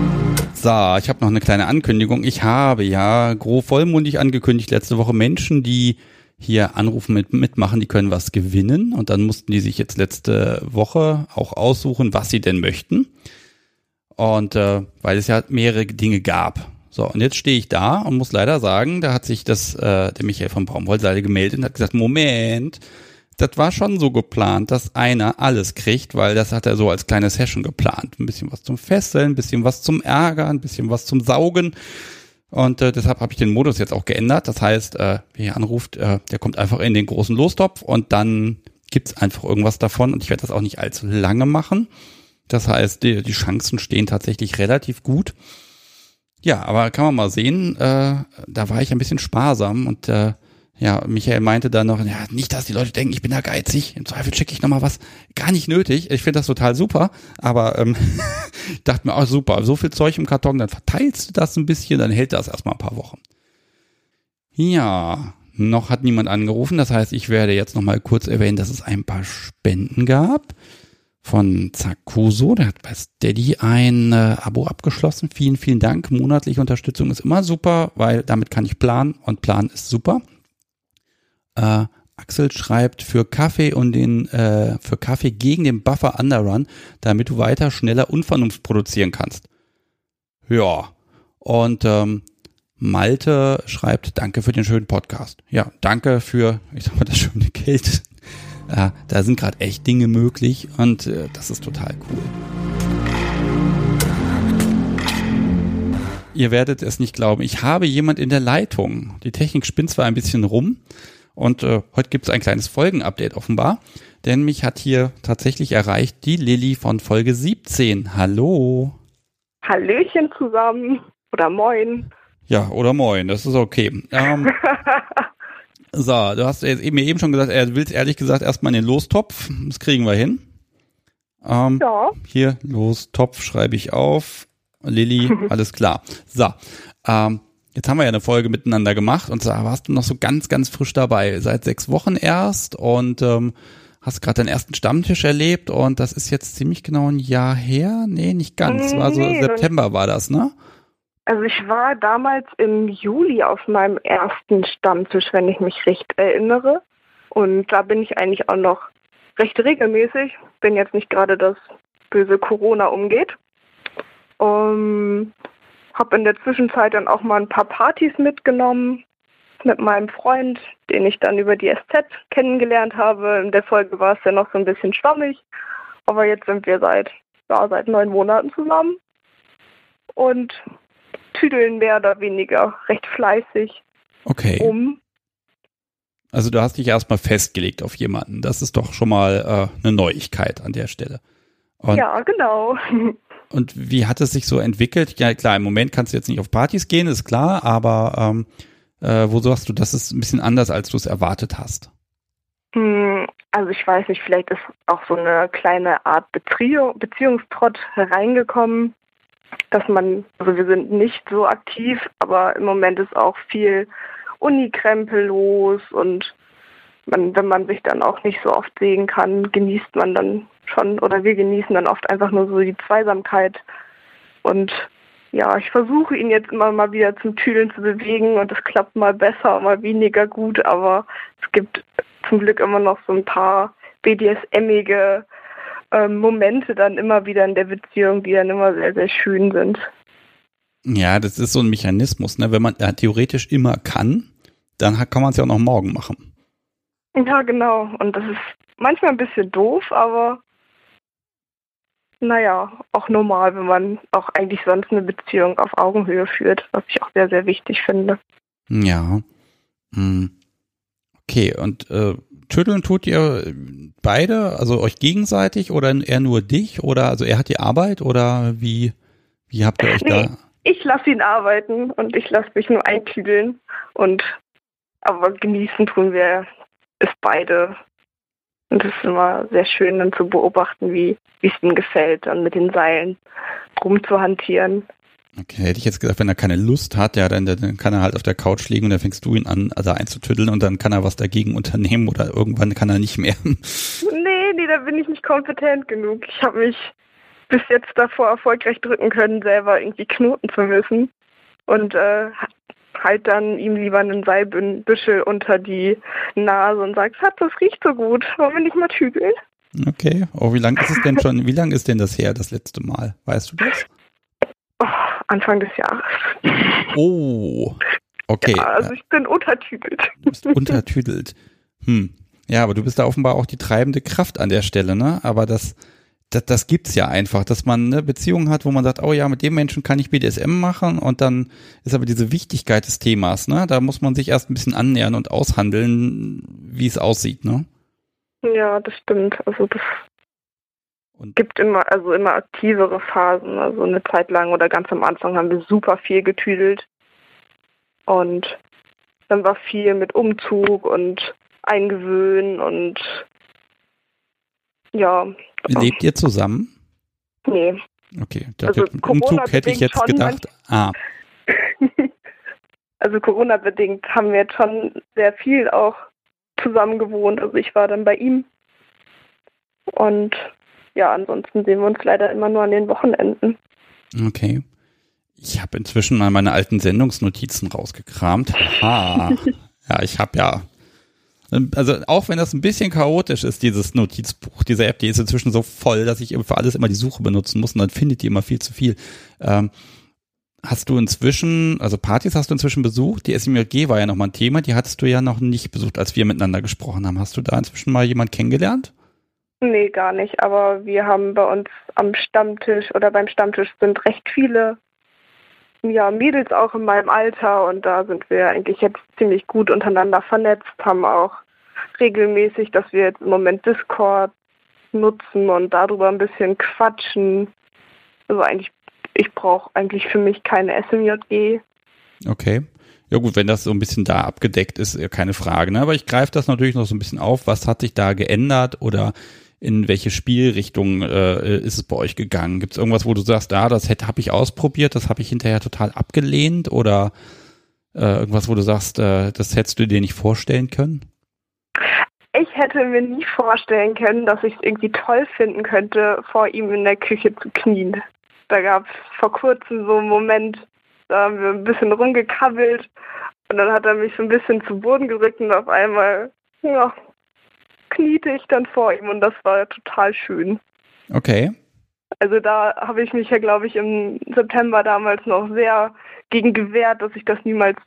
So, ich habe noch eine kleine Ankündigung. Ich habe ja vollmundig angekündigt letzte Woche, Menschen, die hier anrufen, mitmachen, die können was gewinnen. Und dann mussten die sich jetzt letzte Woche auch aussuchen, was sie denn möchten. Und weil es ja mehrere Dinge gab. So, und jetzt stehe ich da und muss leider sagen, da hat sich der Michael von Baumwollseide gemeldet und hat gesagt, Moment, das war schon so geplant, dass einer alles kriegt, weil das hat er so als kleine Session geplant. Ein bisschen was zum Fesseln, ein bisschen was zum Ärgern, ein bisschen was zum Saugen. Und deshalb habe ich den Modus jetzt auch geändert. Das heißt, wer hier anruft, der kommt einfach in den großen Lostopf und dann gibt's einfach irgendwas davon. Und ich werde das auch nicht allzu lange machen. Das heißt, die Chancen stehen tatsächlich relativ gut. Ja, aber kann man mal sehen, da war ich ein bisschen sparsam und Michael meinte dann noch, ja, nicht, dass die Leute denken, ich bin da geizig, im Zweifel schicke ich nochmal was. Gar nicht nötig, ich finde das total super, aber ich dachte mir, super, so viel Zeug im Karton, dann verteilst du das ein bisschen, dann hält das erstmal ein paar Wochen. Ja, noch hat niemand angerufen, das heißt, ich werde jetzt nochmal kurz erwähnen, dass es ein paar Spenden gab von Zakuso, der hat bei Steady ein Abo abgeschlossen. Vielen, vielen Dank. Monatliche Unterstützung ist immer super, weil damit kann ich planen und planen ist super. Axel schreibt für Kaffee gegen den Buffer Underrun, damit du weiter schneller Unvernunft produzieren kannst. Ja. Und Malte schreibt, danke für den schönen Podcast. Ja, danke für, ich sag mal, das schöne Geld. Da sind gerade echt Dinge möglich und das ist total cool. Ihr werdet es nicht glauben, ich habe jemand in der Leitung. Die Technik spinnt zwar ein bisschen rum und heute gibt es ein kleines Folgenupdate offenbar, denn mich hat hier tatsächlich erreicht die Lilly von Folge 17. Hallo.
Hallöchen zusammen oder moin.
Ja, oder moin, das ist okay. So, du hast mir eben schon gesagt, er will ehrlich gesagt erstmal in den Lostopf. Das kriegen wir hin.
Ja.
Hier, Lostopf schreibe ich auf. Lilly, alles klar. So, jetzt haben wir ja eine Folge miteinander gemacht und da warst du noch so ganz, ganz frisch dabei. Seit 6 Wochen erst und hast gerade deinen ersten Stammtisch erlebt und das ist jetzt ziemlich genau ein Jahr her. Nee, nicht ganz. War so September war das, ne?
Also ich war damals im Juli auf meinem ersten Stammtisch, wenn ich mich recht erinnere. Und da bin ich eigentlich auch noch recht regelmäßig, wenn jetzt nicht gerade das böse Corona umgeht. Habe in der Zwischenzeit dann auch mal ein paar Partys mitgenommen mit meinem Freund, den ich dann über die SZ kennengelernt habe. In der Folge war es ja noch so ein bisschen schwammig, aber jetzt sind wir seit 9 Monaten zusammen und tüdeln mehr oder weniger recht fleißig um.
Also du hast dich erstmal festgelegt auf jemanden. Das ist doch schon mal eine Neuigkeit an der Stelle. Und,
ja, genau.
Und wie hat es sich so entwickelt? Ja klar, im Moment kannst du jetzt nicht auf Partys gehen, ist klar, aber wo sagst du, das ist ein bisschen anders, als du es erwartet hast?
Also ich weiß nicht, vielleicht ist auch so eine kleine Art Beziehungstrott hereingekommen, dass wir sind nicht so aktiv, aber im Moment ist auch viel Unikrempel los und wenn man sich dann auch nicht so oft sehen kann, genießt man dann schon oder wir genießen dann oft einfach nur so die Zweisamkeit und ja, ich versuche ihn jetzt immer mal wieder zum Tüdeln zu bewegen und es klappt mal besser, mal weniger gut, aber es gibt zum Glück immer noch so ein paar BDSM-ige Momente dann immer wieder in der Beziehung, die dann immer sehr, sehr schön sind.
Ja, das ist so ein Mechanismus, ne? Wenn man theoretisch immer kann, dann kann man es ja auch noch morgen machen.
Ja, genau. Und das ist manchmal ein bisschen doof, aber naja, auch normal, wenn man auch eigentlich sonst eine Beziehung auf Augenhöhe führt, was ich auch sehr, sehr wichtig finde.
Ja. Okay, und tüdeln tut ihr beide, also euch gegenseitig oder er nur dich? Oder also er hat die Arbeit oder wie habt ihr euch da?
Ich lasse ihn arbeiten und ich lasse mich nur eintüdeln. Aber genießen tun wir es beide. Und es ist immer sehr schön, dann zu beobachten, wie es ihm gefällt, dann mit den Seilen rumzuhantieren.
Okay, hätte ich jetzt gesagt, wenn er keine Lust hat, ja, dann kann er halt auf der Couch liegen und dann fängst du ihn an, also einzutüddeln und dann kann er was dagegen unternehmen oder irgendwann kann er nicht mehr.
Nee, da bin ich nicht kompetent genug. Ich habe mich bis jetzt davor erfolgreich drücken können, selber irgendwie knoten zu müssen. Und halt dann ihm lieber einen Seilbüschel unter die Nase und sagt, Schatz, das riecht so gut, wollen wir nicht mal tügeln?
Okay. Oh, wie lang ist es denn schon, wie lang ist denn das her, das letzte Mal? Weißt du das?
Oh, Anfang des Jahres.
Oh, okay.
Ja, also ich bin untertüdelt.
Du bist untertüdelt. Ja, aber du bist da offenbar auch die treibende Kraft an der Stelle, ne? Aber das gibt's ja einfach, dass man eine Beziehung hat, wo man sagt, oh ja, mit dem Menschen kann ich BDSM machen, und dann ist aber diese Wichtigkeit des Themas, ne? Da muss man sich erst ein bisschen annähern und aushandeln, wie es aussieht, ne?
Ja, das stimmt. Also das gibt immer aktivere Phasen. Also eine Zeit lang oder ganz am Anfang haben wir super viel getüdelt. Und dann war viel mit Umzug und Eingewöhnen und ja.
Lebt ihr zusammen?
Nee.
Okay,
also
mit Umzug hätte ich jetzt gedacht.
Also Corona-bedingt haben wir jetzt schon sehr viel auch zusammen gewohnt. Also ich war dann bei ihm. Und ja, ansonsten sehen wir uns leider immer nur an den Wochenenden.
Okay. Ich habe inzwischen mal meine alten Sendungsnotizen rausgekramt. Ja, ich habe ja, also auch wenn das ein bisschen chaotisch ist, dieses Notizbuch, diese App, die ist inzwischen so voll, dass ich für alles immer die Suche benutzen muss, und dann findet die immer viel zu viel. Hast du inzwischen, also Partys hast du inzwischen besucht? Die SMJG war ja nochmal ein Thema, die hattest du ja noch nicht besucht, als wir miteinander gesprochen haben. Hast du da inzwischen mal jemanden kennengelernt?
Nee, gar nicht, aber wir haben bei uns am Stammtisch oder beim Stammtisch sind recht viele Mädels auch in meinem Alter, und da sind wir eigentlich jetzt ziemlich gut untereinander vernetzt, haben auch regelmäßig, dass wir jetzt im Moment Discord nutzen und darüber ein bisschen quatschen. Also ich brauche eigentlich für mich keine SMJG.
Okay. Ja gut, wenn das so ein bisschen da abgedeckt ist, keine Frage, ne? Aber ich greife das natürlich noch so ein bisschen auf. Was hat sich da geändert oder in welche Spielrichtung ist es bei euch gegangen? Gibt es irgendwas, wo du sagst, das habe ich ausprobiert, das habe ich hinterher total abgelehnt, oder irgendwas, wo du sagst, das hättest du dir nicht vorstellen können?
Ich hätte mir nie vorstellen können, dass ich es irgendwie toll finden könnte, vor ihm in der Küche zu knien. Da gab es vor kurzem so einen Moment, da haben wir ein bisschen rumgekabbelt und dann hat er mich so ein bisschen zu Boden gerückt und auf einmal, ja, kniete ich dann vor ihm und das war total schön.
Okay.
Also da habe ich mich ja, glaube ich, im September damals noch sehr gegen gewehrt, dass ich das niemals,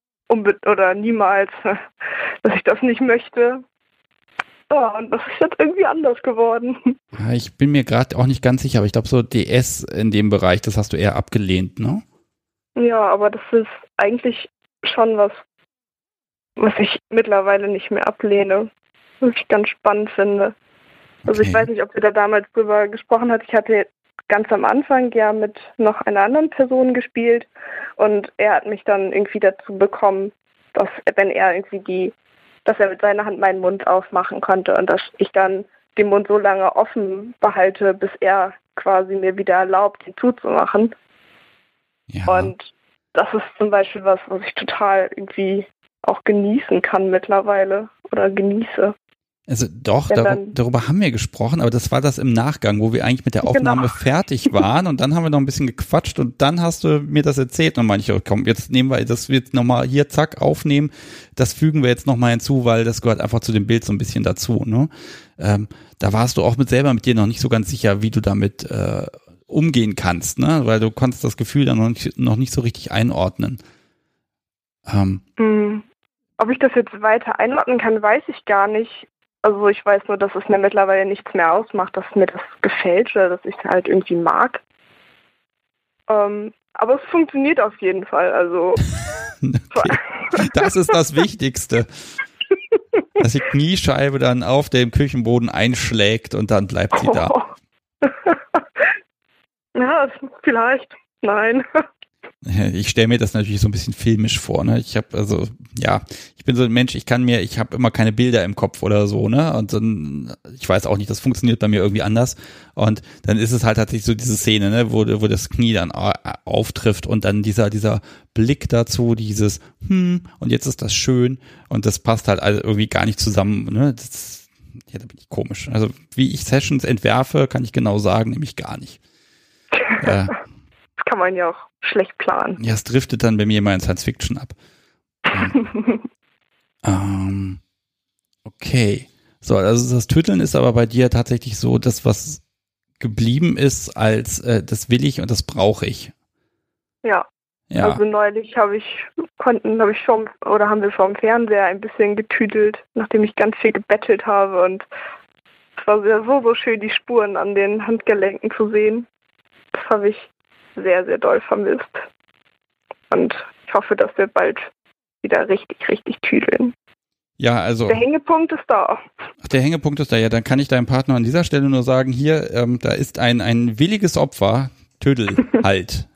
dass ich das nicht möchte. Ja, und das ist jetzt irgendwie anders geworden.
Ja, ich bin mir gerade auch nicht ganz sicher, aber ich glaube so DS in dem Bereich, das hast du eher abgelehnt, ne?
Ja, aber das ist eigentlich schon was ich mittlerweile nicht mehr ablehne. Was ich ganz spannend finde. Also
Okay.
Ich weiß nicht, ob wir da damals drüber gesprochen hat. Ich hatte ganz am Anfang ja mit noch einer anderen Person gespielt und er hat mich dann irgendwie dazu bekommen, dass wenn er irgendwie dass er mit seiner Hand meinen Mund aufmachen konnte und dass ich dann den Mund so lange offen behalte, bis er quasi mir wieder erlaubt, ihn zuzumachen.
Ja.
Und das ist zum Beispiel was ich total irgendwie auch genießen kann mittlerweile oder genieße.
Also doch,
Ja, dann-
darüber haben wir gesprochen, aber das war das im Nachgang, wo wir eigentlich mit der Aufnahme fertig waren, und dann haben wir noch ein bisschen gequatscht und dann hast du mir das erzählt und meinte ich, komm, jetzt nehmen wir das jetzt nochmal hier, zack, aufnehmen, das fügen wir jetzt nochmal hinzu, weil das gehört einfach zu dem Bild so ein bisschen dazu, ne? Da warst du auch selber mit dir noch nicht so ganz sicher, wie du damit umgehen kannst, ne? Weil du konntest das Gefühl dann noch nicht so richtig einordnen.
Ob ich das jetzt weiter einordnen kann, weiß ich gar nicht. Also ich weiß nur, dass es mir mittlerweile nichts mehr ausmacht, dass mir das gefällt oder dass ich es halt irgendwie mag. Aber es funktioniert auf jeden Fall. Also
Okay. Das ist das Wichtigste. Dass die Kniescheibe dann auf dem Küchenboden einschlägt und dann bleibt sie da.
Ja, vielleicht. Nein.
Ich stelle mir das natürlich so ein bisschen filmisch vor, ne? Ich bin so ein Mensch, ich habe immer keine Bilder im Kopf oder so, ne? Und dann, ich weiß auch nicht, das funktioniert bei mir irgendwie anders. Und dann ist es halt tatsächlich so diese Szene, ne, wo das Knie dann auftrifft und dann dieser Blick dazu, dieses und jetzt ist das schön, und das passt halt also irgendwie gar nicht zusammen, ne? Da bin ich komisch. Also wie ich Sessions entwerfe, kann ich genau sagen, nämlich gar nicht. Das
kann man ja auch schlecht planen.
Ja, es driftet dann bei mir immer in Science Fiction ab. Okay. So, also das Tütteln ist aber bei dir tatsächlich so, das, was geblieben ist, als das will ich und das brauche ich.
Ja. Also neulich haben wir vom Fernseher ein bisschen getüdelt, nachdem ich ganz viel gebettelt habe, und es war so schön, die Spuren an den Handgelenken zu sehen. Das habe ich sehr, sehr doll vermisst. Und ich hoffe, dass wir bald wieder richtig, richtig tüdeln.
Ja, also.
Der Hängepunkt ist da.
Ach, der Hängepunkt ist da. Ja, dann kann ich deinem Partner an dieser Stelle nur sagen, hier, da ist ein williges Opfer, Tüdel halt.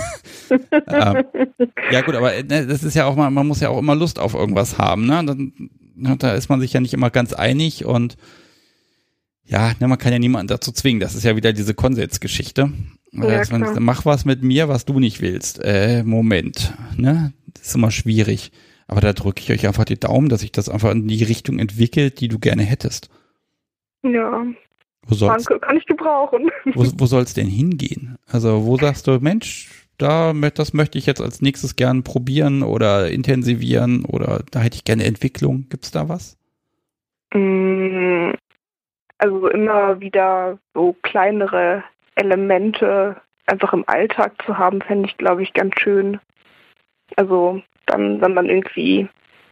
Ja gut, aber das ist ja auch man muss ja auch immer Lust auf irgendwas haben, ne? Da ist man sich ja nicht immer ganz einig und ja, man kann ja niemanden dazu zwingen. Das ist ja wieder diese Konsensgeschichte.
Ja,
mach was mit mir, was du nicht willst. Moment, ne? Das ist immer schwierig. Aber da drücke ich euch einfach die Daumen, dass sich das einfach in die Richtung entwickelt, die du gerne hättest.
Ja. Danke, kann ich gebrauchen.
Wo soll es denn hingehen? Also wo sagst du, Mensch, das möchte ich jetzt als nächstes gern probieren oder intensivieren oder da hätte ich gerne Entwicklung. Gibt's da was?
Also immer wieder so kleinere Elemente einfach im Alltag zu haben, fände ich, glaube ich, ganz schön. Also dann, wenn man irgendwie,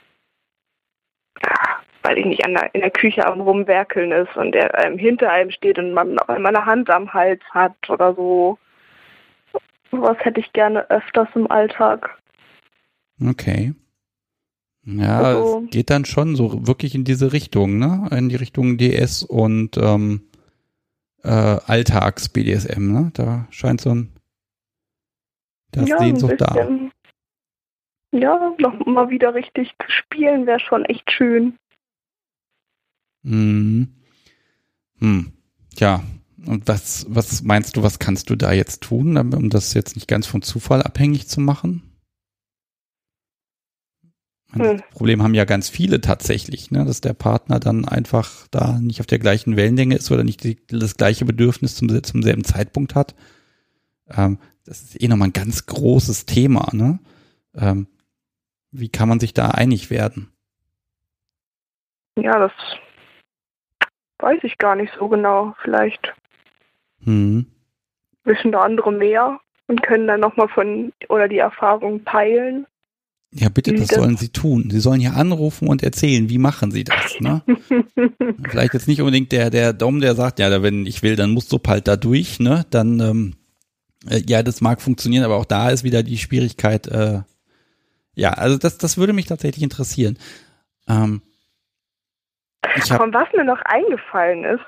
weil ich nicht in der Küche am Rumwerkeln ist und der hinter einem steht und man auf einmal eine Hand am Hals hat oder so. Sowas hätte ich gerne öfters im Alltag.
Okay. Ja, also, es geht dann schon so wirklich in diese Richtung, ne? In die Richtung DS und Alltags-BDSM, ne? Da scheint so ein Sehnsucht da.
Ja, noch mal wieder richtig zu spielen wäre schon echt schön.
Ja, und was meinst du, was kannst du da jetzt tun, um das jetzt nicht ganz vom Zufall abhängig zu machen? Das Problem haben ja ganz viele tatsächlich, ne, dass der Partner dann einfach da nicht auf der gleichen Wellenlänge ist oder nicht das gleiche Bedürfnis zum selben Zeitpunkt hat. Das ist nochmal ein ganz großes Thema, ne? Wie kann man sich da einig werden?
Ja, das weiß ich gar nicht so genau. Vielleicht wissen da andere mehr und können dann nochmal die Erfahrung teilen.
Ja, bitte, das sollen sie tun. Sie sollen ja anrufen und erzählen, wie machen sie das, ne? Vielleicht jetzt nicht unbedingt der Dom, der sagt, ja, wenn ich will, dann musst du halt da durch, ne? Dann, ja, das mag funktionieren, aber auch da ist wieder die Schwierigkeit, ja, also das würde mich tatsächlich interessieren.
Von was mir noch eingefallen ist,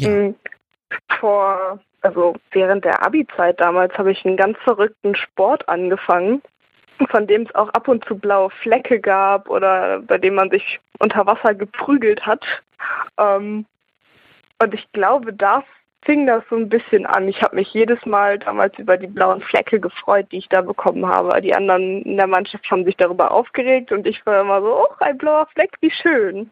während der Abi-Zeit damals habe ich einen ganz verrückten Sport angefangen, von dem es auch ab und zu blaue Flecke gab oder bei dem man sich unter Wasser geprügelt hat. Und ich glaube, da fing das so ein bisschen an. Ich habe mich jedes Mal damals über die blauen Flecke gefreut, die ich da bekommen habe. Die anderen in der Mannschaft haben sich darüber aufgeregt und ich war immer so, oh, ein blauer Fleck, wie schön.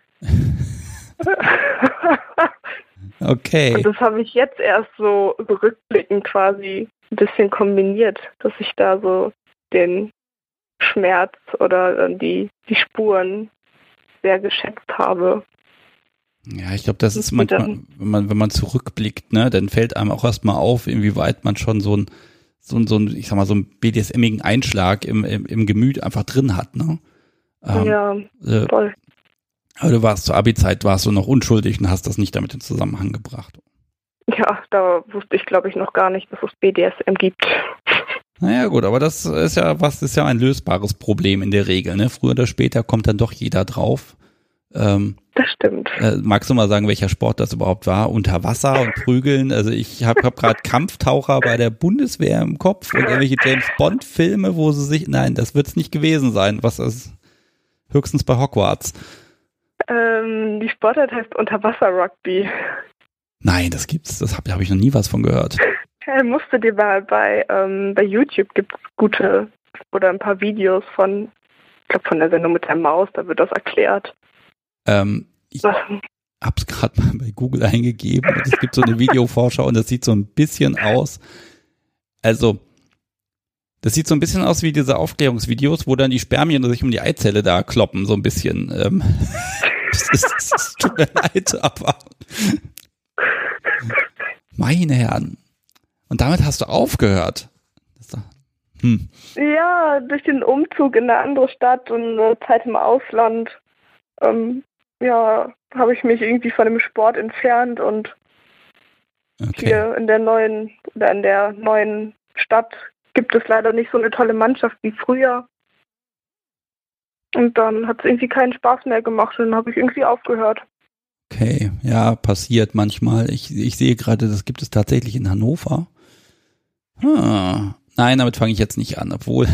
Okay.
Und das habe ich jetzt erst so rückblickend quasi ein bisschen kombiniert, dass ich da so den Schmerz oder die Spuren sehr geschätzt habe.
Ja, ich glaube, das ist manchmal, wenn man zurückblickt, ne, dann fällt einem auch erstmal auf, inwieweit man schon so ein, ich sag mal, so einen BDSM-igen Einschlag im Gemüt einfach drin hat, ne?
Ja, toll.
Aber du warst zur Abi-Zeit, warst du noch unschuldig und hast das nicht damit in Zusammenhang gebracht.
Ja, da wusste ich, glaube ich, noch gar nicht, dass es BDSM gibt.
Naja, gut, aber das ist ja ein lösbares Problem in der Regel, ne? Früher oder später kommt dann doch jeder drauf.
Das stimmt.
Magst du mal sagen, welcher Sport das überhaupt war? Unter Wasser und Prügeln? Also ich hab gerade Kampftaucher bei der Bundeswehr im Kopf und irgendwelche James-Bond-Filme, wo sie sich... Nein, das wird's nicht gewesen sein. Was ist höchstens bei Hogwarts?
Die Sportart heißt Unterwasser-Rugby.
Nein, das gibt's. Das hab ich noch nie was von gehört.
Musst du dir mal bei YouTube gibt's gute oder ein paar Videos von der Sendung mit der Maus, da wird das erklärt.
Ich hab's gerade mal bei Google eingegeben und es gibt so eine Videovorschau und das sieht so ein bisschen aus Also, das sieht so ein bisschen aus wie diese Aufklärungsvideos, wo dann die Spermien sich um die Eizelle da kloppen, so ein bisschen. Es tut mir leid, aber meine Herren. Und damit hast du aufgehört.
Ja, durch den Umzug in eine andere Stadt und eine Zeit im Ausland, habe ich mich irgendwie von dem Sport entfernt und hier in der neuen Stadt gibt es leider nicht so eine tolle Mannschaft wie früher. Und dann hat es irgendwie keinen Spaß mehr gemacht und dann habe ich irgendwie aufgehört.
Okay, ja, passiert manchmal. Ich sehe gerade, das gibt es tatsächlich in Hannover. Nein, damit fange ich jetzt nicht an, obwohl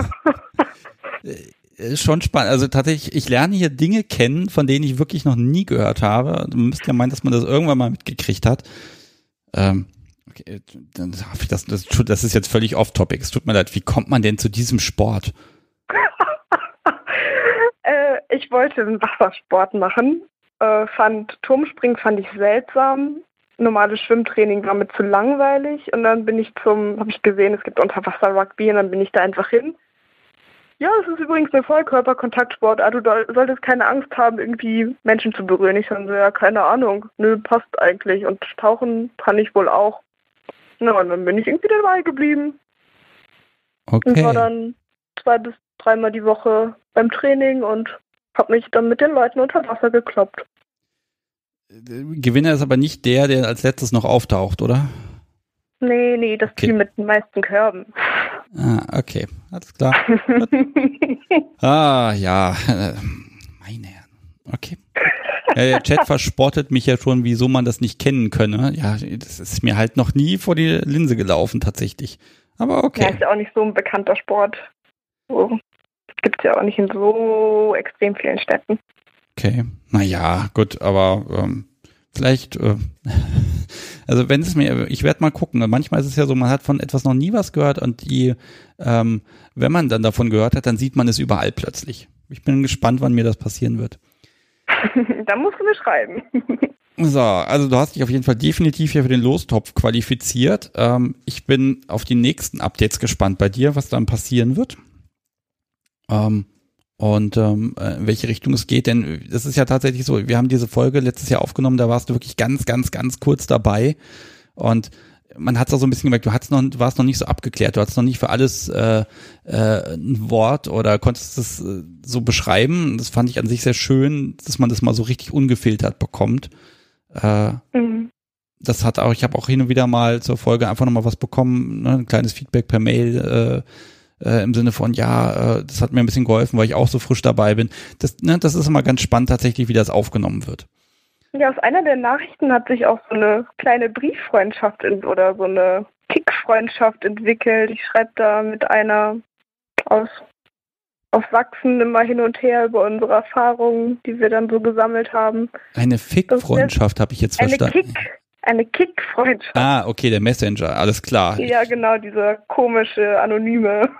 schon spannend. Also tatsächlich, ich lerne hier Dinge kennen, von denen ich wirklich noch nie gehört habe. Du müsst ja meinen, dass man das irgendwann mal mitgekriegt hat. Okay, dann darf ich das ist jetzt völlig off-topic. Es tut mir leid. Wie kommt man denn zu diesem Sport?
Ich wollte einen Wassersport machen. Turmspringen fand ich seltsam. Normales Schwimmtraining war mir zu langweilig und dann habe ich gesehen, es gibt Unterwasser-Rugby und dann bin ich da einfach hin. Ja, es ist übrigens eine Vollkörper-Kontaktsport. Du solltest keine Angst haben, irgendwie Menschen zu berühren. Ich sage, ja, keine Ahnung. Nö, passt eigentlich. Und tauchen kann ich wohl auch. Na, und dann bin ich irgendwie dabei geblieben.
Okay.
Und war dann 2 bis 3 Mal die Woche beim Training und habe mich dann mit den Leuten unter Wasser gekloppt.
Gewinner ist aber nicht der als letztes noch auftaucht, oder?
Nee, das Team mit den meisten Körben.
Okay, alles klar. Ja, meine Herren, okay. Der Chat verspottet mich ja schon, wieso man das nicht kennen könne. Ja, das ist mir halt noch nie vor die Linse gelaufen, tatsächlich. Aber okay.
Ja, ist ja auch nicht so ein bekannter Sport. So. Das gibt es ja auch nicht in so extrem vielen Städten.
Okay, naja, gut, aber vielleicht, also wenn es mir, ich werde mal gucken, manchmal ist es ja so, man hat von etwas noch nie was gehört und wenn man dann davon gehört hat, dann sieht man es überall plötzlich. Ich bin gespannt, wann mir das passieren wird.
Da musst du mir schreiben.
So, also du hast dich auf jeden Fall definitiv hier für den Lostopf qualifiziert. Ich bin auf die nächsten Updates gespannt bei dir, was dann passieren wird. Und in welche Richtung es geht, denn das ist ja tatsächlich so, wir haben diese Folge letztes Jahr aufgenommen, da warst du wirklich ganz, ganz, ganz kurz dabei und man hat es auch so ein bisschen gemerkt, du warst noch nicht so abgeklärt, du hattest noch nicht für alles ein Wort oder konntest es so beschreiben. Das fand ich an sich sehr schön, dass man das mal so richtig ungefiltert bekommt. Das hat auch, ich habe auch hin und wieder mal zur Folge einfach nochmal was bekommen, ne, ein kleines Feedback per Mail, im Sinne von, das hat mir ein bisschen geholfen, weil ich auch so frisch dabei bin. Das ist immer ganz spannend tatsächlich, wie das aufgenommen wird.
Ja, aus einer der Nachrichten hat sich auch so eine kleine Brieffreundschaft oder so eine Kick-Freundschaft entwickelt. Ich schreibe da mit einer aus Sachsen immer hin und her über unsere Erfahrungen, die wir dann so gesammelt haben.
Eine Fick-Freundschaft habe ich jetzt verstanden.
Eine Kick-Freundschaft.
Okay, der Messenger, alles klar.
Ja, genau, dieser komische, anonyme.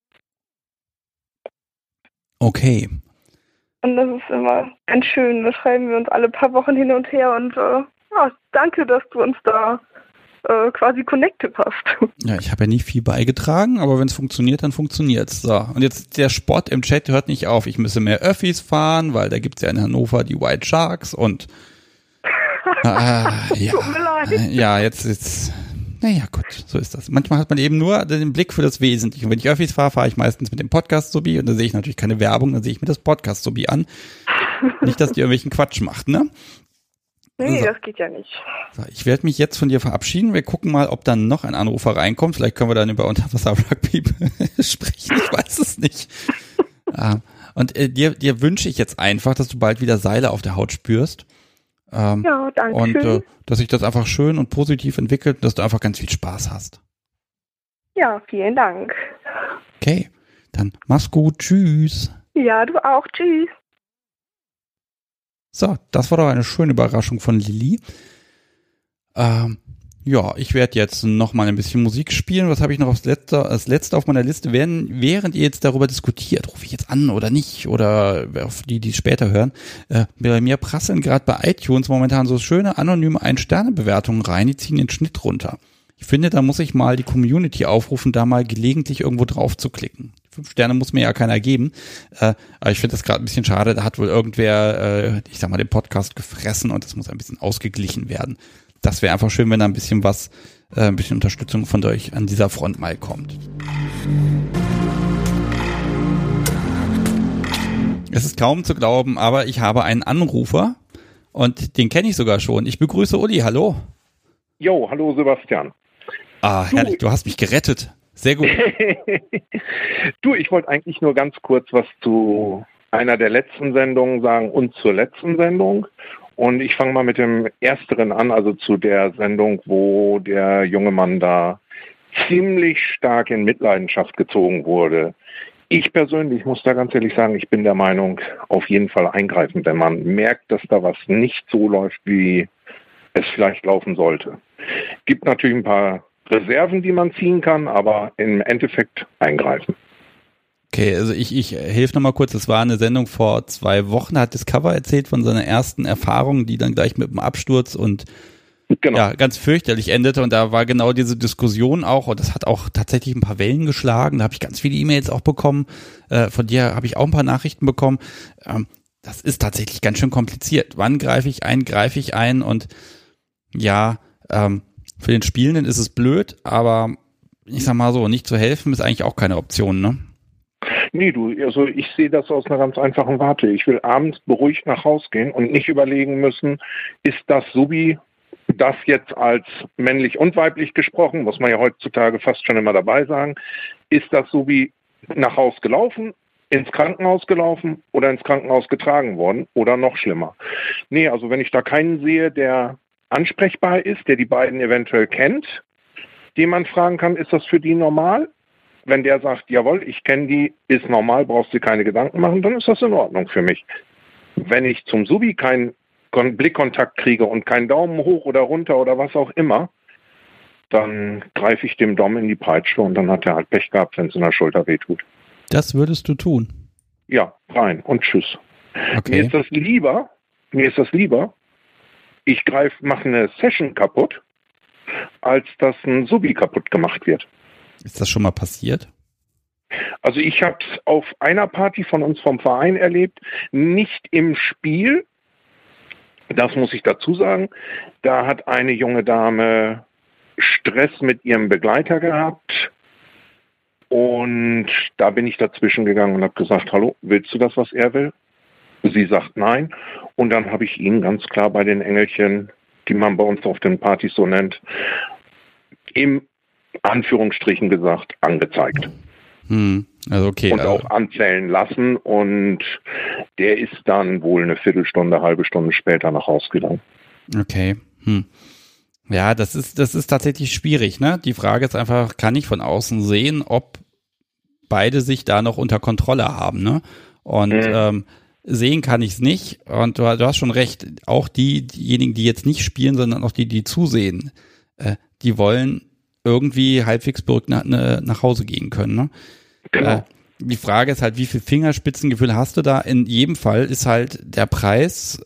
Okay.
Und das ist immer ganz schön. Da schreiben wir uns alle paar Wochen hin und her und danke, dass du uns da quasi connected hast.
Ja, ich habe ja nie viel beigetragen, aber wenn es funktioniert, dann funktioniert's. So, und jetzt der Sport im Chat hört nicht auf. Ich müsse mehr Öffis fahren, weil da gibt's ja in Hannover die White Sharks und ja.
Tut mir leid.
Ja, jetzt naja, gut, so ist das. Manchmal hat man eben nur den Blick für das Wesentliche. Und wenn ich Öffis fahre, fahre ich meistens mit dem Podcast-Sobi und dann sehe ich natürlich keine Werbung, dann sehe ich mir das Podcast-Sobi an. Nicht, dass die irgendwelchen Quatsch macht, ne?
Nee,
so.
Das geht ja nicht.
So, ich werde mich jetzt von dir verabschieden. Wir gucken mal, ob dann noch ein Anrufer reinkommt. Vielleicht können wir dann über Unterwasser-Rugby sprechen. Ich weiß es nicht. Und dir wünsche ich jetzt einfach, dass du bald wieder Seile auf der Haut spürst.
Ja, danke.
Und dass sich das einfach schön und positiv entwickelt, dass du einfach ganz viel Spaß hast.
Ja, vielen Dank.
Okay, dann mach's gut. Tschüss.
Ja, du auch. Tschüss.
So, das war doch eine schöne Überraschung von Lilly. Ja, ich werde jetzt noch mal ein bisschen Musik spielen. Was habe ich noch als letzte auf meiner Liste? Während ihr jetzt darüber diskutiert, rufe ich jetzt an oder nicht? Oder auf die später hören. Bei mir prasseln gerade bei iTunes momentan so schöne anonyme 1-Sterne-Bewertungen rein. Die ziehen den Schnitt runter. Ich finde, da muss ich mal die Community aufrufen, da mal gelegentlich irgendwo drauf zu klicken. 5 Sterne muss mir ja keiner geben, aber ich finde das gerade ein bisschen schade, da hat wohl irgendwer, ich sag mal, den Podcast gefressen und das muss ein bisschen ausgeglichen werden. Das wäre einfach schön, wenn da ein bisschen ein bisschen Unterstützung von euch an dieser Front mal kommt. Es ist kaum zu glauben, aber ich habe einen Anrufer und den kenne ich sogar schon. Ich begrüße Uli, hallo.
Jo, hallo Sebastian.
Herrlich, du hast mich gerettet. Sehr gut.
Du, ich wollte eigentlich nur ganz kurz was zu einer der letzten Sendungen sagen und zur letzten Sendung. Und ich fange mal mit dem Ersteren an, also zu der Sendung, wo der junge Mann da ziemlich stark in Mitleidenschaft gezogen wurde. Ich persönlich muss da ganz ehrlich sagen, ich bin der Meinung, auf jeden Fall eingreifen, wenn man merkt, dass da was nicht so läuft, wie es vielleicht laufen sollte. Gibt natürlich ein paar Reserven, die man ziehen kann, aber im Endeffekt eingreifen.
Okay, also ich helfe nochmal kurz, es war eine Sendung vor 2 Wochen, da hat Discover erzählt von seiner ersten Erfahrung, die dann gleich mit dem Absturz und ja, ganz fürchterlich endete und da war genau diese Diskussion auch und das hat auch tatsächlich ein paar Wellen geschlagen, da habe ich ganz viele E-Mails auch bekommen, von dir habe ich auch ein paar Nachrichten bekommen, das ist tatsächlich ganz schön kompliziert. Wann greife ich ein und ja, für den Spielenden ist es blöd, aber ich sag mal so, nicht zu helfen ist eigentlich auch keine Option, ne?
Nee, also ich sehe das aus einer ganz einfachen Warte. Ich will abends beruhigt nach Hause gehen und nicht überlegen müssen, ist das Subi das jetzt als männlich und weiblich gesprochen, muss man ja heutzutage fast schon immer dabei sagen, ist das Subi nach Hause gelaufen, ins Krankenhaus gelaufen oder ins Krankenhaus getragen worden oder noch schlimmer. Nee, also wenn ich da keinen sehe, der ansprechbar ist, der die beiden eventuell kennt, den man fragen kann, ist das für die normal? Wenn der sagt, jawohl, ich kenne die, ist normal, brauchst du keine Gedanken machen, dann ist das in Ordnung für mich. Wenn ich zum Subi keinen Blickkontakt kriege und keinen Daumen hoch oder runter oder was auch immer, dann greife ich dem Dom in die Peitsche und dann hat er halt Pech gehabt, wenn es in der Schulter wehtut.
Das würdest du tun?
Ja, rein und tschüss.
Okay.
Mir ist das lieber, ich mache eine Session kaputt, als dass ein Subi kaputt gemacht wird.
Ist das schon mal passiert?
Also ich habe es auf einer Party von uns vom Verein erlebt, nicht im Spiel, das muss ich dazu sagen. Da hat eine junge Dame Stress mit ihrem Begleiter gehabt und da bin ich dazwischen gegangen und habe gesagt, hallo, willst du das, was er will? Sie sagt nein und dann habe ich ihn ganz klar bei den Engelchen, die man bei uns auf den Partys so nennt, im Anführungsstrichen gesagt, angezeigt.
Also okay.
Und auch anzählen lassen und der ist dann wohl eine Viertelstunde, halbe Stunde später nach Hause gegangen.
Okay. Ja, das ist tatsächlich schwierig, ne? Die Frage ist einfach, kann ich von außen sehen, ob beide sich da noch unter Kontrolle haben, ne? Und sehen kann ich es nicht und du hast schon recht, auch diejenigen, die jetzt nicht spielen, sondern auch die zusehen, die wollen irgendwie halbwegs beruhigt nach Hause gehen können. Ne?
Genau.
Die Frage ist halt, wie viel Fingerspitzengefühl hast du da? In jedem Fall ist halt der Preis,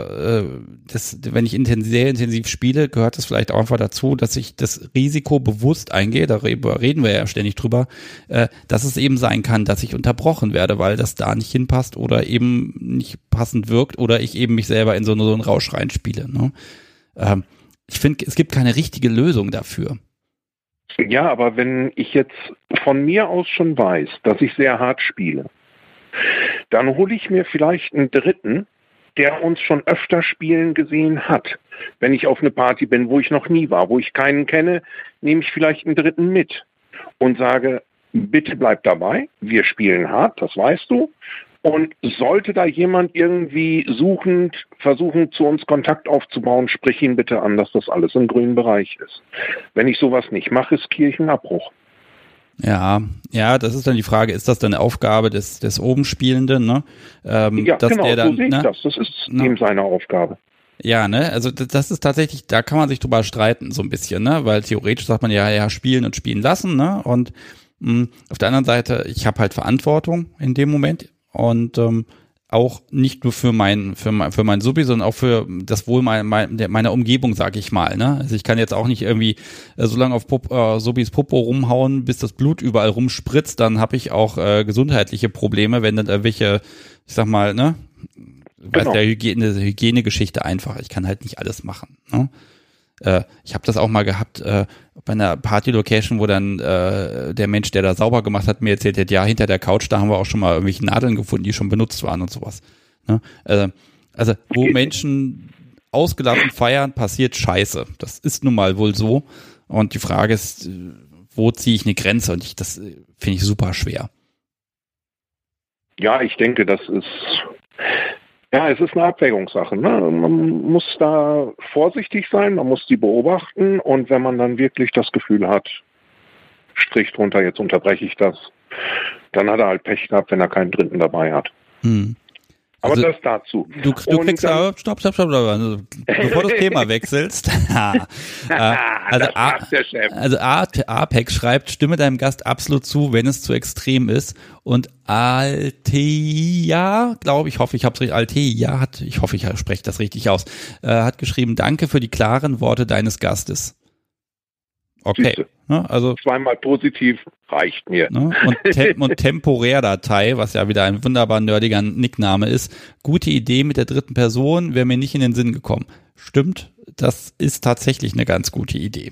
wenn ich sehr intensiv spiele, gehört es vielleicht auch einfach dazu, dass ich das Risiko bewusst eingehe, da reden wir ja ständig drüber, dass es eben sein kann, dass ich unterbrochen werde, weil das da nicht hinpasst oder eben nicht passend wirkt oder ich eben mich selber in so einen Rausch reinspiele. Ne? Ich finde, es gibt keine richtige Lösung dafür.
Ja, aber wenn ich jetzt von mir aus schon weiß, dass ich sehr hart spiele, dann hole ich mir vielleicht einen Dritten, der uns schon öfter spielen gesehen hat. Wenn ich auf eine Party bin, wo ich noch nie war, wo ich keinen kenne, nehme ich vielleicht einen Dritten mit und sage, bitte bleib dabei, wir spielen hart, das weißt du. Und sollte da jemand irgendwie suchend versuchen, zu uns Kontakt aufzubauen, sprich ihn bitte an, dass das alles im grünen Bereich ist. Wenn ich sowas nicht mache, ist Kirchenabbruch.
Ja, das ist dann die Frage, ist das dann eine Aufgabe des Obenspielenden, ne?
Ja,
dass
genau,
der dann,
so sehe ich
ne?
das. Das ist ihm seine Aufgabe.
Ja, ne, also das ist tatsächlich, da kann man sich drüber streiten so ein bisschen, ne, weil theoretisch sagt man ja, spielen und spielen lassen, ne, und auf der anderen Seite, ich habe halt Verantwortung in dem Moment und auch nicht nur für mein Subi, sondern auch für das Wohl meiner Umgebung, sage ich mal. Ne? Also ich kann jetzt auch nicht irgendwie so lange auf Subis Popo rumhauen, bis das Blut überall rumspritzt, dann habe ich auch gesundheitliche Probleme, wenn dann irgendwelche, ich sag mal, ne,
Genau.
der Hygienegeschichte einfach. Ich kann halt nicht alles machen. Ne? Ich habe das auch mal gehabt bei einer Party-Location, wo dann der Mensch, der da sauber gemacht hat, mir erzählt hat, ja, hinter der Couch, da haben wir auch schon mal irgendwelche Nadeln gefunden, die schon benutzt waren und sowas. Ne? Also wo Menschen ausgelassen feiern, passiert Scheiße. Das ist nun mal wohl so. Und die Frage ist, wo ziehe ich eine Grenze? Und das finde ich super schwer.
Ja, ich denke, es ist eine Abwägungssache. Ne? Man muss da vorsichtig sein, man muss die beobachten und wenn man dann wirklich das Gefühl hat, Strich drunter, jetzt unterbreche ich das, dann hat er halt Pech gehabt, wenn er keinen Dritten dabei hat. Aber
Also,
das dazu.
Du kriegst dann, stopp, also, bevor du das Thema wechselst. Also Apex schreibt, stimme deinem Gast absolut zu, wenn es zu extrem ist. Und Altea, glaube ich, hoffe, ich spreche das richtig aus, hat geschrieben, danke für die klaren Worte deines Gastes. Okay.
Siehste.
Ne, also
Zweimal positiv reicht mir.
Ne? Und Temporärdatei, was ja wieder ein wunderbar nerdiger Nickname ist. Gute Idee mit der dritten Person, wäre mir nicht in den Sinn gekommen. Stimmt, das ist tatsächlich eine ganz gute Idee.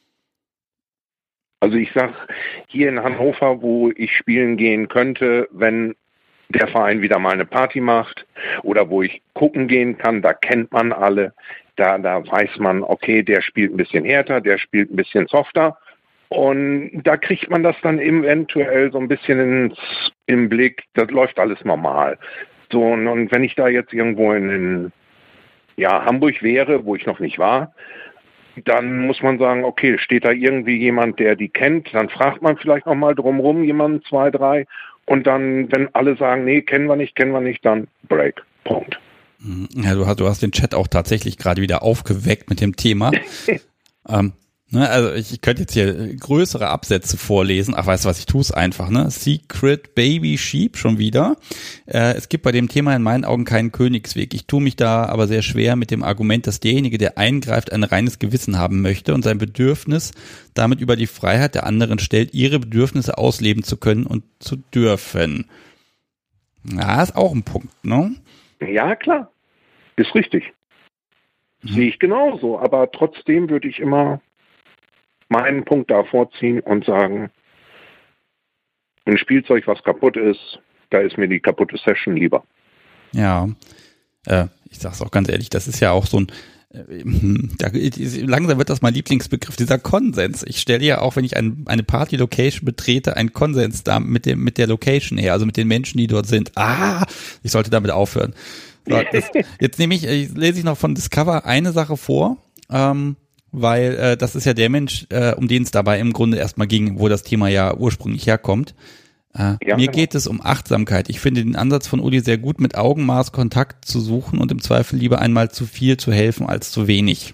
Also ich sag, hier in Hannover, wo ich spielen gehen könnte, wenn der Verein wieder mal eine Party macht oder wo ich gucken gehen kann, da kennt man alle, da weiß man, okay, der spielt ein bisschen härter, der spielt ein bisschen softer. Und da kriegt man das dann eventuell so ein bisschen im Blick, das läuft alles normal. So, und wenn ich da jetzt irgendwo in Hamburg wäre, wo ich noch nicht war, dann muss man sagen, okay, steht da irgendwie jemand, der die kennt, dann fragt man vielleicht noch mal drumherum jemanden, 2, 3 und dann, wenn alle sagen, nee, kennen wir nicht, dann Break. Punkt.
Ja, du hast den Chat auch tatsächlich gerade wieder aufgeweckt mit dem Thema. Also ich könnte jetzt hier größere Absätze vorlesen. Ach, weißt du was, ich tue es einfach, ne? Secret Baby Sheep schon wieder. Es gibt bei dem Thema in meinen Augen keinen Königsweg. Ich tue mich da aber sehr schwer mit dem Argument, dass derjenige, der eingreift, ein reines Gewissen haben möchte und sein Bedürfnis damit über die Freiheit der anderen stellt, ihre Bedürfnisse ausleben zu können und zu dürfen. Ja, ist auch ein Punkt, ne?
Ja, klar. Ist richtig. Sehe ich genauso. Aber trotzdem würde ich immer meinen Punkt da vorziehen und sagen, ein Spielzeug, was kaputt ist, da ist mir die kaputte Session lieber.
Ja, ich sag's auch ganz ehrlich, das ist ja auch so ein, langsam wird das mein Lieblingsbegriff, dieser Konsens. Ich stelle ja auch, wenn ich eine Party-Location betrete, einen Konsens da mit der Location her, also mit den Menschen, die dort sind. Ich sollte damit aufhören. So, jetzt lese ich noch von Discover eine Sache vor, weil das ist ja der Mensch, um den es dabei im Grunde erstmal ging, wo das Thema ja ursprünglich herkommt. Mir geht es um Achtsamkeit. Ich finde den Ansatz von Uli sehr gut, mit Augenmaß Kontakt zu suchen und im Zweifel lieber einmal zu viel zu helfen als zu wenig.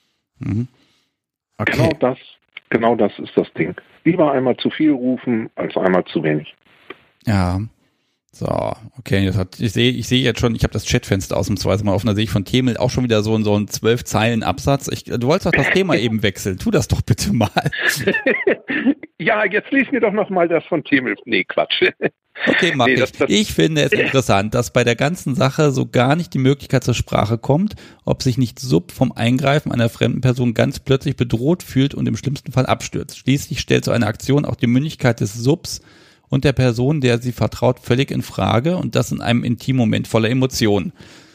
Okay.
Genau das ist das Ding. Lieber einmal zu viel rufen als einmal zu wenig.
Ja. So, okay, ich sehe jetzt schon, ich habe das Chatfenster ausnahmsweise mal offen, da sehe ich von Themel auch schon wieder so einen 12-Zeilen-Absatz. Du wolltest doch das Thema eben wechseln, tu das doch bitte mal.
Ja, jetzt lies mir doch noch mal das von Themel. Nee, Quatsch.
Okay, mach ich. Ich finde es interessant, dass bei der ganzen Sache so gar nicht die Möglichkeit zur Sprache kommt, ob sich nicht Sub vom Eingreifen einer fremden Person ganz plötzlich bedroht fühlt und im schlimmsten Fall abstürzt. Schließlich stellt so eine Aktion auch die Mündigkeit des Subs und der Person, der sie vertraut, völlig in Frage und das in einem Intimmoment voller Emotionen.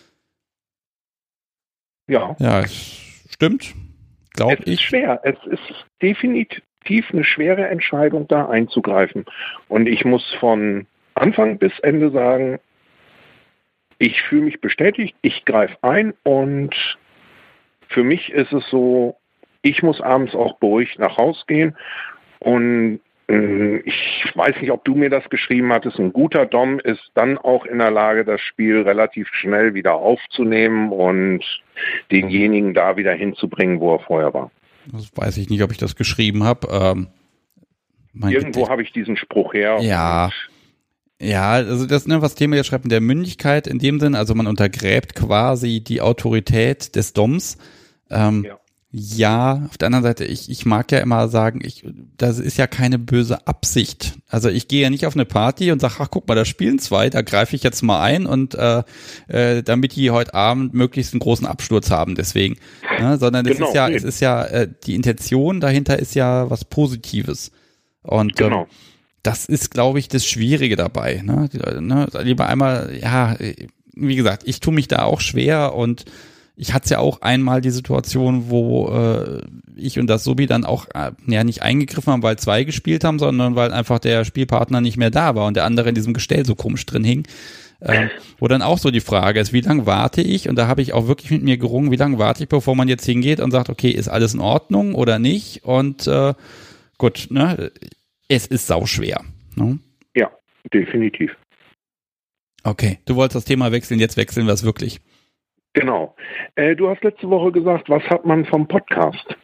Ja.
Ja, stimmt, glaube ich.
Es ist schwer. Es ist definitiv eine schwere Entscheidung, da einzugreifen. Und ich muss von Anfang bis Ende sagen, ich fühle mich bestätigt, ich greife ein und für mich ist es so, ich muss abends auch beruhigt nach Hause gehen und ich weiß nicht, ob du mir das geschrieben hattest, ein guter Dom ist dann auch in der Lage, das Spiel relativ schnell wieder aufzunehmen und denjenigen da wieder hinzubringen, wo er vorher war.
Das weiß ich nicht, ob ich das geschrieben habe.
Irgendwo habe ich diesen Spruch her.
Ja, Ja, also das, ne, was Thema jetzt schreibt, mit der Mündigkeit in dem Sinn, also man untergräbt quasi die Autorität des Doms. Ja, auf der anderen Seite, ich mag ja immer sagen, das ist ja keine böse Absicht. Also ich gehe ja nicht auf eine Party und sage, ach guck mal, da spielen 2, da greife ich jetzt mal ein und damit die heute Abend möglichst einen großen Absturz haben, deswegen. Ne? Sondern es ist ja, die Intention dahinter ist ja was Positives. Und das ist, glaube ich, das Schwierige dabei. Ne? Lieber einmal, ja, wie gesagt, ich tue mich da auch schwer und ich hatte es ja auch einmal die Situation, wo ich und das Subi dann auch nicht eingegriffen haben, weil 2 gespielt haben, sondern weil einfach der Spielpartner nicht mehr da war und der andere in diesem Gestell so komisch drin hing. Wo dann auch so die Frage ist, wie lange warte ich? Und da habe ich auch wirklich mit mir gerungen, wie lange warte ich, bevor man jetzt hingeht und sagt, okay, ist alles in Ordnung oder nicht? Und gut, ne, es ist sauschwer. Ne?
Ja, definitiv.
Okay, du wolltest das Thema wechseln, jetzt wechseln wir es wirklich.
Genau. Du hast letzte Woche gesagt, was hat man vom Podcast?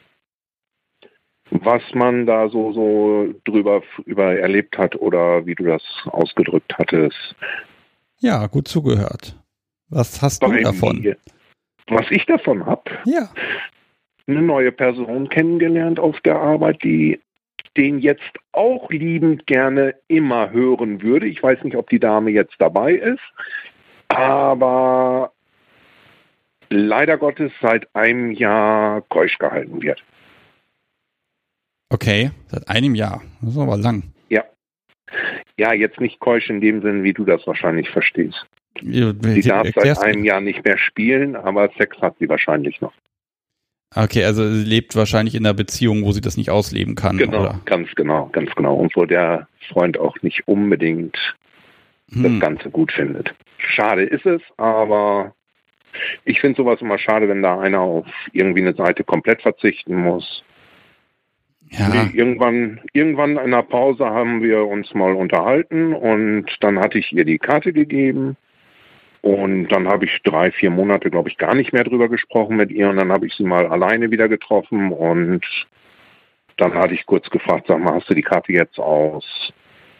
Was man da so drüber erlebt hat oder wie du das ausgedrückt hattest.
Ja, gut zugehört. Was hast du davon?
Was ich davon habe?
Ja.
Eine neue Person kennengelernt auf der Arbeit, die den jetzt auch liebend gerne immer hören würde. Ich weiß nicht, ob die Dame jetzt dabei ist, aber leider Gottes seit einem Jahr keusch gehalten wird.
Okay, seit einem Jahr. Das ist aber lang.
Ja. Ja, jetzt nicht keusch in dem Sinn, wie du das wahrscheinlich verstehst. Sie darf seit einem Jahr nicht mehr spielen, aber Sex hat sie wahrscheinlich noch.
Okay, also sie lebt wahrscheinlich in einer Beziehung, wo sie das nicht ausleben kann.
Genau,
oder?
ganz genau. Und wo der Freund auch nicht unbedingt das Ganze gut findet. Schade ist es, aber ich finde sowas immer schade, wenn da einer auf irgendwie eine Seite komplett verzichten muss.
Ja.
Nee, irgendwann in einer Pause haben wir uns mal unterhalten und dann hatte ich ihr die Karte gegeben und dann habe ich 3-4 Monate, glaube ich, gar nicht mehr drüber gesprochen mit ihr und dann habe ich sie mal alleine wieder getroffen und dann hatte ich kurz gefragt, sag mal, hast du die Karte jetzt aus?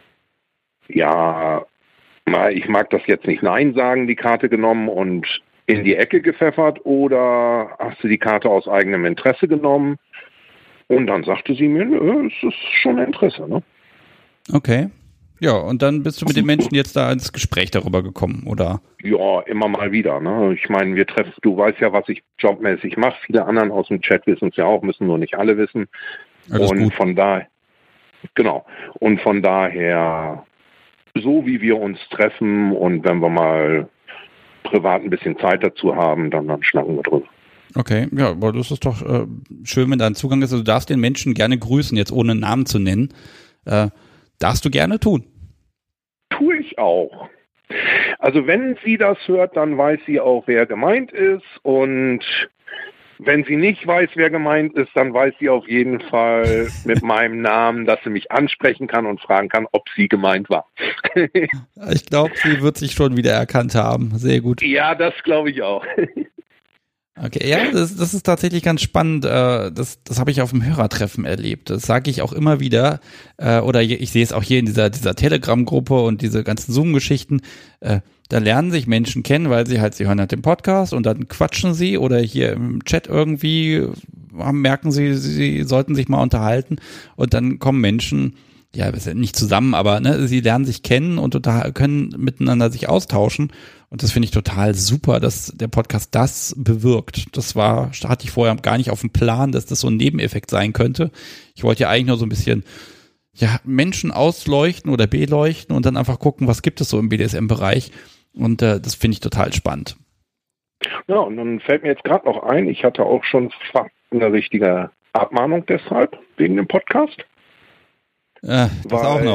Ja, ich mag das jetzt nicht Nein sagen, die Karte genommen und in die Ecke gepfeffert oder hast du die Karte aus eigenem Interesse genommen? Und dann sagte sie mir, es ist schon Interesse, ne?
Okay. Ja, und dann bist du mit den Menschen jetzt da ins Gespräch darüber gekommen, oder?
Ja, immer mal wieder, ne? Ich meine, du weißt ja, was ich jobmäßig mache. Viele anderen aus dem Chat wissen es ja auch, müssen nur nicht alle wissen.
Alles
und
gut.
Von daher, genau. Und von daher, so wie wir uns treffen und wenn wir mal privat ein bisschen Zeit dazu haben, dann schnacken wir drüber.
Okay, ja, aber das ist doch schön, wenn da ein Zugang ist. Also du darfst den Menschen gerne grüßen, jetzt ohne einen Namen zu nennen. Darfst du gerne tun.
Tue ich auch. Also wenn sie das hört, dann weiß sie auch, wer gemeint ist. Und wenn sie nicht weiß, wer gemeint ist, dann weiß sie auf jeden Fall mit meinem Namen, dass sie mich ansprechen kann und fragen kann, ob sie gemeint war.
Ich glaube, sie wird sich schon wieder erkannt haben. Sehr gut.
Ja, das glaube ich auch.
Okay, ja, das ist tatsächlich ganz spannend. Das habe ich auf dem Hörertreffen erlebt. Das sage ich auch immer wieder. Oder ich sehe es auch hier in dieser Telegram-Gruppe und diese ganzen Zoom-Geschichten. Da lernen sich Menschen kennen, weil sie hören halt den Podcast und dann quatschen sie oder hier im Chat irgendwie merken sie sollten sich mal unterhalten und dann kommen Menschen, ja, nicht zusammen, aber ne, sie lernen sich kennen und können miteinander sich austauschen. Und das finde ich total super, dass der Podcast das bewirkt. Hatte ich vorher gar nicht auf dem Plan, dass das so ein Nebeneffekt sein könnte. Ich wollte ja eigentlich nur so ein bisschen Menschen ausleuchten oder beleuchten und dann einfach gucken, was gibt es so im BDSM-Bereich. Und das finde ich total spannend.
Ja, und dann fällt mir jetzt gerade noch ein, ich hatte auch schon fast eine richtige Abmahnung deshalb, wegen dem Podcast.
Das auch noch.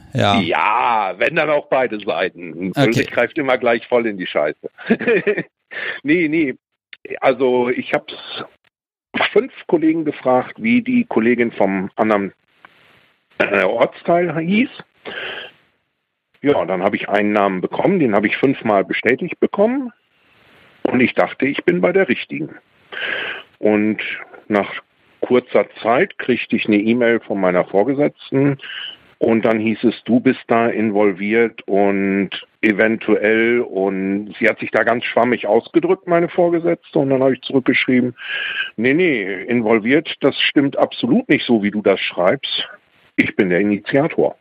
Ja, wenn dann auch beide Seiten. Okay. Greift immer gleich voll in die Scheiße. Nee. Also ich habe 5 Kollegen gefragt, wie die Kollegin vom anderen Ortsteil hieß. Ja, dann habe ich einen Namen bekommen, den habe ich 5-mal bestätigt bekommen. Und ich dachte, ich bin bei der richtigen. Und nach kurzer Zeit kriegte ich eine E-Mail von meiner Vorgesetzten Und dann hieß es, du bist da involviert und eventuell, und sie hat sich da ganz schwammig ausgedrückt, meine Vorgesetzte, und dann habe ich zurückgeschrieben, nee, involviert, das stimmt absolut nicht so, wie du das schreibst. Ich bin der Initiator.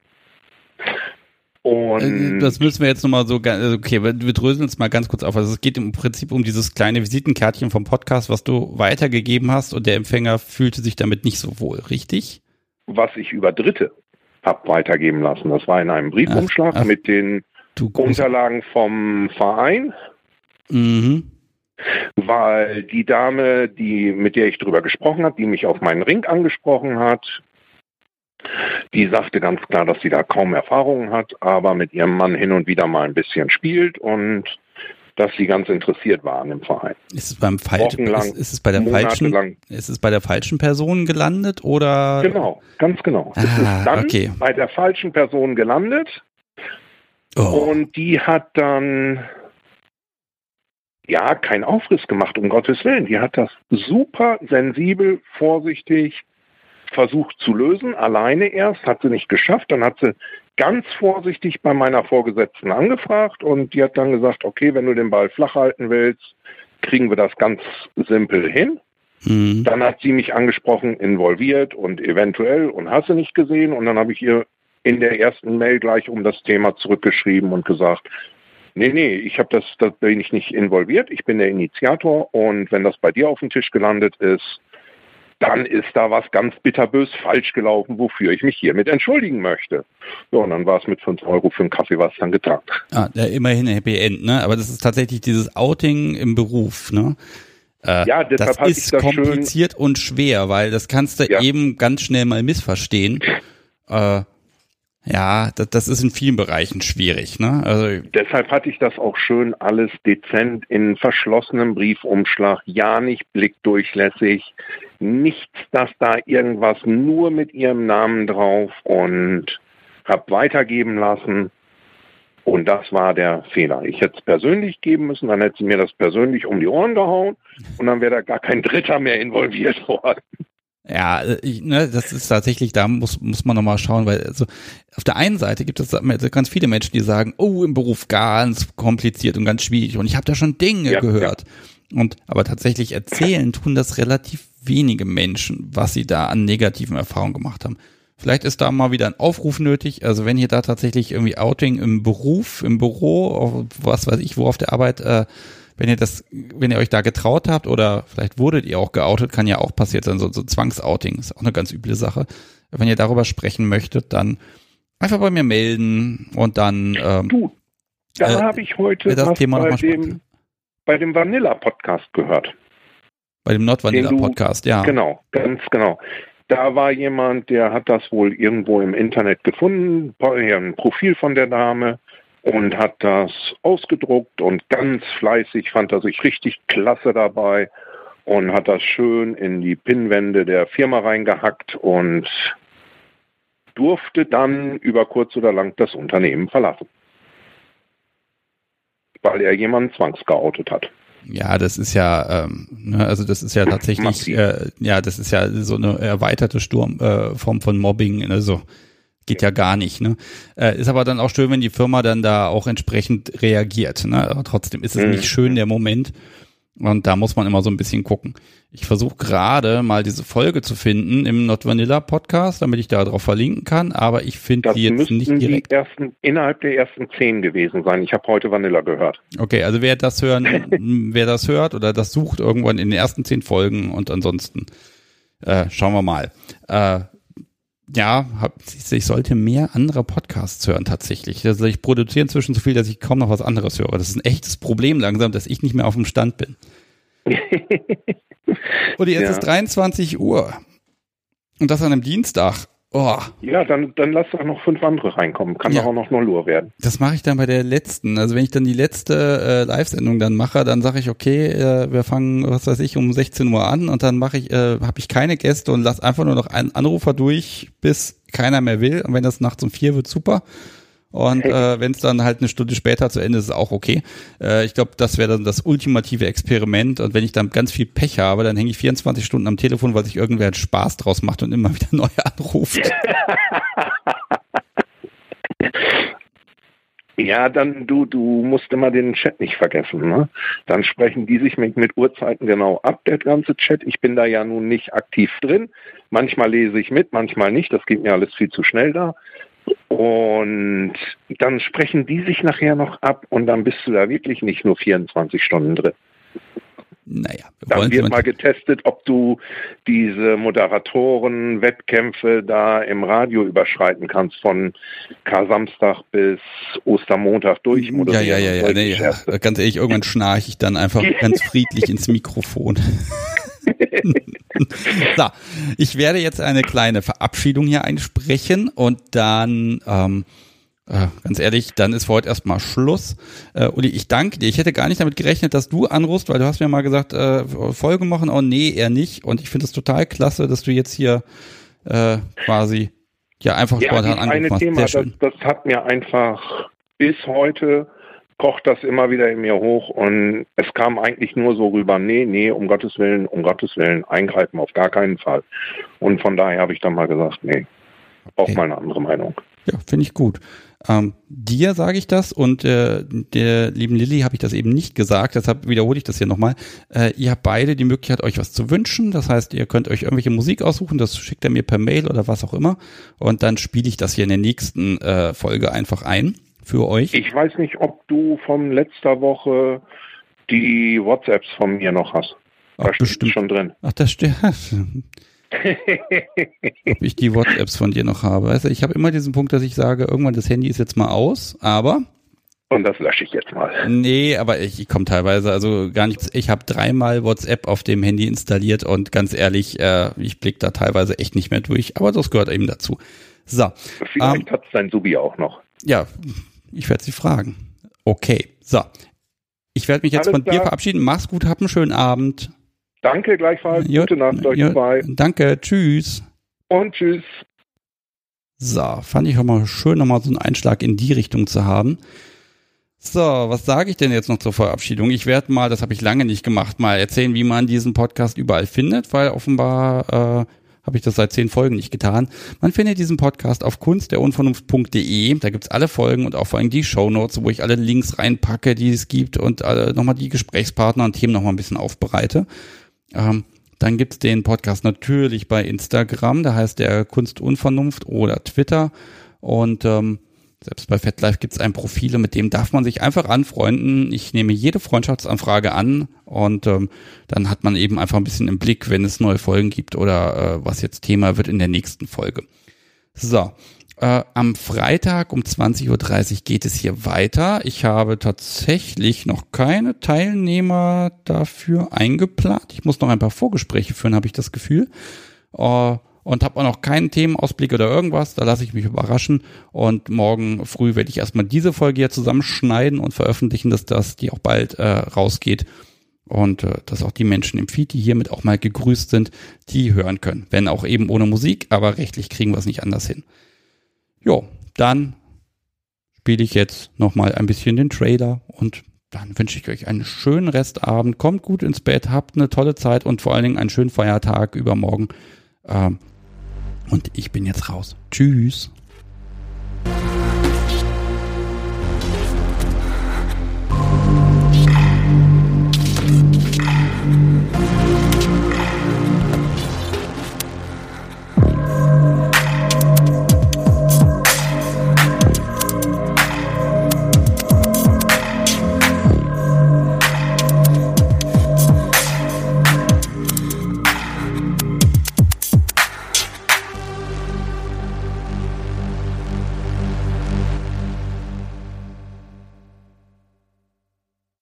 Und
das müssen wir jetzt nochmal so, okay, wir dröseln es mal ganz kurz auf. Also es geht im Prinzip um dieses kleine Visitenkärtchen vom Podcast, was du weitergegeben hast und der Empfänger fühlte sich damit nicht so wohl, richtig?
Was ich über Dritte habe weitergeben lassen. Das war in einem Briefumschlag mit den Unterlagen vom Verein.
Mhm.
Weil die Dame, mit der ich drüber gesprochen habe, die mich auf meinen Ring angesprochen hat, die sagte ganz klar, dass sie da kaum Erfahrungen hat, aber mit ihrem Mann hin und wieder mal ein bisschen spielt und dass sie ganz interessiert war an dem Verein.
Ist es bei der falschen Person gelandet oder?
Genau, ganz genau. Es ist dann bei der falschen Person gelandet und die hat dann keinen Aufriss gemacht, um Gottes Willen. Die hat das super sensibel, vorsichtig versucht zu lösen, alleine erst, hat sie nicht geschafft, dann hat sie ganz vorsichtig bei meiner Vorgesetzten angefragt und die hat dann gesagt, okay, wenn du den Ball flach halten willst, kriegen wir das ganz simpel hin. Mhm. Dann hat sie mich angesprochen, involviert und eventuell und hast du nicht gesehen und dann habe ich ihr in der ersten Mail gleich um das Thema zurückgeschrieben und gesagt, nee, da bin ich nicht involviert, ich bin der Initiator und wenn das bei dir auf dem Tisch gelandet ist, dann ist da was ganz bitterbös falsch gelaufen, wofür ich mich hiermit entschuldigen möchte. Ja, und dann war es mit 5 € für einen Kaffee was dann getan.
Immerhin ein Happy End, ne? Aber das ist tatsächlich dieses Outing im Beruf, ne?
Deshalb
das ist kompliziert und schwer, weil das kannst du eben ganz schnell mal missverstehen. Das ist in vielen Bereichen schwierig, ne? Also
deshalb hatte ich das auch schön alles dezent in verschlossenem Briefumschlag, nicht blickdurchlässig, nichts, dass da irgendwas nur mit ihrem Namen drauf und habe weitergeben lassen. Und das war der Fehler. Ich hätte es persönlich geben müssen, dann hätte sie mir das persönlich um die Ohren gehauen und dann wäre da gar kein Dritter mehr involviert worden.
Ja, das ist tatsächlich, da muss man nochmal schauen, weil also auf der einen Seite gibt es ganz viele Menschen, die sagen, im Beruf ganz kompliziert und ganz schwierig und ich habe da schon Dinge gehört. Ja. Aber tatsächlich erzählen tun das relativ wenige Menschen, was sie da an negativen Erfahrungen gemacht haben. Vielleicht ist da mal wieder ein Aufruf nötig, also wenn ihr da tatsächlich irgendwie Outing im Beruf, im Büro, was weiß ich, wo auf der Arbeit, wenn ihr euch da getraut habt oder vielleicht wurdet ihr auch geoutet, kann ja auch passiert sein, so Zwangsouting, ist auch eine ganz üble Sache. Wenn ihr darüber sprechen möchtet, dann einfach bei mir melden und dann
habe ich heute
das Thema
bei dem Vanilla-Podcast gehört.
Bei dem Not Vanilla-Podcast, ja.
Genau, ganz genau. Da war jemand, der hat das wohl irgendwo im Internet gefunden, ein Profil von der Dame, und hat das ausgedruckt und ganz fleißig, fand er sich richtig klasse dabei und hat das schön in die Pinnwände der Firma reingehackt und durfte dann über kurz oder lang das Unternehmen verlassen, weil er jemanden zwangsgeoutet hat.
Ja, das ist ja, also das ist ja tatsächlich, das ist ja so eine erweiterte Form von Mobbing, also geht ja gar nicht, ne? Ist aber dann auch schön, wenn die Firma dann da auch entsprechend reagiert, ne? Aber trotzdem ist es nicht schön, der Moment. Und da muss man immer so ein bisschen gucken. Ich versuche gerade mal diese Folge zu finden im Not Vanilla Podcast, damit ich da drauf verlinken kann, aber ich finde die jetzt nicht direkt. Das müssten
innerhalb der ersten 10 gewesen sein. Ich habe heute Vanilla gehört.
Okay, also wer das hört oder das sucht irgendwann in den ersten 10 Folgen und ansonsten schauen wir mal. Ich sollte mehr andere Podcasts hören tatsächlich. Also ich produziere inzwischen so viel, dass ich kaum noch was anderes höre. Das ist ein echtes Problem langsam, dass ich nicht mehr auf dem Stand bin. Und jetzt ist 23 Uhr. Und das an einem Dienstag. Oh.
Ja, dann lass doch noch 5 andere reinkommen. Kann doch auch noch 0 Uhr werden.
Das mache ich dann bei der letzten. Also wenn ich dann die letzte Live-Sendung dann mache, dann sage ich, okay, wir fangen, was weiß ich, um 16 Uhr an und dann habe ich keine Gäste und lass einfach nur noch einen Anrufer durch, bis keiner mehr will. Und wenn das nachts um 4 wird, super. Und wenn es dann halt eine Stunde später zu Ende ist, ist auch okay. Ich glaube, das wäre dann das ultimative Experiment. Und wenn ich dann ganz viel Pech habe, dann hänge ich 24 Stunden am Telefon, weil sich irgendwer einen Spaß draus macht und immer wieder neu anruft.
Ja, dann du musst immer den Chat nicht vergessen, ne? Dann sprechen die sich mit Uhrzeiten genau ab, der ganze Chat. Ich bin da ja nun nicht aktiv drin. Manchmal lese ich mit, manchmal nicht. Das geht mir alles viel zu schnell da. Und dann sprechen die sich nachher noch ab und dann bist du da wirklich nicht nur 24 Stunden drin.
Naja,
dann wird mal getestet, ob du diese Moderatoren-Wettkämpfe da im Radio überschreiten kannst, von Kar-Samstag bis Ostermontag durchmoderieren.
Ja. Ganz ehrlich, irgendwann schnarche ich dann einfach ganz friedlich ins Mikrofon. So, ich werde jetzt eine kleine Verabschiedung hier einsprechen und dann ganz ehrlich, dann ist für heute erstmal Schluss. Uli, ich danke dir. Ich hätte gar nicht damit gerechnet, dass du anrufst, weil du hast mir mal gesagt, Folge machen. Oh nee, eher nicht. Und ich finde es total klasse, dass du jetzt hier quasi einfach spontan angerufen hast. Sehr schön.
Das hat mir einfach bis heute kocht das immer wieder in mir hoch und es kam eigentlich nur so rüber, nee, um Gottes Willen, eingreifen auf gar keinen Fall. Und von daher habe ich dann mal gesagt, nee, auch mal eine andere Meinung.
Ja, finde ich gut. Dir sage ich das und der lieben Lilly habe ich das eben nicht gesagt, deshalb wiederhole ich das hier nochmal. Ihr habt beide die Möglichkeit, euch was zu wünschen, das heißt, ihr könnt euch irgendwelche Musik aussuchen, das schickt ihr mir per Mail oder was auch immer und dann spiele ich das hier in der nächsten Folge einfach ein für euch.
Ich weiß nicht, ob du von letzter Woche die WhatsApps von mir noch hast. Da steht schon drin.
Ach, das steht. Ob ich die WhatsApps von dir noch habe. Weißt du, ich habe immer diesen Punkt, dass ich sage, irgendwann das Handy ist jetzt mal aus, aber...
Und das lösche ich jetzt mal.
Nee, aber ich komme teilweise, also gar nichts. Ich habe 3-mal WhatsApp auf dem Handy installiert und ganz ehrlich, ich blicke da teilweise echt nicht mehr durch, aber das gehört eben dazu. So.
Vielleicht hat es dein Subi auch noch.
Ja, ich werde sie fragen. Okay, so. Ich werde mich jetzt von dir verabschieden. Mach's gut, hab einen schönen Abend.
Danke, gleichfalls. Gute Nacht euch zwei.
Danke, tschüss.
Und tschüss.
So, fand ich auch mal schön, nochmal so einen Einschlag in die Richtung zu haben. So, was sage ich denn jetzt noch zur Verabschiedung? Ich werde mal, das habe ich lange nicht gemacht, mal erzählen, wie man diesen Podcast überall findet, weil offenbar habe ich das seit 10 Folgen nicht getan. Man findet diesen Podcast auf kunstderunvernunft.de. Da gibt's alle Folgen und auch vor allem die Shownotes, wo ich alle Links reinpacke, die es gibt und nochmal die Gesprächspartner und Themen nochmal ein bisschen aufbereite. Dann gibt's den Podcast natürlich bei Instagram, da heißt der Kunstunvernunft oder Twitter und selbst bei FetLife gibt's ein Profil, mit dem darf man sich einfach anfreunden. Ich nehme jede Freundschaftsanfrage an und dann hat man eben einfach ein bisschen im Blick, wenn es neue Folgen gibt oder was jetzt Thema wird in der nächsten Folge. So, am Freitag um 20.30 Uhr geht es hier weiter. Ich habe tatsächlich noch keine Teilnehmer dafür eingeplant. Ich muss noch ein paar Vorgespräche führen, habe ich das Gefühl. Und habe auch noch keinen Themenausblick oder irgendwas, da lasse ich mich überraschen und morgen früh werde ich erstmal diese Folge hier zusammenschneiden und veröffentlichen, dass die auch bald rausgeht und dass auch die Menschen im Feed, die hiermit auch mal gegrüßt sind, die hören können, wenn auch eben ohne Musik, aber rechtlich kriegen wir es nicht anders hin. Jo, dann spiele ich jetzt nochmal ein bisschen den Trailer und dann wünsche ich euch einen schönen Restabend, kommt gut ins Bett, habt eine tolle Zeit und vor allen Dingen einen schönen Feiertag übermorgen. Und ich bin jetzt raus. Tschüss.